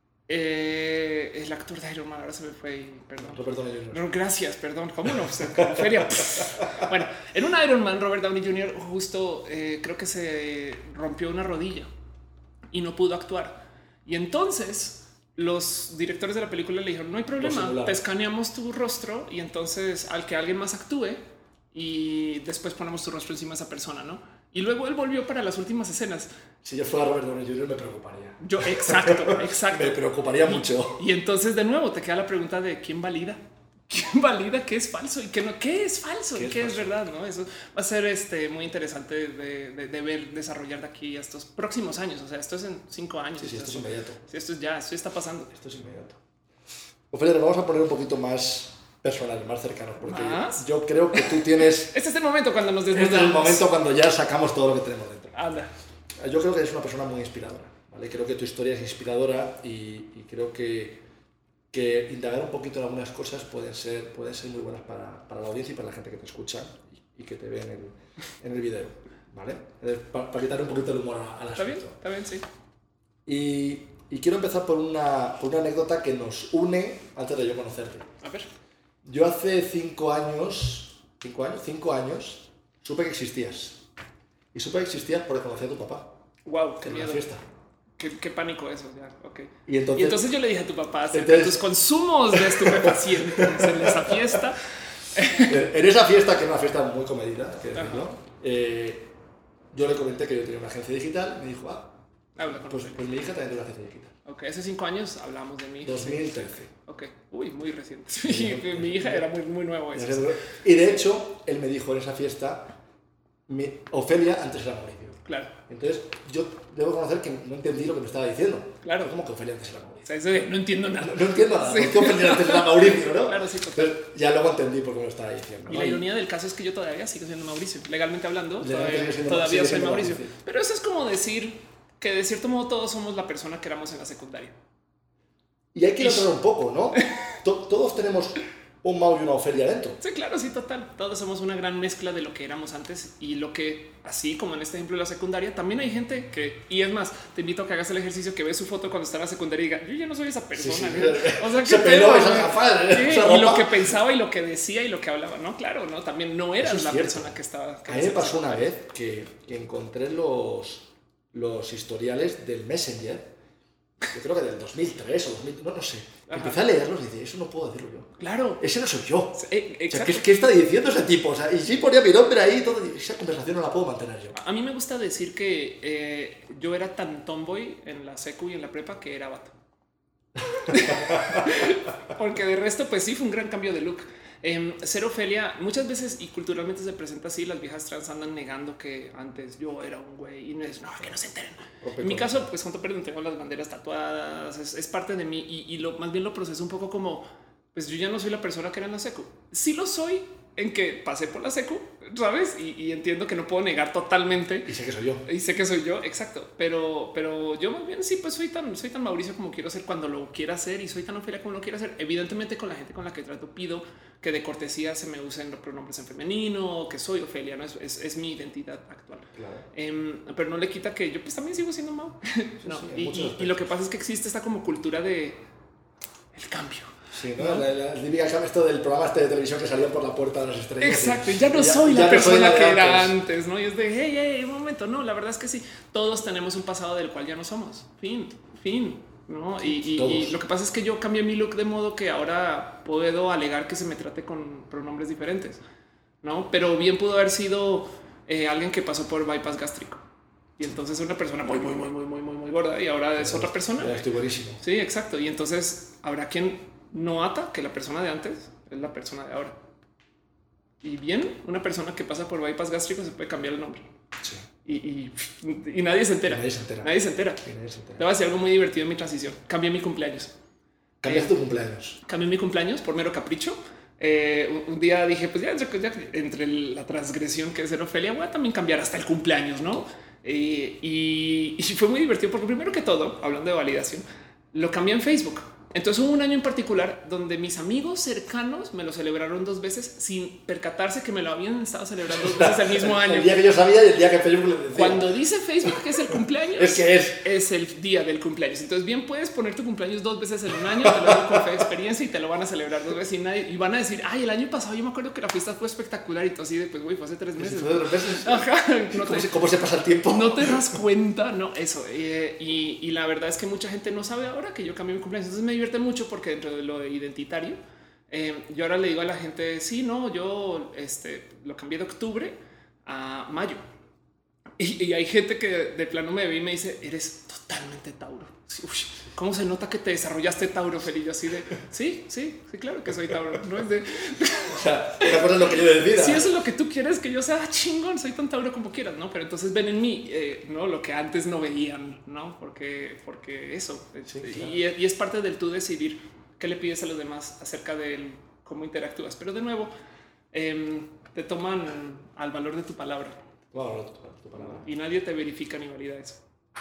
eh, el actor de Iron Man ahora se me fue, y, perdón. Robert Downey junior No, gracias, perdón. ¿Cómo no? Feria. Bueno, en una Iron Man, Robert Downey junior justo eh, creo que se rompió una rodilla y no pudo actuar. Y entonces los directores de la película le dijeron: no hay problema, te escaneamos tu rostro y entonces al que alguien más actúe y después ponemos tu rostro encima de esa persona, ¿no? Y luego él volvió para las últimas escenas. Si yo fuera Robert Downey junior me preocuparía. Yo, exacto, exacto. Me preocuparía y, mucho. Y entonces de nuevo te queda la pregunta de quién valida. ¿Quién valida qué es falso y qué no? ¿Qué es falso y qué es, es verdad? ¿No? Eso va a ser este, muy interesante de, de, de ver desarrollar de aquí a estos próximos años. O sea, esto es en cinco años. Sí, sí, esto es inmediato. Sí, esto es ya, esto está pasando. Esto es inmediato. Ofelia, nos vamos a poner un poquito más personal, más cercanos, porque ¿Más? yo creo que tú tienes... Este es el momento cuando nos desnudamos. Este es el momento cuando ya sacamos todo lo que tenemos dentro. Anda. Yo creo que eres una persona muy inspiradora, ¿vale? Creo que tu historia es inspiradora y, y creo que que indagar un poquito en algunas cosas pueden ser, pueden ser muy buenas para, para la audiencia y para la gente que te escucha y, y que te ve en el, en el video, ¿vale? Para, para quitar un poquito el humor al asunto. Está bien, está bien, sí. Y, y quiero empezar por una, por una anécdota que nos une antes de yo conocerte. A ver. Yo hace cinco años, cinco años, cinco años, supe que existías. Y supe que existías porque conocí a tu papá. Wow, qué en miedo. una fiesta. Qué, qué pánico eso, ya, ok. Y entonces, y entonces yo le dije a tu papá acerca entonces, de tus consumos de estupefacientes en esa fiesta. En esa fiesta, que era una fiesta muy comedida, que decirlo, eh, yo le comenté que yo tenía una agencia digital y me dijo, ah, Habla con pues, pues mi hija también tiene una agencia digital. Ok, hace cinco años hablamos de mi hija. dos mil trece. Ok, uy, muy reciente. Sí, mi hija era muy, muy nuevo eso. Y de hecho, él me dijo en esa fiesta, mi Ofelia antes era Mauricio. Claro. Entonces, yo debo conocer que no entendí lo que me estaba diciendo. Claro. ¿Cómo que Ofelia antes era Mauricio? O sea, eso de, no entiendo nada. No, no entiendo nada. Sí. ¿Por qué Ofelia antes era Mauricio, no? Claro, sí, total. Entonces, ya luego entendí por qué me lo estaba diciendo. Y ¿no? la ironía del caso es que yo todavía sigo siendo Mauricio. Legalmente hablando, Legalmente todavía, sigue siendo- todavía sigue soy siendo Mauricio. Mauricio. Pero eso es como decir que de cierto modo todos somos la persona que éramos en la secundaria. Y hay que notar un poco, ¿no? To- Todos tenemos un Mau y una Ofelia dentro. Sí, claro, sí, total. Todos somos una gran mezcla de lo que éramos antes y lo que, así como en este ejemplo de la secundaria, también hay gente que, y es más, te invito a que hagas el ejercicio, que ves su foto cuando está en la secundaria y diga, yo ya no soy esa persona. Sí, sí. ¿no? O sea, Se ¿qué peló pedo, esa güey? gafas, Sí, esa y lo ropa. que pensaba y lo que decía y lo que hablaba, no, claro, no, también no eras Eso es la cierto. persona que estaba. Que A mí me estaba- pasó una vez que, que encontré los, los historiales del Messenger, yo creo que del dos mil tres o dos mil, no, no sé. Ajá. Empecé a leerlos y dije, eso no puedo decirlo yo. Claro. Ese no soy yo. Eh, O sea, exacto. ¿qué, ¿qué está diciendo ese tipo? O sea, y sí ponía mi nombre ahí y todo. Y esa conversación no la puedo mantener yo. A mí me gusta decir que eh, yo era tan tomboy en la secu y en la prepa que era vato. Porque de resto, pues sí, fue un gran cambio de look. Eh, ser Ofelia muchas veces y culturalmente se presenta así. Las viejas trans andan negando que antes yo era un güey y no es no, que no se enteren. En mi caso, pues junto perdón, tengo las banderas tatuadas, es, es parte de mí y, y lo más bien lo proceso un poco como pues yo ya no soy la persona que era en la secu. Sí lo soy en que pasé por la secu, sabes? Y, y entiendo que no puedo negar totalmente. Y sé que soy yo. Y sé que soy yo, exacto. Pero, pero yo más bien sí, pues soy tan, soy tan Mauricio como quiero ser cuando lo quiera hacer y soy tan Ofelia como lo quiero hacer. Evidentemente con la gente con la que trato pido que de cortesía se me usen los pronombres en femenino, que soy Ofelia, no es, es, es mi identidad actual. Claro. Um, pero no le quita que yo pues también sigo siendo Mau. No, sí, en y, muchos y, aspectos. y lo que pasa es que existe esta como cultura de el cambio. Sí, ¿no? ¿No? La, la típica esto del programa este de televisión que salían por la puerta de las estrellas. Exacto, y- ya no y soy ya la no persona la de que era antes. antes, ¿no? Y es de, hey, hey, un momento, no, la verdad es que sí, todos tenemos un pasado del cual ya no somos, fin, fin, ¿no? Y, y- y lo que pasa es que yo cambié mi look de modo que ahora puedo alegar que se me trate con pronombres diferentes, ¿no? Pero bien pudo haber sido eh, alguien que pasó por bypass gástrico y entonces una persona muy, muy, muy, muy, muy, muy, muy gorda y ahora es otra persona. Ya estoy buenísimo. Sí, exacto. Y entonces habrá quien no ata que la persona de antes es la persona de ahora. Y bien, una persona que pasa por bypass gástrico se puede cambiar el nombre. Sí. Y, y, y nadie se entera. Y nadie se entera. Nadie se entera. Y nadie se entera. Te voy a decir algo muy divertido en mi transición. Cambié mi cumpleaños. Cambiaste tu cumpleaños. Cambié mi cumpleaños por mero capricho. Eh, un, un día dije, pues ya entre, ya entre la transgresión que es ser Ofelia, voy a también cambiar hasta el cumpleaños, ¿no? Eh, y, y fue muy divertido porque primero que todo, hablando de validación, lo cambié en Facebook. Entonces hubo un año en particular donde mis amigos cercanos me lo celebraron dos veces sin percatarse que me lo habían estado celebrando dos veces el mismo año. El día que yo sabía y el día que Facebook le decía. Cuando dice Facebook que es el cumpleaños, Es que es. es el día del cumpleaños. Entonces bien puedes poner tu cumpleaños dos veces en un año, te lo digo con fe de experiencia y te lo van a celebrar dos veces y, nadie, y van a decir, ay, el año pasado yo me acuerdo que la fiesta fue espectacular y tú así de, pues güey, fue hace tres meses. Fue de dos veces. Ajá, no ¿Cómo, te, se, ¿Cómo se pasa el tiempo? no te das cuenta, no, eso. Eh, y, y la verdad es que mucha gente no sabe ahora que yo cambié mi cumpleaños. Entonces me divierte mucho porque dentro de lo identitario, eh, yo ahora le digo a la gente, sí, no, yo este, lo cambié de octubre a mayo. Y, y hay gente que de plano me ve y me dice, eres totalmente Tauro. Sí, uy, ¿cómo se nota que te desarrollaste Tauro, Feliz? Yo así de, sí, sí, sí, claro que soy Tauro. No es de... O sea, una cosa es lo que yo decida. Si eso es lo que tú quieres que yo sea, ah, chingón, soy tan Tauro como quieras, ¿no? Pero entonces ven en mí, eh, ¿no? Lo que antes no veían, ¿no? Porque, porque eso. Sí, claro. y, y es parte del tú decidir qué le pides a los demás acerca de cómo interactúas. Pero de nuevo, eh, te toman al valor de tu palabra. Wow, tu, tu palabra. Y nadie te verifica ni valida eso.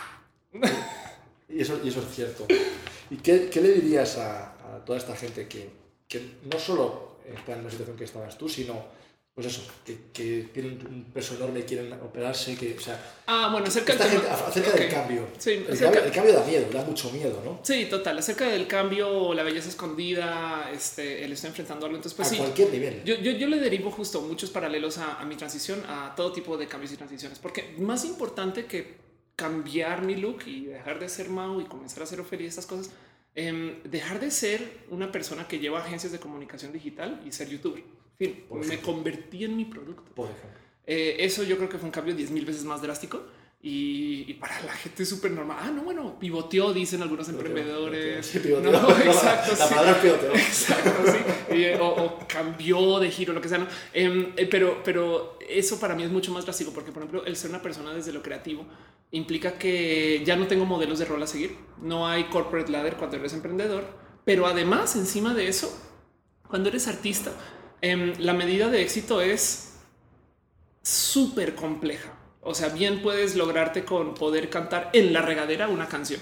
Y eso, y eso es cierto. ¿Y qué, qué le dirías a, a toda esta gente que, que no solo está en la situación que estabas tú, sino pues eso, que, que tienen un peso enorme y quieren operarse? Que, o sea, Ah, bueno, acerca esta del gente, tema- acerca Ok. del cambio. Sí, el, acerca- cambio. El cambio da miedo, da mucho miedo, ¿no? Sí, total. Acerca del cambio, la belleza escondida, este, él está enfrentando algo. Entonces, pues a sí. cualquier nivel. Yo, yo, yo le derivo justo muchos paralelos a, a mi transición, a todo tipo de cambios y transiciones, porque más importante que cambiar mi look y dejar de ser Mau y comenzar a ser Ofelia y estas cosas, eh, dejar de ser una persona que lleva agencias de comunicación digital y ser youtuber. En fin, Por me ejemplo. convertí en mi producto. Por ejemplo. Eh, eso yo creo que fue un cambio diez mil veces más drástico. Y, Y, y para la gente es súper normal. Ah, no, bueno, pivoteó, dicen algunos Pivoteó, emprendedores. Sí, pivoteó. No, exacto. La sí. palabra pivoteó. Exacto, sí. Y, o, o cambió de giro, lo que sea. ¿no? Eh, eh, pero, pero eso para mí es mucho más drástico porque, por ejemplo, el ser una persona desde lo creativo implica que ya no tengo modelos de rol a seguir. No hay corporate ladder cuando eres emprendedor. Pero además, encima de eso, cuando eres artista, eh, la medida de éxito es súper compleja. O sea, bien puedes lograrte con poder cantar en la regadera una canción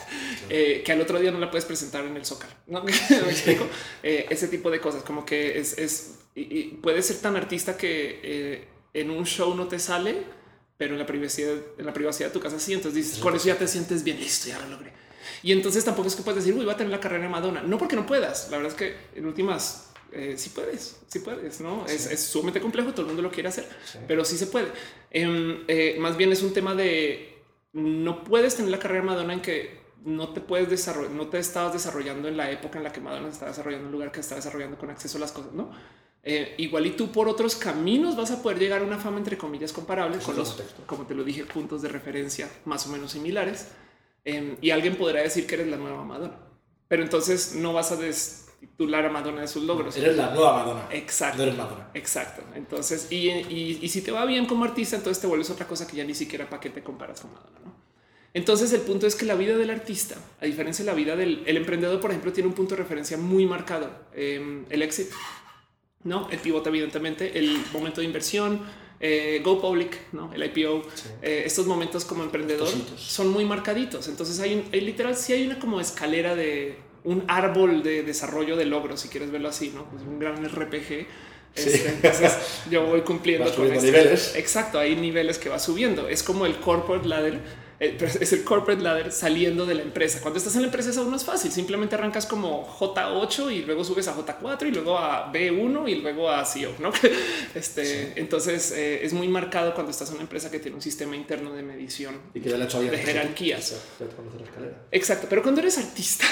eh, que al otro día no la puedes presentar en el Zócalo. ¿No? ¿Me explico? Eh, ese tipo de cosas, como que es, es y, y puedes ser tan artista que eh, en un show no te sale, pero en la privacidad, en la privacidad de tu casa sí. Entonces dices, con eso ya te sientes bien, listo, ya lo logré. Y entonces tampoco es que puedes decir, uy, voy a tener la carrera de Madonna. No porque no puedas. La verdad es que en últimas Eh, sí puedes, sí puedes, ¿no? Sí. Es, es sumamente complejo, todo el mundo lo quiere hacer, sí. Pero sí se puede. Eh, eh, más bien es un tema de no puedes tener la carrera de Madonna en que no te puedes desarrollar, no te estabas desarrollando en la época en la que Madonna se está desarrollando, en el lugar que está desarrollando con acceso a las cosas, ¿no? Eh, igual y tú por otros caminos vas a poder llegar a una fama entre comillas comparable con los, como te lo dije, puntos de referencia más o menos similares. Eh, y alguien podrá decir que eres la nueva Madonna, pero entonces no vas a des titular a Madonna de sus logros. Eres la nueva Madonna. Exacto. No eres Madonna. Exacto. Entonces, y, y, y si te va bien como artista, entonces te vuelves otra cosa que ya ni siquiera para qué te comparas con Madonna, ¿no? Entonces, el punto es que la vida del artista, a diferencia de la vida del el emprendedor, por ejemplo, tiene un punto de referencia muy marcado. Eh, el éxito, ¿no? El pivote, evidentemente, el momento de inversión, eh, go public, ¿no? El I P O. Sí. Eh, estos momentos como emprendedor Tositos. Son muy marcaditos. Entonces, hay, un, hay literal, sí hay una como escalera de un árbol de desarrollo de logros, si quieres verlo así, ¿no? Pues un gran R P G. Este, sí. Entonces yo voy cumpliendo vas con este. niveles. Exacto, hay niveles que va subiendo. Es como el corporate ladder, eh, es el corporate ladder saliendo de la empresa. Cuando estás en la empresa es aún más fácil. Simplemente arrancas como J ocho y luego subes a J cuatro y luego a B uno y luego a C E O, ¿no? Este, sí. Entonces eh, es muy marcado cuando estás en una empresa que tiene un sistema interno de medición y que ya le ha hecho bien de jerarquías. Sí, ya te conoces la escalera. Exacto, pero cuando eres artista,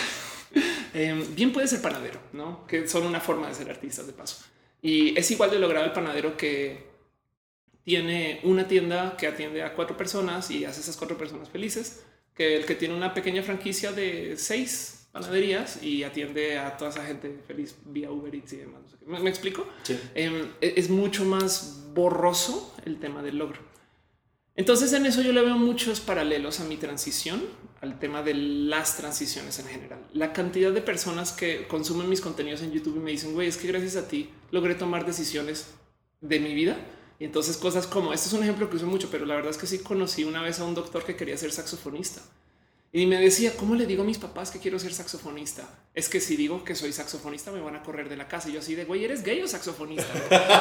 eh, bien puede ser panadero, ¿no? Que son una forma de ser artistas de paso. Y es igual de logrado el panadero que tiene una tienda que atiende a cuatro personas y hace esas cuatro personas felices, que el que tiene una pequeña franquicia de seis panaderías y atiende a toda esa gente feliz vía Uber Eats y demás. ¿Me, me explico? Sí. Eh, es mucho más borroso el tema del logro. Entonces en eso yo le veo muchos paralelos a mi transición, al tema de las transiciones en general. La cantidad de personas que consumen mis contenidos en YouTube y me dicen, güey, es que gracias a ti logré tomar decisiones de mi vida. Y entonces cosas como, este es un ejemplo que uso mucho, pero la verdad es que sí conocí una vez a un doctor que quería ser saxofonista. Y me decía, ¿cómo le digo a mis papás que quiero ser saxofonista? Es que si digo que soy saxofonista me van a correr de la casa. Y yo así de, güey, ¿eres gay o saxofonista?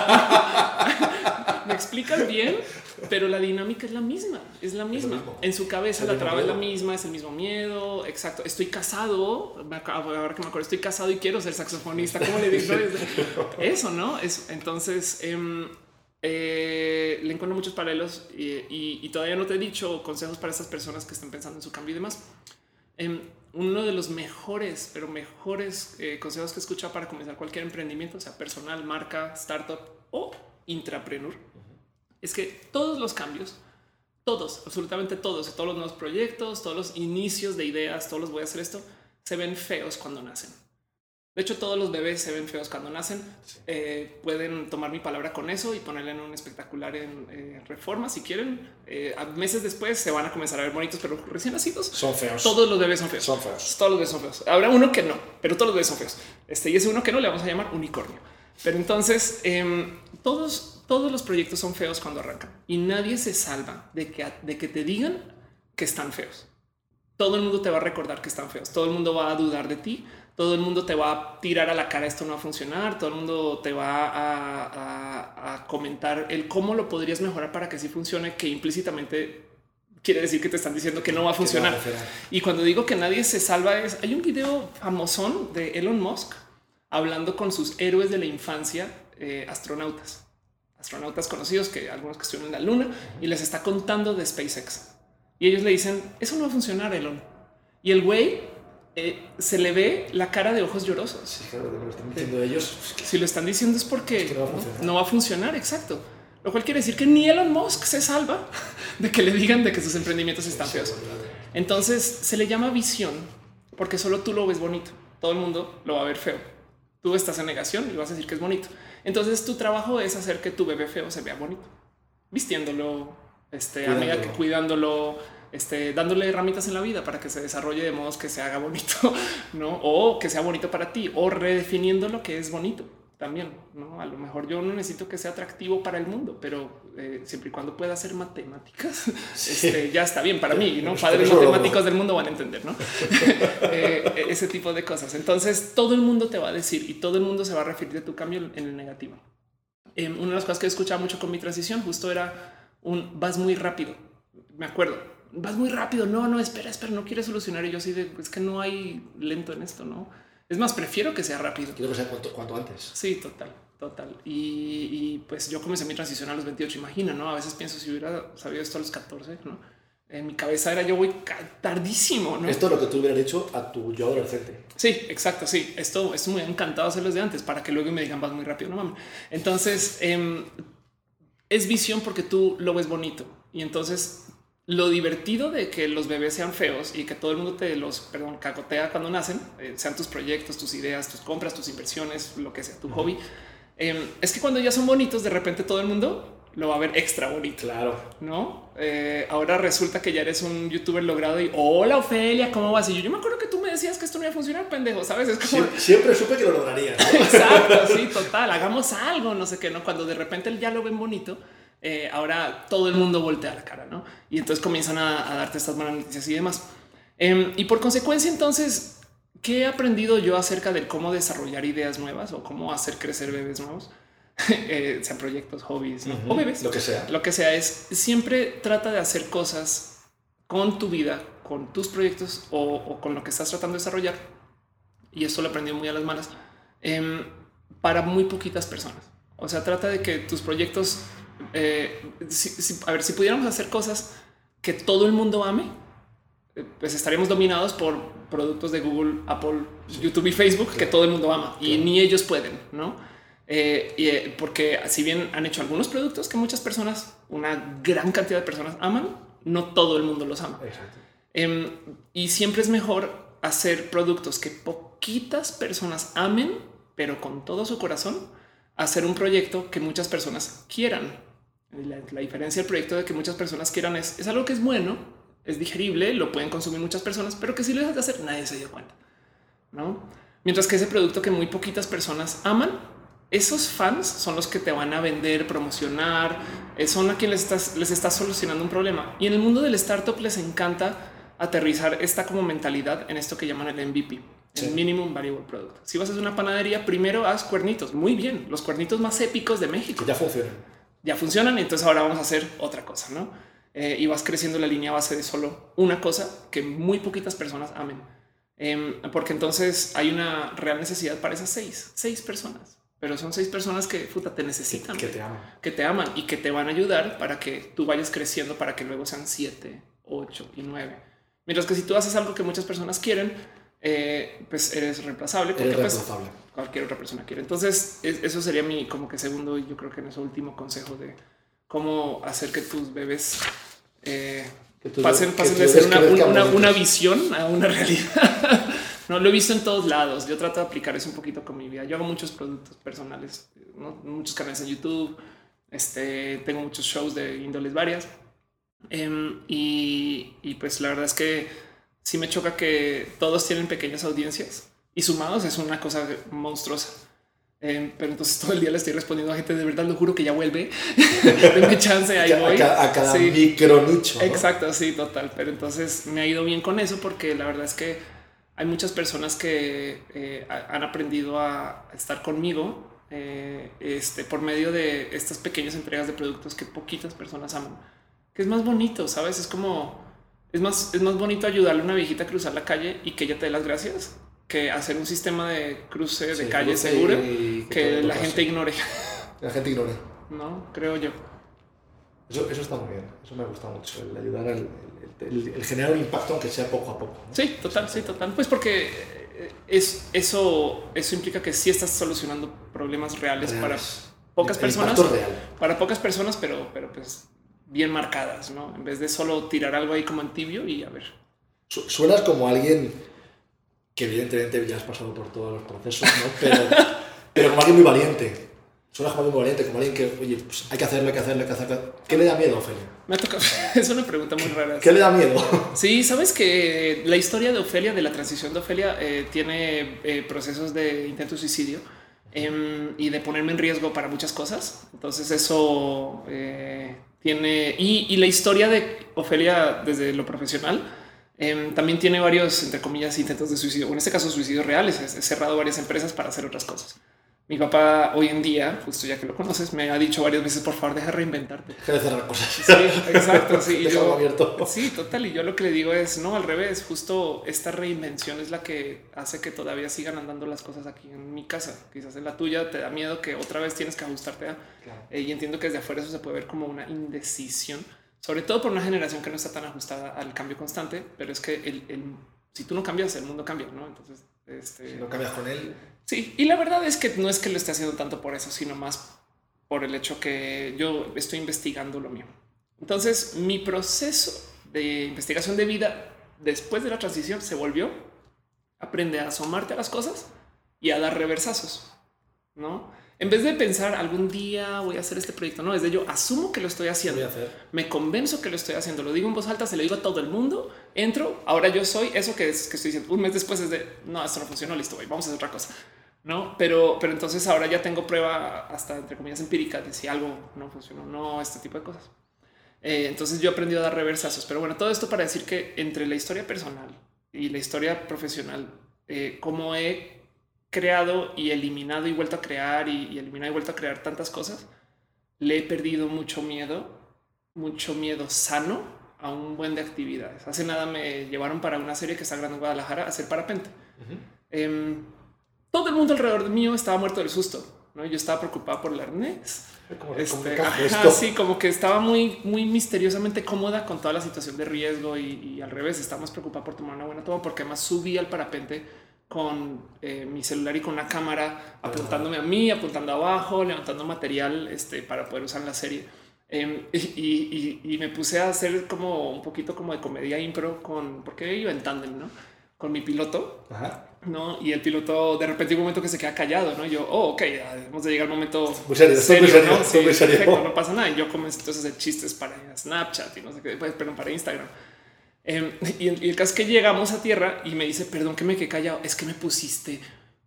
Me explicas bien, pero la dinámica es la misma. Es la misma. Es en su cabeza la traba es la misma, es el mismo miedo. Exacto. Estoy casado. Ahora que me acuerdo, estoy casado y quiero ser saxofonista. ¿Cómo le digo? Eso, ¿no? Es, entonces... Eh, Eh, le encuentro muchos paralelos y, y, y todavía no te he dicho consejos para estas personas que están pensando en su cambio y demás. Eh, uno de los mejores, pero mejores eh, consejos que he escuchado para comenzar cualquier emprendimiento, sea personal, marca, startup o intrapreneur, es que todos los cambios, todos, absolutamente todos, todos los nuevos proyectos, todos los inicios de ideas, todos los voy a hacer esto, se ven feos cuando nacen. De hecho, todos los bebés se ven feos cuando nacen. Sí. Eh, pueden tomar mi palabra con eso y ponerle en un espectacular en eh, Reforma si quieren. Eh, meses después se van a comenzar a ver bonitos, pero recién nacidos son feos. Todos los bebés son feos. Son feos. Todos los bebés son feos. Habrá uno que no, pero todos los bebés son feos. Este, y ese uno que no le vamos a llamar unicornio. Pero entonces eh, todos, todos los proyectos son feos cuando arrancan y nadie se salva de que, de que te digan que están feos. Todo el mundo te va a recordar que están feos. Todo el mundo va a dudar de ti. Todo el mundo te va a tirar a la cara, esto no va a funcionar. Todo el mundo te va a, a, a comentar el cómo lo podrías mejorar para que sí funcione, que implícitamente quiere decir que te están diciendo que no va a funcionar. No va a y cuando digo que nadie se salva, es hay un video famosón de Elon Musk hablando con sus héroes de la infancia, eh, astronautas, astronautas conocidos, que algunos que estuvieron en la luna, y les está contando de SpaceX. Y ellos le dicen, eso no va a funcionar, Elon. Y el güey... Eh, se le ve la cara de ojos llorosos. Sí, claro, lo están diciendo ellos. Si lo están diciendo es porque es que no, va ¿no? no va a funcionar. Exacto. lo cual quiere decir que ni Elon Musk se salva de que le digan de que sus emprendimientos están feos. Entonces se le llama visión porque solo tú lo ves bonito. Todo el mundo lo va a ver feo. Tú estás en negación y vas a decir que es bonito. Entonces tu trabajo es hacer que tu bebé feo se vea bonito, vistiéndolo, este, a medida que cuidándolo, este, dándole herramientas en la vida para que se desarrolle de modos que se haga bonito, ¿no? O que sea bonito para ti, o redefiniendo lo que es bonito también, ¿no? A lo mejor yo no necesito que sea atractivo para el mundo, pero eh, siempre y cuando pueda hacer matemáticas, sí. este, ya está bien para mí, ¿no? Padres matemáticos del mundo van a entender, ¿no? eh, ese tipo de cosas. Entonces todo el mundo te va a decir y todo el mundo se va a referir de tu cambio en el negativo. Eh, una de las cosas que he escuchado mucho con mi transición justo era un vas muy rápido. Me acuerdo, vas muy rápido. No, no, espera, espera, no quieres solucionar. Y yo sí, de, es que no hay lento en esto, ¿no? Es más, prefiero que sea rápido. Quiero que sea cuanto, cuanto antes. Sí, total, total. Y, y pues yo comencé mi transición a los veintiocho, imagina, ¿no? A veces pienso si hubiera sabido esto a los catorce, ¿no? En mi cabeza era yo voy tardísimo, ¿no? Esto es lo que tú hubieras hecho a tu yo adolescente. Sí, exacto, sí. Esto, esto me ha encantado hacerlo desde antes para que luego me digan vas muy rápido, no mames. Entonces, eh, es visión porque tú lo ves bonito. Y entonces lo divertido de que los bebés sean feos y que todo el mundo te los, perdón, cagotea cuando nacen, eh, sean tus proyectos, tus ideas, tus compras, tus inversiones, lo que sea, tu uh-huh. hobby, eh, es que cuando ya son bonitos, de repente todo el mundo lo va a ver extra bonito. Claro. ¿No? Eh, ahora resulta que ya eres un youtuber logrado y hola Ofelia, ¿cómo vas? Y yo, yo me acuerdo que tú me decías que esto no iba a funcionar, pendejo, ¿sabes? Es como... siempre, siempre supe que lo lograrías, ¿no? Exacto, sí, total, hagamos algo, no sé qué, ¿no? Cuando de repente ya lo ven bonito, Eh, ahora todo el mundo voltea la cara, ¿no? Y entonces comienzan a, a darte estas buenas noticias y demás. Eh, y por consecuencia, entonces, ¿qué he aprendido yo acerca de cómo desarrollar ideas nuevas o cómo hacer crecer bebés nuevos? eh, sean proyectos, hobbies, ¿no? Uh-huh. O bebés. Lo que sea. Lo que sea es siempre trata de hacer cosas con tu vida, con tus proyectos o, o con lo que estás tratando de desarrollar. Y esto lo aprendí muy a las malas eh, para muy poquitas personas. O sea, trata de que tus proyectos Eh, si, si, a ver, si pudiéramos hacer cosas que todo el mundo ame, eh, pues estaríamos dominados por productos de Google, Apple, YouTube y Facebook, sí, que todo el mundo ama, claro, y ni ellos pueden, ¿no? Eh, y, eh, porque si bien han hecho algunos productos que muchas personas, una gran cantidad de personas aman, no todo el mundo los ama. Eh, y siempre es mejor hacer productos que poquitas personas amen, pero con todo su corazón, hacer un proyecto que muchas personas quieran. La, la diferencia del proyecto de que muchas personas quieran es, es algo que es bueno, es digerible, lo pueden consumir muchas personas, pero que si lo dejas de hacer nadie se dio cuenta, ¿no? Mientras que ese producto que muy poquitas personas aman, esos fans son los que te van a vender, promocionar, son a quien les estás, les estás solucionando un problema. Y en el mundo del startup les encanta aterrizar esta como mentalidad en esto que llaman el M V P, el sí. Minimum Viable Product. Si vas a hacer una panadería, primero haz cuernitos. Muy bien, los cuernitos más épicos de México. Que ya funcionan. Ya funcionan y entonces ahora vamos a hacer otra cosa, ¿no? Eh, y vas creciendo la línea a base de solo una cosa que muy poquitas personas amen. Eh, porque entonces hay una real necesidad para esas seis, seis personas. Pero son seis personas que puta, te necesitan. Que te aman. Que te aman y que te van a ayudar para que tú vayas creciendo, para que luego sean siete, ocho y nueve. Mientras que si tú haces algo que muchas personas quieren, eh, pues eres reemplazable. Porque eres reemplazable. Pues, cualquier otra persona quiere. Entonces es, eso sería mi como que segundo, yo creo que en ese último consejo de cómo hacer que tus bebés eh, que tus pasen, que pasen de ser una, una, una, una visión a una realidad. No lo he visto en todos lados. Yo trato de aplicar eso un poquito con mi vida. Yo hago muchos productos personales, ¿no? Muchos canales en YouTube. Este, tengo muchos shows de índoles varias. Um, y, y pues la verdad es que sí me choca que todos tienen pequeñas audiencias y sumados es una cosa monstruosa. Eh, pero entonces todo el día le estoy respondiendo a gente, de verdad lo juro que ya vuelve. Denme chance, ahí voy. A, a cada sí. micro nicho, ¿no? Exacto, sí, total. Pero entonces me ha ido bien con eso porque la verdad es que hay muchas personas que eh, han aprendido a estar conmigo eh, este, por medio de estas pequeñas entregas de productos que poquitas personas aman. Que es más bonito, ¿sabes? Es como, es más, es más bonito ayudarle a una viejita a cruzar la calle y que ella te dé las gracias que hacer un sistema de cruce sí, de calle cruce segura y que, que la gente ignore. La gente ignore. No, creo yo. Eso, eso está muy bien. Eso me gusta mucho. El ayudar al el, el, el generar un impacto, aunque sea poco a poco, ¿no? Sí, total, sí, total. Pues porque es, eso, eso implica que sí estás solucionando problemas reales, reales. pocas el personas, real. para pocas personas, pero, pero pues bien marcadas, ¿no? En vez de solo tirar algo ahí como en tibio y a ver. Su suenas como alguien que evidentemente ya has pasado por todos los procesos, ¿no? Pero, pero como alguien muy valiente. Suenas como alguien muy valiente, como alguien que, oye, pues hay que hacerlo, hay que hacerlo, hay que hacerlo. ¿Qué le da miedo, Ofelia? Me ha tocado, es una pregunta muy rara. ¿Qué le da miedo? Sí, sabes que la historia de Ofelia, de la transición de Ofelia, eh, tiene eh, procesos de intento de suicidio eh, y de ponerme en riesgo para muchas cosas. Entonces eso eh, tiene... Y, y la historia de Ofelia desde lo profesional eh, también tiene varios, entre comillas, intentos de suicidio. O en este caso, suicidios reales. He cerrado varias empresas para hacer otras cosas. Mi papá hoy en día, justo ya que lo conoces, me ha dicho varias veces, por favor, deja de reinventarte. Deja de cerrar cosas. Sí, exacto. Sí, y yo, abierto. Sí, total. Y yo lo que le digo es, no, al revés, justo esta reinvención es la que hace que todavía sigan andando las cosas aquí en mi casa. Quizás en la tuya te da miedo que otra vez tienes que ajustarte a... Claro. Eh, y entiendo que desde afuera eso se puede ver como una indecisión, sobre todo por una generación que no está tan ajustada al cambio constante, pero es que el, el, si tú no cambias, el mundo cambia, ¿no? Entonces... Este, si no cambias con él. Sí, y la verdad es que no es que lo esté haciendo tanto por eso, sino más por el hecho que yo estoy investigando lo mío. Entonces, mi proceso de investigación de vida después de la transición se volvió aprende a asomarte a las cosas y a dar reversazos, ¿no? En vez de pensar algún día voy a hacer este proyecto, no, es de yo asumo que lo estoy haciendo, me convenzo que lo estoy haciendo, lo digo en voz alta, se lo digo a todo el mundo, entro, ahora yo soy eso que, es, que estoy diciendo. Un mes después es de no, esto no funcionó, listo, voy, vamos a hacer otra cosa, no, pero, pero entonces ahora ya tengo prueba hasta entre comillas empírica de si algo no funcionó, no, este tipo de cosas. Eh, entonces yo aprendí a dar reversazos, pero bueno, todo esto para decir que entre la historia personal y la historia profesional, eh, como he creado y eliminado y vuelto a crear y, y eliminado y vuelto a crear tantas cosas, le he perdido mucho miedo, mucho miedo sano a un buen de actividades. Hace nada me llevaron para una serie que está grabando en Guadalajara a hacer parapente. Uh-huh. eh, todo el mundo alrededor de mío estaba muerto del susto, ¿no? Yo estaba preocupado por el arnés. Como este, ajá, sí, como que estaba muy, muy misteriosamente cómoda con toda la situación de riesgo y, y al revés, estaba más preocupada por tomar una buena toma porque además subí al parapente con eh, mi celular y con una cámara apuntándome a mí, apuntando abajo, levantando material este, para poder usar en la serie. Eh, y, y, y me puse a hacer como un poquito como de comedia impro con, porque iba en tándem, ¿no? Con mi piloto. Ajá. ¿No? Y el piloto de repente hay un momento que se queda callado, ¿no? Y yo, oh, ok, hemos de llegar al momento muy serio, serio, muy serio, ¿no? Sí, muy serio. Perfecto, no pasa nada. Y yo comencé entonces a hacer chistes para Snapchat y no sé qué, pero para Instagram. Eh, y, el, y el caso es que llegamos a tierra y me dice, perdón que me quedé callado, es que me pusiste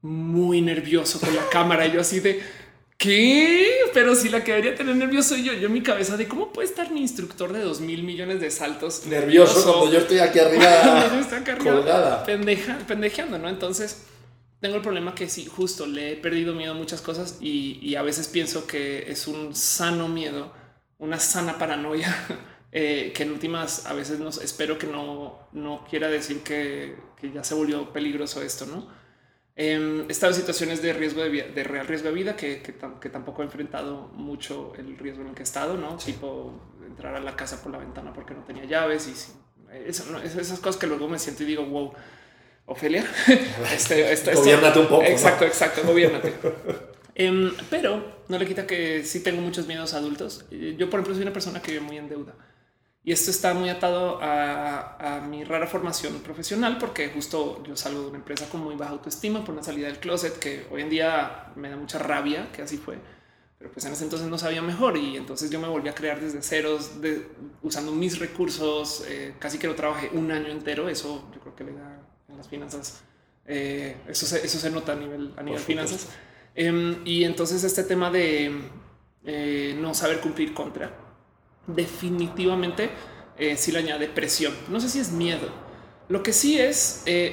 muy nervioso con la cámara. Y yo así de, ¿qué? Pero si la que debería tener nervioso soy yo. Yo en mi cabeza de cómo puede estar mi instructor de dos mil millones de saltos nervioso, nervioso cuando yo estoy aquí arriba, yo estoy acá arriba colgada, pendeja, pendejeando, ¿no? Entonces tengo el problema que sí, justo le he perdido miedo a muchas cosas y, y a veces pienso que es un sano miedo, una sana paranoia. Eh, que en últimas a veces nos espero que no, no quiera decir que, que ya se volvió peligroso esto, ¿no? Eh, he estado en situaciones de riesgo de, vida, de real riesgo de vida que, que, que tampoco he enfrentado mucho el riesgo en el que he estado, ¿no? Sí. Tipo entrar a la casa por la ventana porque no tenía llaves y sí, eso, ¿no? Esas cosas que luego me siento y digo, wow, Ofelia, este, este, gobiérnate un poco. Exacto, ¿no? exacto, gobiérnate. Um, pero no le quita que sí tengo muchos miedos adultos. Yo, por ejemplo, soy una persona que vive muy en deuda. Y esto está muy atado a, a mi rara formación profesional, porque justo yo salgo de una empresa con muy baja autoestima por una salida del closet que hoy en día me da mucha rabia que así fue. Pero pues en ese entonces no sabía mejor y entonces yo me volví a crear desde ceros, de, usando mis recursos. Eh, casi que lo trabajé un año entero. Eso yo creo que le da en las finanzas. Eh, eso, se, eso se nota a nivel, a nivel finanzas. Eh, y entonces este tema de eh, no saber cumplir contra definitivamente eh, sí le añade presión. No sé si es miedo. Lo que sí es eh,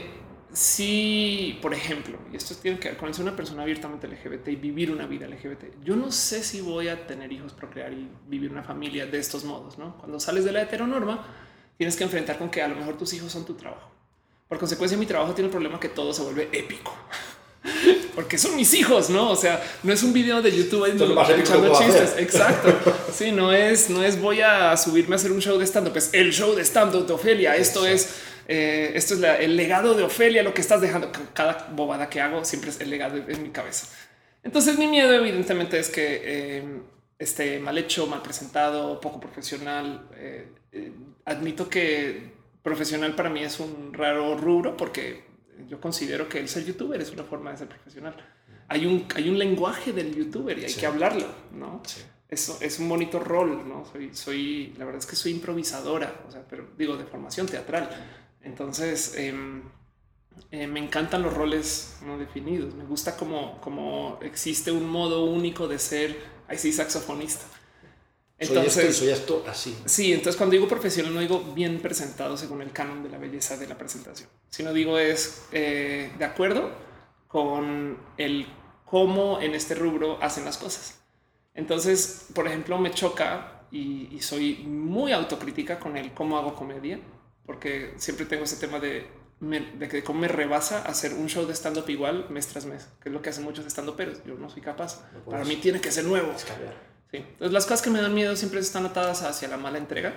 si, por ejemplo, y esto tiene que ver con ser una persona abiertamente L G B T y vivir una vida L G B T. Yo no sé si voy a tener hijos, procrear y vivir una familia de estos modos, ¿no? Cuando sales de la heteronorma tienes que enfrentar con que a lo mejor tus hijos son tu trabajo. Por consecuencia, mi trabajo tiene el problema que todo se vuelve épico. Porque son mis hijos, ¿no? O sea, no es un video de YouTube echando chistes. Exacto. Sí, no es, no es voy a subirme a hacer un show de stand-up. Es el show de stand-up de Ofelia. Esto es, eh, esto es la, el legado de Ofelia, lo que estás dejando. Cada bobada que hago siempre es el legado en mi cabeza. Entonces mi miedo evidentemente es que eh, esté mal hecho, mal presentado, poco profesional. Eh, eh, admito que profesional para mí es un raro rubro porque yo considero que el ser youtuber es una forma de ser profesional. Hay un, hay un lenguaje del youtuber y hay sí. que hablarlo, ¿no? Sí. Eso es un bonito rol, ¿no? Soy, soy, la verdad es que soy improvisadora, o sea, pero digo de formación teatral. Entonces eh, eh, me encantan los roles no definidos. Me gusta como, como existe un modo único de ser así saxofonista. Entonces, soy esto y soy esto así. Sí, entonces cuando digo profesional no digo bien presentado según el canon de la belleza de la presentación, sino digo es eh, de acuerdo con el cómo en este rubro hacen las cosas. Entonces, por ejemplo, me choca y, y soy muy autocrítica con el cómo hago comedia, porque siempre tengo ese tema de, me, de que cómo me rebasa hacer un show de stand-up igual mes tras mes, que es lo que hacen muchos stand-uperos. Yo no soy capaz. No Para mí tiene que ser nuevo. Sí. Entonces, las cosas que me dan miedo siempre están atadas hacia la mala entrega.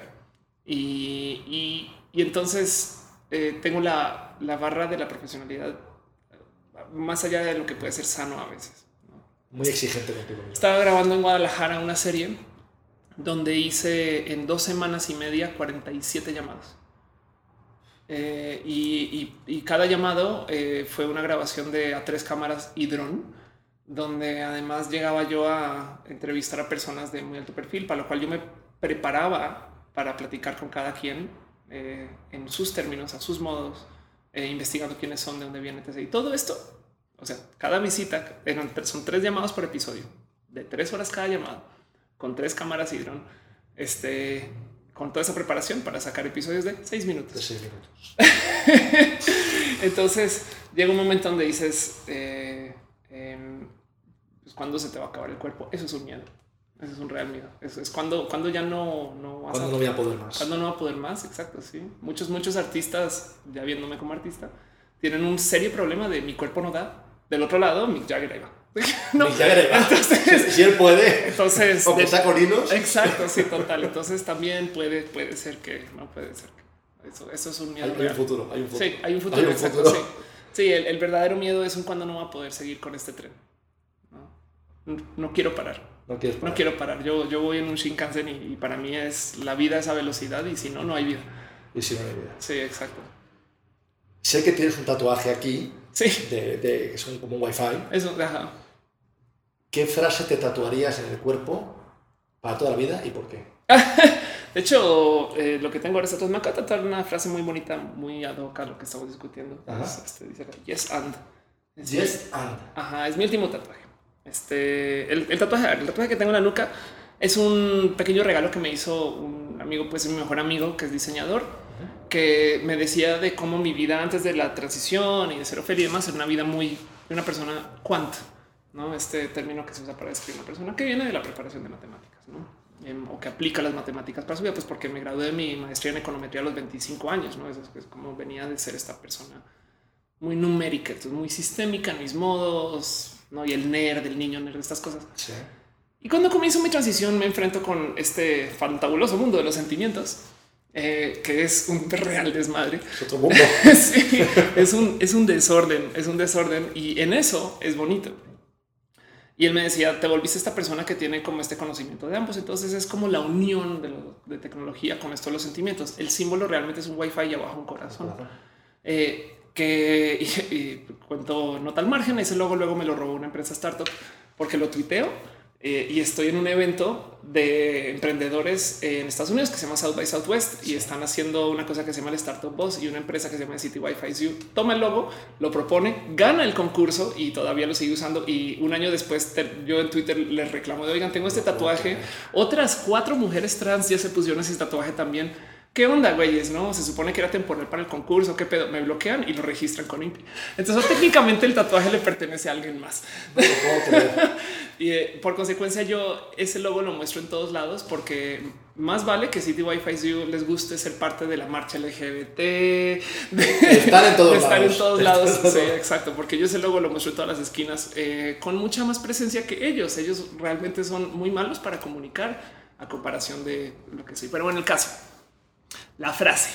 Y, y, y entonces eh, tengo la, la barra de la profesionalidad más allá de lo que puede ser sano a veces. Muy exigente contigo. Estaba grabando en Guadalajara una serie donde hice en dos semanas y media cuarenta y siete llamados. Eh, y, y, y cada llamado eh, fue una grabación de a tres cámaras y dron, donde además llegaba yo a entrevistar a personas de muy alto perfil, para lo cual yo me preparaba para platicar con cada quien eh, en sus términos, a sus modos, eh, investigando quiénes son, de dónde vienen, etcétera. Y todo esto, o sea, cada visita eran, son tres llamados por episodio, de tres horas cada llamado, con tres cámaras y dron, este, con toda esa preparación para sacar episodios de seis minutos. De seis minutos. Entonces llega un momento donde dices, eh, eh, pues, ¿cuándo se te va a acabar el cuerpo? Eso es un miedo. Eso es un real miedo. Eso es cuando, cuando ya no, no vas cuando a, no voy a poder más. Cuando no va a poder más. Exacto. Sí. Muchos, muchos artistas, ya viéndome como artista, tienen un serio problema de mi cuerpo no da. Del otro lado, Mick Jagger ahí va. No. Mick Jagger ahí va. Entonces, si él puede. Entonces, o que está con hilos. Exacto. Sí, total. Entonces también puede, puede ser que no puede ser que eso, eso es un miedo. Hay, hay un futuro. Hay un futuro. Sí, hay un futuro. Hay un exacto. futuro. Sí, sí el, el verdadero miedo es un cuando no va a poder seguir con este tren. No, no, no quiero parar. No, parar. no quiero parar. Yo, yo voy en un Shinkansen y, y para mí es la vida esa velocidad y si no, no hay vida. Y si no, no hay vida. Sí, exacto. Sé que tienes un tatuaje aquí. Sí. De, de, que son como un wifi. Eso, ajá. ¿Qué frase te tatuarías en el cuerpo para toda la vida y por qué? De hecho, eh, lo que tengo ahora es me acaba de tatuar una frase muy bonita, muy ad hoc a lo que estamos discutiendo. Es, este, dice yes and. Es yes mi, and. Ajá, es mi último tatuaje. Este, el, el tatuaje, el tatuaje que tengo en la nuca es un pequeño regalo que me hizo un amigo, pues mi mejor amigo, que es diseñador, uh-huh. que me decía de cómo mi vida antes de la transición y de ser Ophelia y demás era una vida muy de una persona quant, ¿no? Este término que se usa para describir una persona que viene de la preparación de matemáticas, ¿no? Eh, o que aplica las matemáticas para su vida, pues porque me gradué de mi maestría en econometría a los veinticinco años, ¿no? Eso es, es como venía de ser esta persona muy numérica, entonces muy sistémica en mis modos, ¿no? Y el nerd, el niño nerd, estas cosas. Sí. Y cuando comienzo mi transición me enfrento con este fantabuloso mundo de los sentimientos, eh, que es un real desmadre. Es otro mundo. Sí, es un, es un desorden, es un desorden y en eso es bonito. Y él me decía, te volviste esta persona que tiene como este conocimiento de ambos. Entonces es como la unión de, lo, de tecnología con esto de los sentimientos. El símbolo realmente es un wifi y abajo un corazón. Eh, que y, y cuento nota al margen. Ese logo luego me lo robó una empresa startup porque lo tuiteo. Eh, y estoy en un evento de emprendedores en Estados Unidos que se llama South by Southwest y están haciendo una cosa que se llama el Startup Boss y una empresa que se llama City Wi-Fi U toma el logo, lo propone, gana el concurso y todavía lo sigue usando. Y un año después te, yo en Twitter les reclamo de oigan, tengo este tatuaje. Otras cuatro mujeres trans ya se pusieron ese tatuaje también. ¿Qué onda, güeyes? No se supone que era temporal para el concurso. ¿Qué pedo? Me bloquean y lo registran con I N P I. Entonces, técnicamente el tatuaje le pertenece a alguien más. No lo puedo creer. Y eh, por consecuencia, yo ese logo lo muestro en todos lados porque más vale que City Wi-Fi U les guste ser parte de la marcha L G B T, de estar en todos de estar lados. En todos lados. Sí, exacto. Porque yo ese logo lo muestro en todas las esquinas eh, con mucha más presencia que ellos. Ellos realmente son muy malos para comunicar a comparación de lo que soy. Pero bueno, el caso. La frase.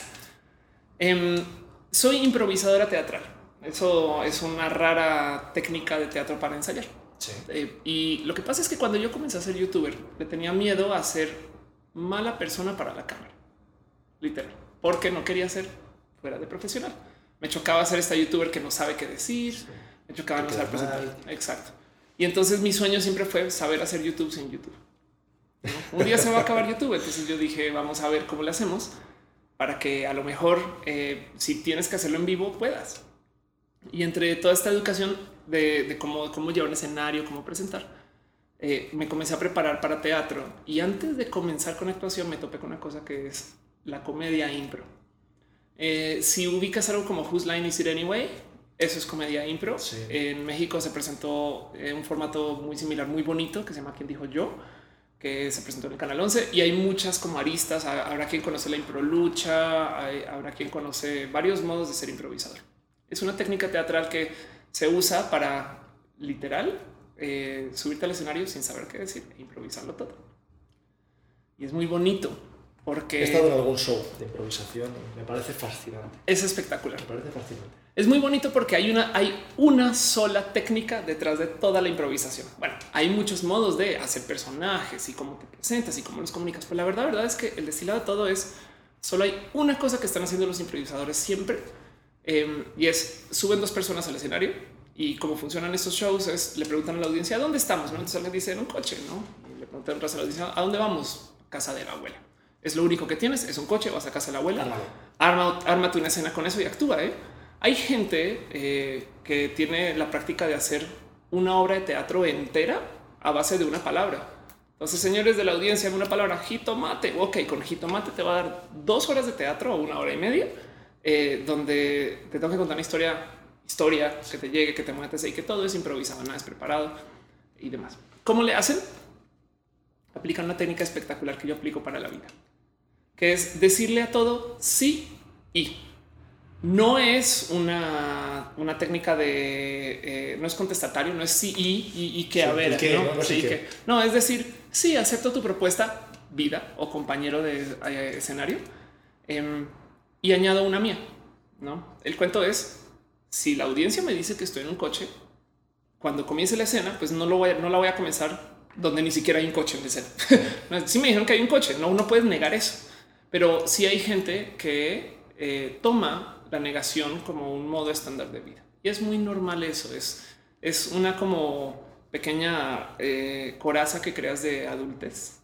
Eh, soy improvisadora teatral. Eso es una rara técnica de teatro para ensayar. Sí. Eh, y lo que pasa es que cuando yo comencé a ser youtuber, le tenía miedo a ser mala persona para la cámara, literal, porque no quería ser fuera de profesional. Me chocaba ser esta youtuber que no sabe qué decir, sí. me chocaba no saber presentar. Exacto. Y entonces mi sueño siempre fue saber hacer YouTube sin YouTube. ¿No? Un día se va a acabar YouTube, entonces yo dije, vamos a ver cómo lo hacemos para que a lo mejor eh, si tienes que hacerlo en vivo puedas. Y entre toda esta educación de, de cómo, cómo llevar un escenario, cómo presentar, eh, me comencé a preparar para teatro. Y antes de comenzar con actuación me topé con una cosa que es la comedia impro. Eh, si ubicas algo como Whose Line Is It Anyway, eso es comedia impro. Sí. En México se presentó eh, un formato muy similar, muy bonito, que se llama ¿Quién dijo yo?, que se presentó en el Canal once, y hay muchas como aristas. Habrá quien conoce la impro lucha, hay, habrá quien conoce varios modos de ser improvisador. Es una técnica teatral que se usa para literal eh, subirte al escenario sin saber qué decir e improvisarlo todo. Y es muy bonito porque... He estado en algún show de improvisación y me parece fascinante. Es espectacular. Me parece fascinante. Es muy bonito porque hay una, hay una sola técnica detrás de toda la improvisación. Bueno, hay muchos modos de hacer personajes y cómo te presentas y cómo los comunicas. Pero la verdad, la verdad es que el destilado de todo es solo hay una cosa que están haciendo los improvisadores siempre. Eh, y es suben dos personas al escenario y cómo funcionan estos shows es le preguntan a la audiencia dónde estamos, ¿no? Entonces alguien dice en un coche, ¿no? Y le preguntan a la audiencia a dónde vamos, casa de la abuela. Es lo único que tienes, es un coche, vas a casa de la abuela, arma, ármate una escena con eso y actúa. ¿eh? Hay gente eh, que tiene la práctica de hacer una obra de teatro entera a base de una palabra. Entonces, señores de la audiencia, una palabra, jitomate. Ok, con jitomate te va a dar dos horas de teatro o una hora y media. Eh, donde te tengo que contar una historia, historia que te llegue, que te muestres y que todo es improvisado, nada es preparado y demás. ¿Cómo le hacen? Aplican una técnica espectacular que yo aplico para la vida, que es decirle a todo sí y. No es una, una técnica de, eh, no es contestatario, no es sí y, y, y que sí, a ver, ¿no? No, no, sí, que. Que. no, es decir, sí, acepto tu propuesta, vida o compañero de eh, escenario. Eh, Y añado una mía, ¿no? El cuento es, si la audiencia me dice que estoy en un coche, cuando comience la escena, pues no, lo voy a, no la voy a comenzar donde ni siquiera hay un coche en la escena. Sí me dijeron que hay un coche, no, no puedes negar eso. Pero sí hay gente que eh, toma la negación como un modo estándar de vida. Y es muy normal eso, es, es una como pequeña eh, coraza que creas de adultez,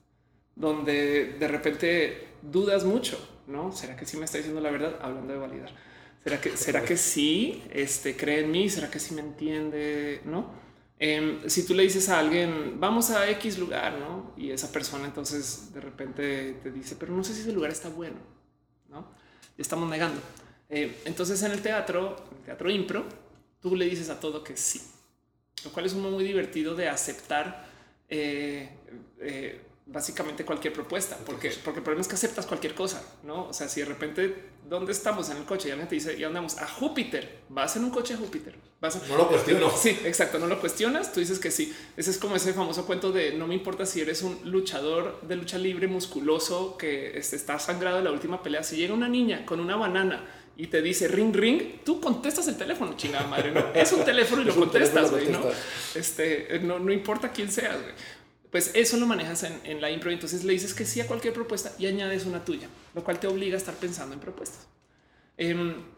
donde de repente dudas mucho. ¿No? ¿Será que sí me está diciendo la verdad? Hablando de validar. ¿Será que, será que sí este, cree en mí? ¿Será que sí me entiende? ¿No? Eh, si tú le dices a alguien, vamos a X lugar, ¿no? Y esa persona entonces de repente te dice, pero no sé si ese lugar está bueno, ¿no? Y estamos negando. Eh, entonces en el teatro, en el teatro impro, tú le dices a todo que sí. Lo cual es un modo muy divertido de aceptar eh, eh, básicamente cualquier propuesta, porque, porque el problema es que aceptas cualquier cosa, ¿no? O sea, si de repente, ¿dónde estamos en el coche? Y alguien te dice, y andamos a Júpiter, vas en un coche a Júpiter. Vas a... No lo cuestiono. Sí, exacto, no lo cuestionas, tú dices que sí. Ese es como ese famoso cuento de no me importa si eres un luchador de lucha libre musculoso que este, está sangrado en la última pelea. Si llega una niña con una banana y te dice ring, ring, tú contestas el teléfono, chingada madre, ¿no? Es un teléfono y lo contestas, güey, ¿no? Este, no, no importa quién seas, güey. Pues eso lo manejas en, en la impro. Entonces le dices que sí a cualquier propuesta y añades una tuya, lo cual te obliga a estar pensando en propuestas. Eh,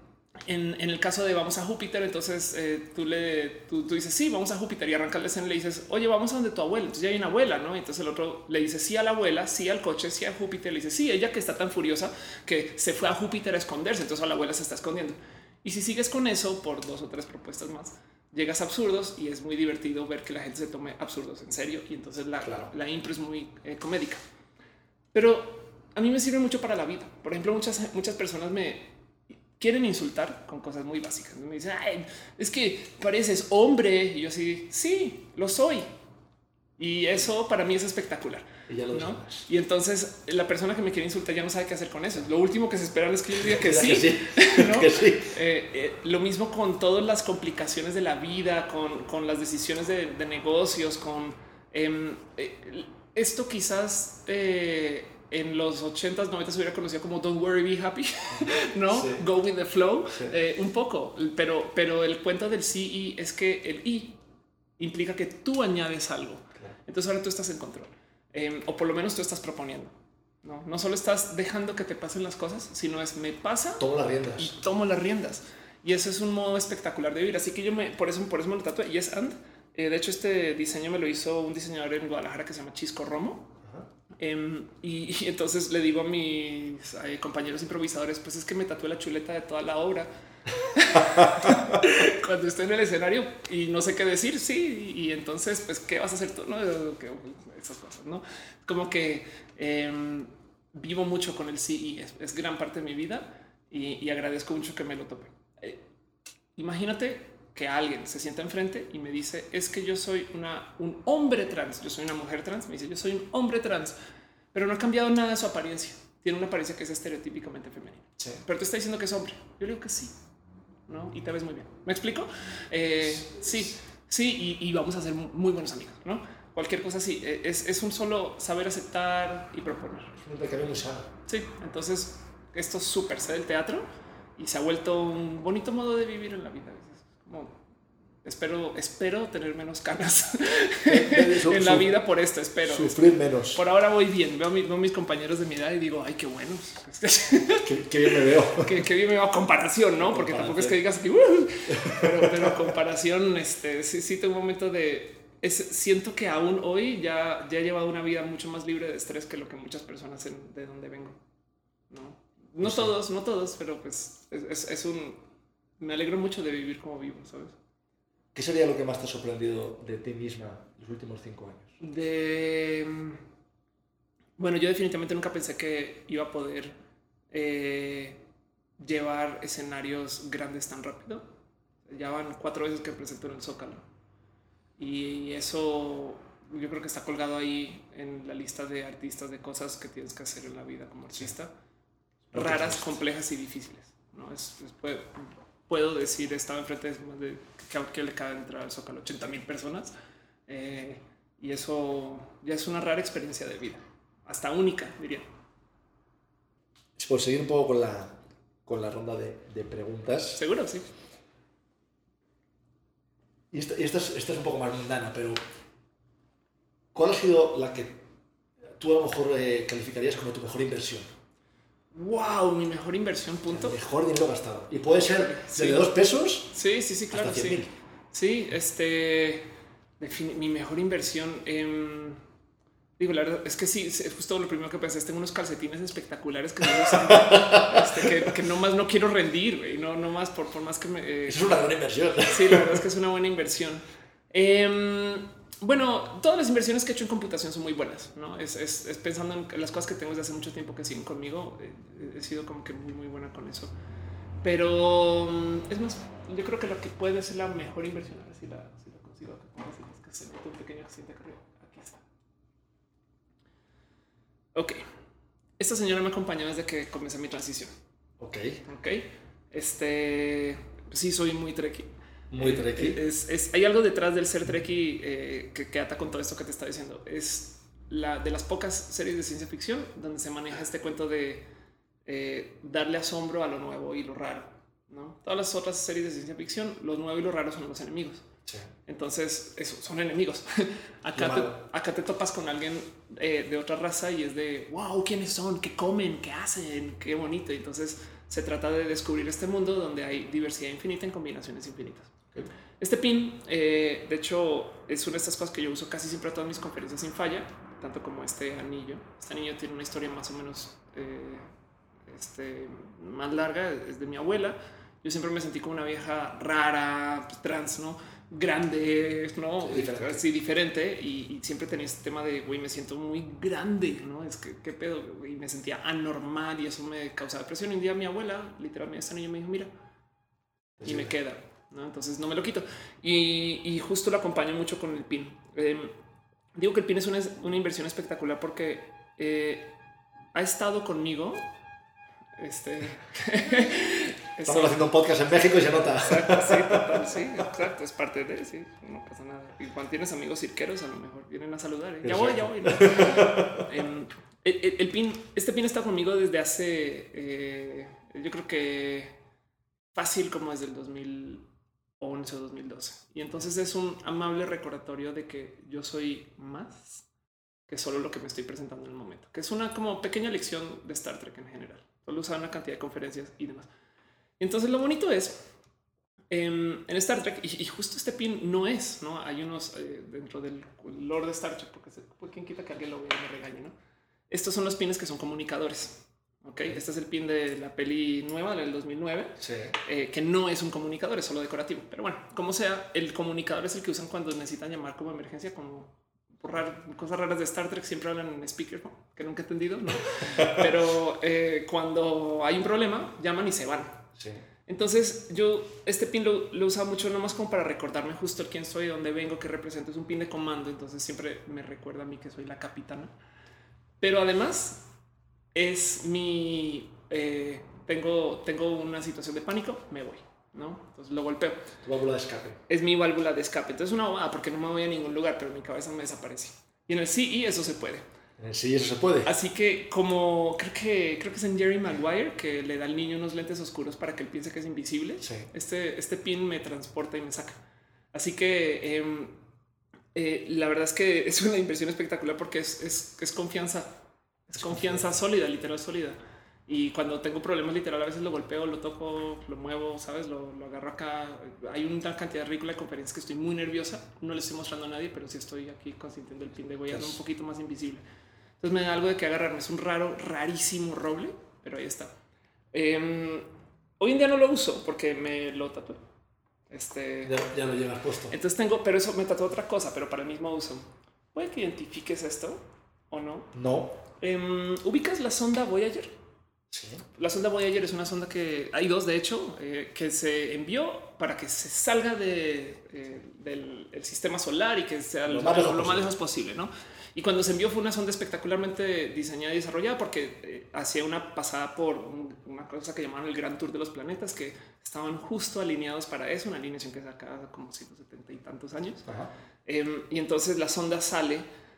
en, en el caso de vamos a Júpiter, entonces eh, tú le tú, tú dices sí, vamos a Júpiter y arrancas la escena y le dices oye, vamos a donde tu abuela. Entonces ya hay una abuela, ¿no? Entonces el otro le dice sí a la abuela, sí al coche, sí a Júpiter. Le dice sí, ella que está tan furiosa que se fue a Júpiter a esconderse. Entonces a la abuela se está escondiendo. Y si sigues con eso por dos o tres propuestas más, llegas a absurdos y es muy divertido ver que la gente se tome absurdos en serio. Y entonces la, claro. la impro es muy eh, comédica. Pero a mí me sirve mucho para la vida. Por ejemplo, muchas, muchas personas me quieren insultar con cosas muy básicas. Me dicen, ay, es que pareces hombre. Y yo sí, sí, lo soy. Y eso para mí es espectacular. Y, ya lo ¿no? y entonces la persona que me quiere insultar ya no sabe qué hacer con eso. Lo último que se esperan es que yo diga que sí. Que sí. ¿no? que sí. Eh, eh, lo mismo con todas las complicaciones de la vida, con, con las decisiones de, de negocios, con eh, eh, esto quizás eh, en los ochentas, noventas se hubiera conocido como don't worry, be happy, no sí. go with the flow, sí. eh, un poco, pero, pero el cuento del sí y es que el y implica que tú añades algo. Entonces ahora tú estás en control, eh, o por lo menos tú estás proponiendo. No, no solo estás dejando que te pasen las cosas, sino es me pasa, tomo las riendas y tomo las riendas. Y eso es un modo espectacular de vivir. Así que yo me, por eso, por eso me lo tatué. Y es and. Eh, de hecho, este diseño me lo hizo un diseñador en Guadalajara que se llama Chisco Romo. Um, y, y entonces le digo a mis eh, compañeros improvisadores, pues es que me tatué la chuleta de toda la obra. Cuando estoy en el escenario y no sé qué decir, sí. Y, y entonces, pues, ¿qué vas a hacer tú? No, esas cosas, ¿no? Como que eh, vivo mucho con el sí y es, es gran parte de mi vida y, y agradezco mucho que me lo tope. Eh, imagínate que alguien se sienta enfrente y me dice es que yo soy una, un hombre trans, yo soy una mujer trans, me dice yo soy un hombre trans, pero no ha cambiado nada de su apariencia. Tiene una apariencia que es estereotípicamente femenina, sí. Pero te está diciendo que es hombre. Yo le digo que sí, ¿no? Y te ves muy bien. ¿Me explico? Eh, sí, sí, y, y vamos a ser muy buenos amigos, ¿no? Cualquier cosa así, es, es un solo saber aceptar y proponer. Es un intercambio sano. Sí, entonces esto es súper sé del teatro y se ha vuelto un bonito modo de vivir en la vida. Es como, espero, espero tener menos canas en la vida por esto, espero. Sufrir menos. Por ahora voy bien, veo a, mi, veo a mis compañeros de mi edad y digo, ay, qué bueno. qué, qué bien me veo. Qué, qué bien me veo a comparación, ¿no? Porque comparación. Tampoco es que digas que, uh, pero, pero comparación, este, sí, sí tengo un momento de... Es, siento que aún hoy ya, ya he llevado una vida mucho más libre de estrés que lo que muchas personas en, de donde vengo. No, no sí. todos, no todos, pero pues es, es, es un... Me alegro mucho de vivir como vivo, ¿sabes? ¿Qué sería lo que más te ha sorprendido de ti misma los últimos cinco años? De... Bueno, yo definitivamente nunca pensé que iba a poder eh, llevar escenarios grandes tan rápido. Ya van cuatro veces que presento en el Zócalo. Y eso yo creo que está colgado ahí en la lista de artistas, de cosas que tienes que hacer en la vida como artista. Sí. Raras, complejas y difíciles, ¿no? Es, es, puedo, puedo decir, estaba enfrente de más de que, que le cabe entrar al Zócalo ochenta mil personas. Eh, y eso ya es una rara experiencia de vida. Hasta única, diría. Por seguir un poco con la, con la ronda de, de preguntas. Seguro, sí. Y esta, y esta, es, esta es un poco más mundana, pero ¿cuál ha sido la que tú a lo mejor eh, calificarías como tu mejor inversión? ¡Wow! Mi mejor inversión, punto. El mejor dinero gastado. Y puede ser sí. desde dos pesos. Sí, sí, sí, claro. Hasta cien mil. Sí, sí, este. Mi mejor inversión. Eh, digo, la verdad es que sí, es justo lo primero que pensé. Tengo unos calcetines espectaculares que me gustan. este, que, que no más no quiero rendir, güey. No, no más por, por más que me. Eh, Eso es una buena inversión. Sí, la verdad es que es una buena inversión. Eh, bueno, todas las inversiones que he hecho en computación son muy buenas, ¿no? Es, es, es pensando en las cosas que tengo desde hace mucho tiempo que siguen conmigo. Eh, he sido como que muy, muy buena con eso. Pero es más, yo creo que lo que puede ser la mejor inversión, a ver si la, si la consigo acá, es que se mete un pequeño accidente acá arriba. Aquí está. Ok. Esta señora me acompañó desde que comencé mi transición. Ok. Ok. Este, sí, soy muy trekkie. Muy trekkie. Es, es, hay algo detrás del ser trekkie eh, que, que ata con todo esto que te está diciendo. Es la de las pocas series de ciencia ficción donde se maneja este cuento de eh, darle asombro a lo nuevo y lo raro, ¿no? Todas las otras series de ciencia ficción, lo nuevo y lo raro son los enemigos. Sí. Entonces, eso, son enemigos. acá, te, acá te topas con alguien eh, de otra raza y es de wow, ¿quiénes son? ¿Qué comen? ¿Qué hacen? Qué bonito. Entonces se trata de descubrir este mundo donde hay diversidad infinita en combinaciones infinitas. Okay. Este pin, eh, de hecho, es una de estas cosas que yo uso casi siempre a todas mis conferencias sin falla, tanto como este anillo. Este anillo tiene una historia más o menos eh, este, más larga, es de mi abuela. Yo siempre me sentí como una vieja rara, trans, ¿no? Grande, ¿no? Sí, diferente. Sí, diferente. Y, y siempre tenía este tema de, güey, me siento muy grande, ¿no? Es que, ¿qué pedo? Y me sentía anormal y eso me causaba depresión. Y un día mi abuela, literalmente, este niño me dijo, mira, y sí, me queda, ¿no? Entonces no me lo quito. Y, y justo lo acompaño mucho con el pin. Eh, digo que el pin es una, una inversión espectacular porque eh, ha estado conmigo. Este... Estamos sí. haciendo un podcast en México y se nota. Exacto, sí, total, sí, exacto, es parte de, sí, no pasa nada. Y cuando tienes amigos cirqueros, a lo mejor vienen a saludar. ¿eh? Ya voy, ya voy. ¿no? el, el, el pin, este pin está conmigo desde hace, eh, yo creo que fácil como desde el dos mil once o dos mil doce. Y entonces es un amable recordatorio de que yo soy más que solo lo que me estoy presentando en el momento, que es una como pequeña lección de Star Trek en general. Solo usar una cantidad de conferencias y demás. Y entonces lo bonito es en, en Star Trek, y, y justo este pin no es, no hay unos eh, dentro del lore de Star Trek, porque se, pues, quien quita que alguien lo vea y me regañe, ¿no? Estos son los pines que son comunicadores. Ok, este es el pin de la peli nueva del dos mil nueve, sí. eh, que no es un comunicador, es solo decorativo. Pero bueno, como sea, el comunicador es el que usan cuando necesitan llamar como emergencia, como por rar, cosas raras de Star Trek. Siempre hablan en speaker, ¿no? Que nunca he entendido, ¿no? Pero eh, cuando hay un problema, llaman y se van. Sí. Entonces yo este pin lo, lo usaba mucho nomás como para recordarme justo quién soy, dónde vengo, qué represento. Es un pin de comando, entonces siempre me recuerda a mí que soy la capitana. Pero además es mi eh, tengo, tengo una situación de pánico, me voy, ¿no? Entonces lo golpeo. Tu válvula de escape. Es mi válvula de escape. Entonces una bobada porque no me voy a ningún lugar, pero mi cabeza me desaparece. Y en el C E eso se puede. En el C E eso se puede. Así que como creo que creo que es en Jerry Maguire que le da al niño unos lentes oscuros para que él piense que es invisible. Sí. Este, este pin me transporta y me saca. Así que eh, eh, la verdad es que es una inversión espectacular porque es, es, es confianza. Es confianza sólida, literal sólida. Y cuando tengo problemas literal a veces lo golpeo, lo toco, lo muevo, ¿sabes? Lo, lo agarro acá. Hay una cantidad ridícula de conferencias que estoy muy nerviosa. No le estoy mostrando a nadie, pero sí estoy aquí consintiendo el pin de voy a ser un poquito más invisible. Entonces me da algo de que agarrarme. Es un raro, rarísimo roble, pero ahí está. Eh, hoy en día no lo uso porque me lo tatué. Este, ya, ya lo llevas puesto. Entonces tengo, pero eso me tatuó otra cosa, pero para el mismo uso. ¿Puede que identifiques esto o no? No. Um, ¿Ubicas la sonda Voyager? Sí. La sonda Voyager es una sonda que hay dos, de hecho, eh, que se envió para que se salga de, eh, del el sistema solar y que sea lo, lo, más, lejos lo más lejos posible, ¿no? Y cuando se envió fue una sonda espectacularmente diseñada y desarrollada porque eh, hacía una pasada por un, una cosa que llamaban el Gran Tour de los Planetas, que estaban justo alineados para eso, una alineación que es acá como ciento setenta y tantos años. Eh, y entonces la sonda sale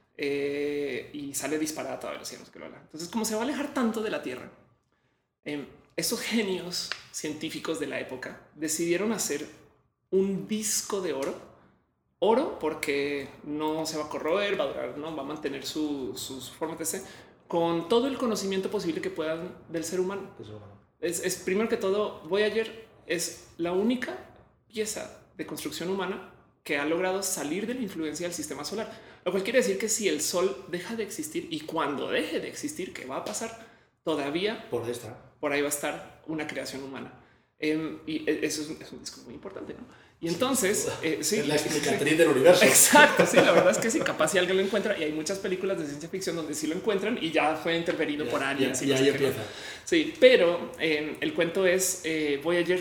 Eh, y sale disparada a toda velocidad. No sé qué lo habla. Entonces, como se va a alejar tanto de la Tierra, eh, esos genios científicos de la época decidieron hacer un disco de oro. Oro porque no se va a corroer, va a durar, no va a mantener su, sus formas de ser, con todo el conocimiento posible que puedan del ser humano. Es, es primero que todo, Voyager es la única pieza de construcción humana que ha logrado salir de la influencia del sistema solar. Lo cual quiere decir que si el sol deja de existir y cuando deje de existir, ¿qué va a pasar? Todavía por ahí, está. por ahí va a estar una creación humana. Eh, y eso es un, es un disco muy importante, ¿no? Y entonces... Eh, sí, es la explicatriz del universo. Exacto, sí, la verdad es que sí, capaz si alguien lo encuentra, y hay muchas películas de ciencia ficción donde sí lo encuentran y ya fue intervenido ya, por aliens. Ya, ya, ya empieza. No. Sí, pero eh, el cuento es, eh, Voyager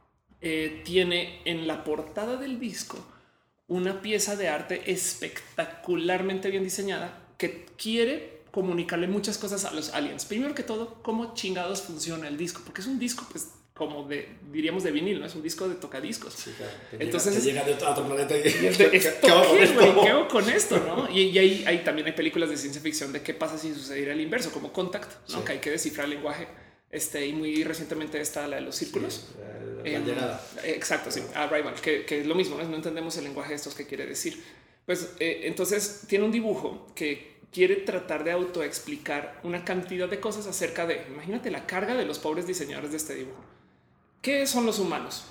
eh, tiene en la portada del disco una pieza de arte espectacularmente bien diseñada que quiere comunicarle muchas cosas a los aliens. Primero que todo, cómo chingados funciona el disco, porque es un disco, pues, como de, diríamos de vinil, no es un disco de tocadiscos. Sí, claro. Que entonces llega, que llega de otro planeta y, y de, esto, ¿qué, hago, ¿qué, güey, ¿qué hago con esto? ¿No? Y, y hay, hay también hay películas de ciencia ficción de qué pasa si sucediera el inverso, como Contact, ¿no? Sí. Que hay que descifrar el lenguaje. Este, y muy recientemente está la de los círculos. Sí, la, la eh, llegada. Exacto, sí. Arrival, que, que es lo mismo, ¿no? No entendemos el lenguaje de estos que quiere decir. Pues eh, entonces tiene un dibujo que quiere tratar de autoexplicar una cantidad de cosas acerca de, imagínate la carga de los pobres diseñadores de este dibujo. ¿Qué son los humanos?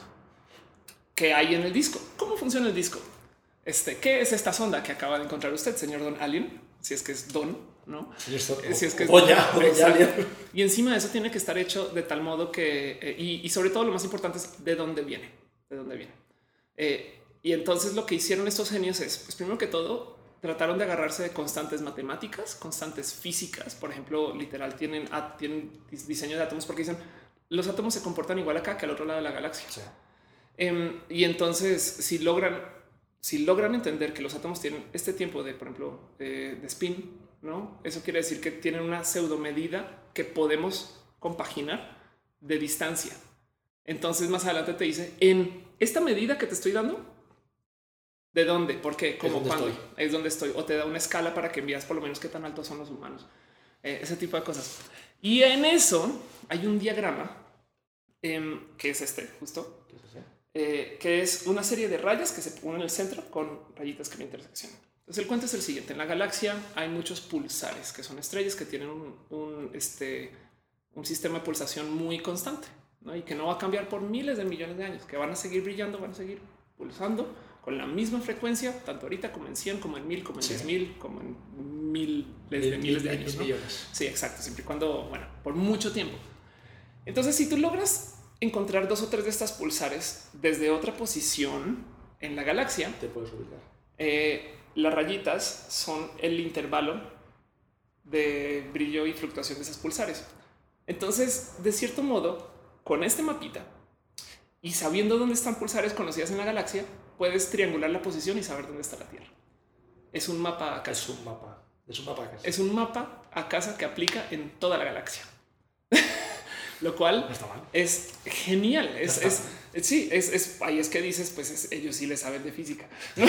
¿Qué hay en el disco? ¿Cómo funciona el disco? Este, ¿qué es esta sonda que acaba de encontrar usted, señor Don Alien? Si es que es Don, ¿no? Sí, esto, si es que es o ya, o ya. Y encima de eso tiene que estar hecho de tal modo que, eh, y, y sobre todo lo más importante es de dónde viene, de dónde viene. Eh, y entonces lo que hicieron estos genios es, pues primero que todo, trataron de agarrarse de constantes matemáticas, constantes físicas. Por ejemplo, literal, tienen, tienen diseño de átomos porque dicen, los átomos se comportan igual acá que al otro lado de la galaxia. Sí. Eh, y entonces, si logran, si logran entender que los átomos tienen este tiempo de, por ejemplo, eh, de spin, ¿no? Eso quiere decir que tienen una pseudo medida que podemos compaginar de distancia. Entonces, más adelante te dice, en esta medida que te estoy dando, ¿de dónde? ¿Por qué? ¿Cómo? ¿Cuándo? Es donde estoy. O te da una escala para que envías por lo menos qué tan altos son los humanos. Eh, ese tipo de cosas. Y en eso hay un diagrama eh, que es este, justo. eh, que es una serie de rayas que se ponen en el centro con rayitas que lo interseccionan. Entonces el cuento es el siguiente. En la galaxia hay muchos pulsares, que son estrellas que tienen un, un, este, un sistema de pulsación muy constante, ¿no? Y que no va a cambiar por miles de millones de años, que van a seguir brillando, van a seguir pulsando con la misma frecuencia, tanto ahorita como en cien, como en mil, como en sí. diez mil, como en miles de mil, miles de años. Mil, ¿no? Sí, exacto. Siempre y cuando, bueno, por mucho tiempo. Entonces, si tú logras encontrar dos o tres de estas pulsares desde otra posición en la galaxia, te puedes ubicar. Eh, las rayitas son el intervalo de brillo y fluctuación de esas pulsares. Entonces, de cierto modo, con este mapita y sabiendo dónde están pulsares conocidas en la galaxia, puedes triangular la posición y saber dónde está la Tierra. Es un mapa a casa. Es un mapa. Es un mapa a casa. Es un mapa a casa que aplica en toda la galaxia. Lo cual no está mal. Es genial. Es, es, es, sí, es, es ahí es que dices, pues es, ellos sí le saben de física. ¿No?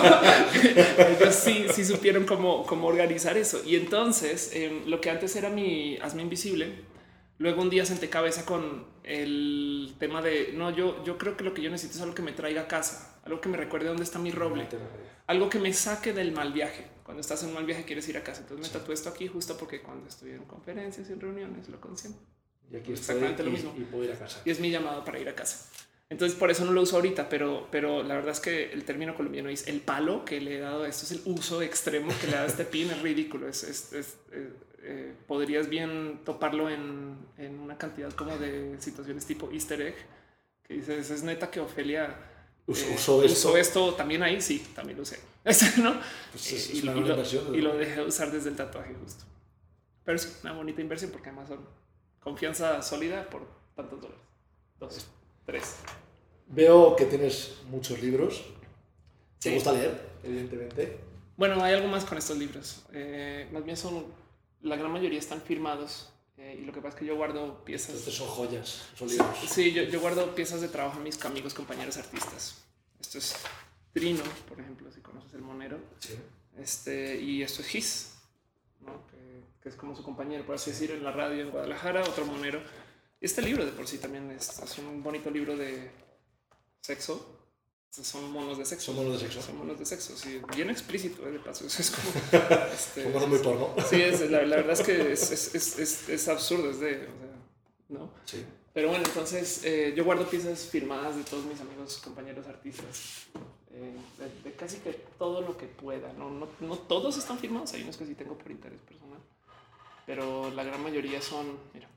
Ellos sí, sí supieron cómo, cómo organizar eso. Y entonces eh, lo que antes era mi hazme invisible, luego un día senté cabeza con el tema de no, yo, yo creo que lo que yo necesito es algo que me traiga a casa, algo que me recuerde dónde está mi roble, algo que me saque del mal viaje. Cuando estás en un mal viaje quieres ir a casa. Entonces me tatué esto aquí justo porque cuando estoy en conferencias y en reuniones lo consiento. Y aquí exactamente estoy, lo mismo. Y, y puedo ir a casa. Y es mi llamado para ir a casa. Entonces por eso no lo uso ahorita, pero, pero la verdad es que el término colombiano es el palo que le he dado a esto, es el uso extremo que le da a este pin, es ridículo. Es, es, es, eh, eh, podrías bien toparlo en, en una cantidad como de situaciones tipo Easter egg, que dices, es neta que Ofelia Uso, eh, uso, esto. uso esto también ahí, sí, también lo usé. ¿No? Pues es, y, es una y, lo, inversión, y lo dejé de usar desde el tatuaje justo. Pero es una bonita inversión porque además son confianza sólida por tantos dólares. Dos, tres. Veo que tienes muchos libros. ¿Te sí. gusta leer, evidentemente? Bueno, hay algo más con estos libros. Eh, más bien son, la gran mayoría están firmados. Eh, y lo que pasa es que yo guardo piezas. Entonces son joyas, son libros. Sí, yo, yo guardo piezas de trabajo a mis amigos, compañeros artistas. Esto es Trino, por ejemplo, si conoces el monero. Sí. Este, y esto es His, ¿no? que, que es como su compañero, por así decir, en la radio en Guadalajara, otro monero. Y este libro de por sí también es, es un bonito libro de sexo. Son monos de sexo. Son monos de sexo. Son monos de sexo, sí. Bien explícito, ¿eh? De paso. Es como... este, Son monos muy porno. Sí, es, la, la verdad es que es, es, es, es, es absurdo, es de... O sea, ¿no? Sí. Pero bueno, entonces eh, yo guardo piezas firmadas de todos mis amigos, compañeros artistas. Eh, de, de casi que todo lo que pueda. No, no, no todos están firmados. Hay unos que sí tengo por interés personal. Pero la gran mayoría son... Mira.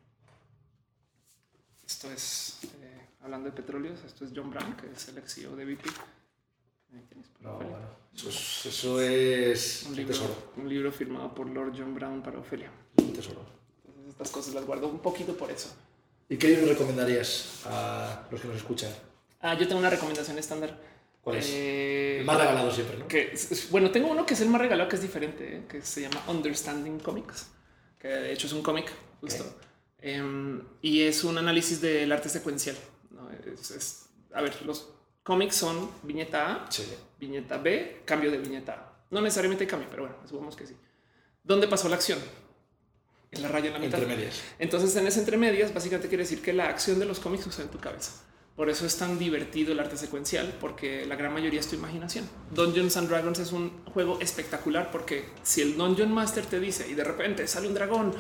Esto es... Eh, hablando de petróleos, esto es John Brown, que es el ex C E O de B P. No, bueno, eso es, eso es un, libro, tesoro. Un libro firmado por Lord John Brown para Ofelia. Un tesoro. Entonces estas cosas las guardo un poquito por eso. ¿Y qué libro recomendarías a los que nos escuchan? Ah, yo tengo una recomendación estándar. ¿Cuál es? Eh, el más regalado siempre, ¿no? Que, bueno, tengo uno que es el más regalado, que es diferente, ¿eh? Que se llama Understanding Comics, que de hecho es un cómic, justo. Okay. Eh, y es un análisis del arte secuencial. ¿No? Es, es, a ver, los cómics son viñeta A, sí. viñeta B, cambio de viñeta A. No necesariamente cambio, pero bueno, supongamos que sí. ¿Dónde pasó la acción? En la raya en la mitad. Entre medias. Entonces, en ese entre medias, básicamente quiere decir que la acción de los cómics sucede en tu cabeza. Por eso es tan divertido el arte secuencial, porque la gran mayoría es tu imaginación. Dungeons and Dragons es un juego espectacular porque si el Dungeon Master te dice y de repente sale un dragón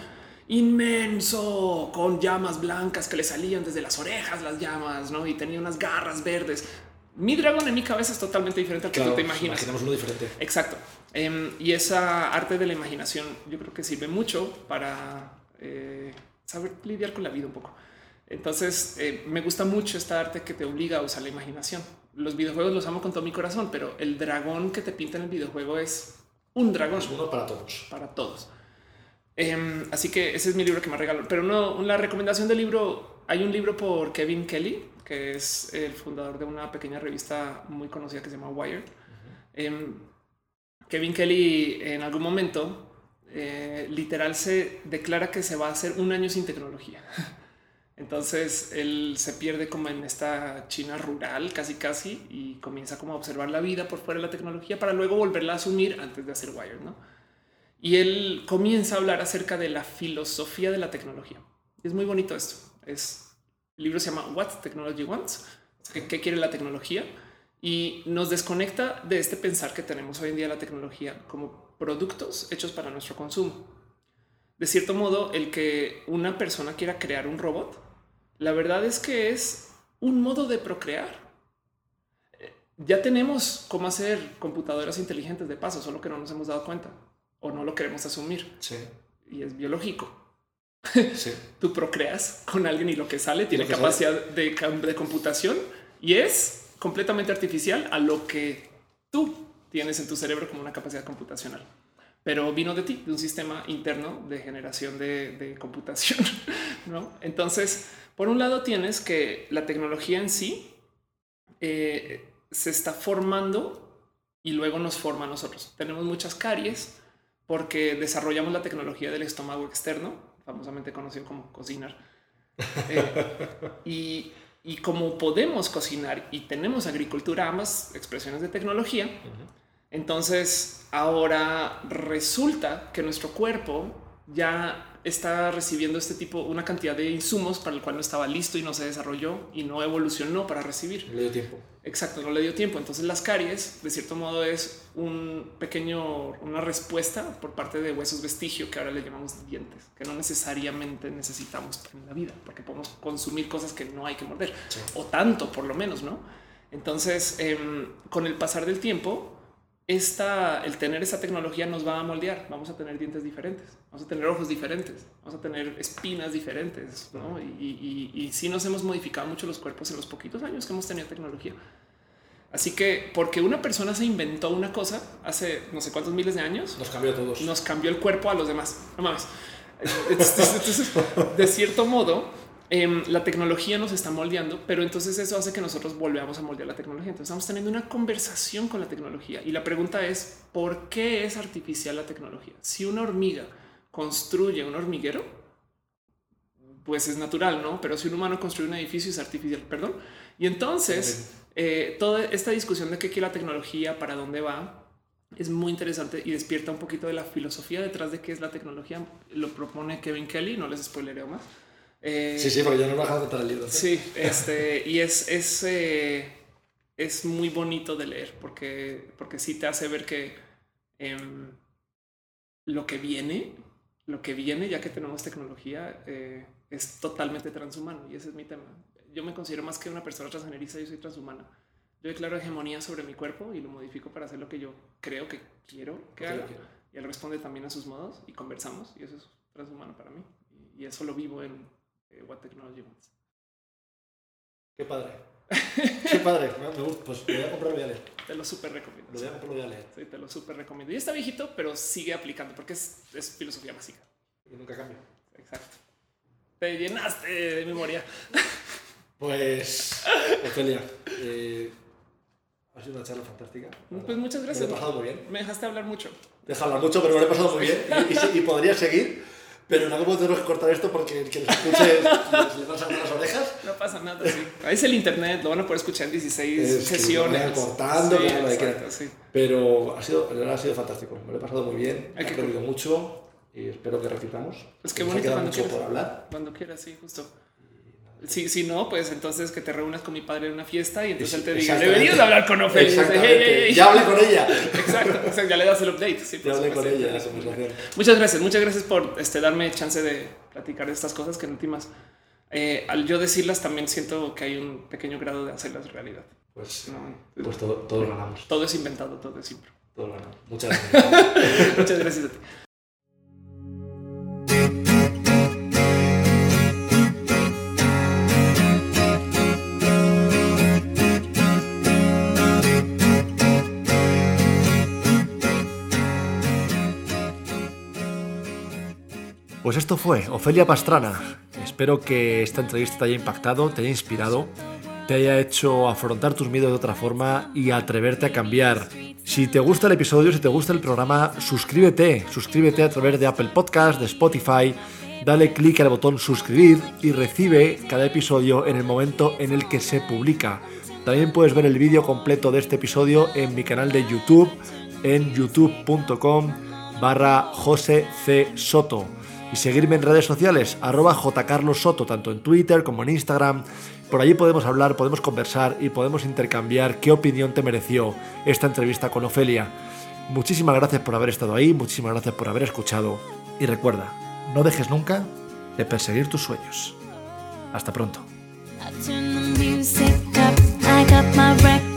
inmenso con llamas blancas que le salían desde las orejas, las llamas, ¿no? Y tenía unas garras verdes. Mi dragón en mi cabeza es totalmente diferente al que claro, tú te imaginas. Imaginamos uno diferente. Exacto. Um, y esa arte de la imaginación yo creo que sirve mucho para eh, saber lidiar con la vida un poco. Entonces eh, me gusta mucho esta arte que te obliga a usar la imaginación. Los videojuegos los amo con todo mi corazón, pero el dragón que te pinta en el videojuego es un dragón. Es uno para todos. Para todos. Um, así que ese es mi libro que me regaló. Pero no, la recomendación del libro, hay un libro por Kevin Kelly, que es el fundador de una pequeña revista muy conocida que se llama Wired. Uh-huh. Um, Kevin Kelly en algún momento eh, literal se declara que se va a hacer un año sin tecnología. Entonces él se pierde como en esta China rural casi casi y comienza como a observar la vida por fuera de la tecnología para luego volverla a asumir antes de hacer Wired, ¿no? Y él comienza a hablar acerca de la filosofía de la tecnología. Es muy bonito esto. Es, el libro se llama What Technology Wants ¿Qué, qué quiere la tecnología? Y nos desconecta de este pensar que tenemos hoy en día la tecnología como productos hechos para nuestro consumo. De cierto modo, el que una persona quiera crear un robot, la verdad es que es un modo de procrear. Ya tenemos cómo hacer computadoras inteligentes de paso, solo que no nos hemos dado cuenta o no lo queremos asumir. Sí. Y es biológico. Sí. Tú procreas con alguien y lo que sale tiene lo que capacidad de, de computación y es completamente artificial a lo que tú tienes en tu cerebro como una capacidad computacional. Pero vino de ti, de un sistema interno de generación de, de computación, ¿no? Entonces, por un lado tienes que la tecnología en sí eh, se está formando y luego nos forma a nosotros. Tenemos muchas caries porque desarrollamos la tecnología del estómago externo, famosamente conocido como cocinar. Eh, y, y como podemos cocinar y tenemos agricultura, ambas expresiones de tecnología, uh-huh. Entonces ahora resulta que nuestro cuerpo ya está recibiendo este tipo, una cantidad de insumos para el cual no estaba listo y no se desarrolló y no evolucionó para recibir. No le dio tiempo. Exacto, no le dio tiempo. Entonces las caries, de cierto modo, es un pequeño, una respuesta por parte de huesos vestigio que ahora le llamamos dientes, que no necesariamente necesitamos en la vida, porque podemos consumir cosas que no hay que morder, sí. O tanto, por lo menos, ¿no? Entonces, eh, con el pasar del tiempo, Esta, el tener esa tecnología nos va a moldear. Vamos a tener dientes diferentes, vamos a tener ojos diferentes, vamos a tener espinas diferentes, ¿no? Y, y, y, y sí nos hemos modificado mucho los cuerpos en los poquitos años que hemos tenido tecnología. Así que porque una persona se inventó una cosa hace no sé cuántos miles de años, nos cambió a todos. Nos cambió el cuerpo a los demás. No mames. Entonces, de cierto modo, Eh, la tecnología nos está moldeando, pero entonces eso hace que nosotros volvamos a moldear la tecnología. Entonces estamos teniendo una conversación con la tecnología y la pregunta es ¿por qué es artificial la tecnología? Si una hormiga construye un hormiguero, pues es natural, ¿no? Pero si un humano construye un edificio es artificial, perdón. Y entonces eh, toda esta discusión de qué quiere la tecnología, para dónde va, es muy interesante y despierta un poquito de la filosofía detrás de qué es la tecnología. Lo propone Kevin Kelly, no les spoilereo más. Eh, sí, sí, porque ya no he bajado de tal libro. Sí, este, y es, es, eh, es muy bonito de leer porque, porque sí te hace ver que eh, lo que viene, lo que viene, ya que tenemos tecnología, eh, es totalmente transhumano y ese es mi tema. Yo me considero más que una persona transgeneriza, yo soy transhumana. Yo declaro hegemonía sobre mi cuerpo y lo modifico para hacer lo que yo creo que quiero que haga. Quiero. Y él responde también a sus modos y conversamos y eso es transhumano para mí. Y, y eso lo vivo en What Technology Wants. Qué padre. Qué padre. Me gusta. Pues lo voy a comprar, lo voy a leer. Te lo súper recomiendo. Lo voy a comprar, lo voy a leer. Sí, te lo súper recomiendo. Y está viejito, pero sigue aplicando porque es, es filosofía básica. Y nunca cambia. Exacto. Te llenaste de memoria. Pues, Ofelia, eh, ha sido una charla fantástica. Pues muchas gracias. Me he pasado muy bien. Me dejaste hablar mucho. Te dejas hablar mucho, pero me lo he pasado muy bien. Y, y, y podría seguir. Pero en algún momento tenemos que cortar esto porque el que lo escuche le van a salir las orejas. No pasa nada, sí. Ahí es el internet, lo van a poder escuchar en dieciséis es sesiones. Que cortando, sí, que exacto, sí. Pero ha sido, ha sido fantástico. Me lo he pasado muy bien. He aprendido mucho y espero que repitamos. Es que bonito cuando mucho quieras. Por hablar. Cuando quieras, sí, justo. Si, si no, pues entonces que te reúnas con mi padre en una fiesta y entonces él te diga, deberías hablar con Ofelia. Exactamente. Hey, hey, hey. Ya hablé con ella. Exacto, exacto, ya le das el update. Sí, ya hablé con ella, la conversación. Muchas gracias, muchas gracias por este, darme chance de platicar de estas cosas que en últimas, eh, al yo decirlas también siento que hay un pequeño grado de hacerlas realidad. Pues, no, pues todo, todos ganamos. Todo es inventado, todo es impro. Todo ganamos. Muchas gracias. Muchas gracias a ti. Pues esto fue Ofelia Pastrana. Espero que esta entrevista te haya impactado, te haya inspirado, te haya hecho afrontar tus miedos de otra forma y atreverte a cambiar. Si te gusta el episodio, si te gusta el programa, suscríbete. Suscríbete a través de Apple Podcast, de Spotify. Dale clic al botón suscribir y recibe cada episodio en el momento en el que se publica. También puedes ver el vídeo completo de este episodio en mi canal de YouTube, en youtube punto com barra José C. Soto. Y seguirme en redes sociales, arroba jcarlossoto, tanto en Twitter como en Instagram. Por allí podemos hablar, podemos conversar y podemos intercambiar qué opinión te mereció esta entrevista con Ofelia. Muchísimas gracias por haber estado ahí, muchísimas gracias por haber escuchado. Y recuerda, no dejes nunca de perseguir tus sueños. Hasta pronto. I turn the music up, I got my record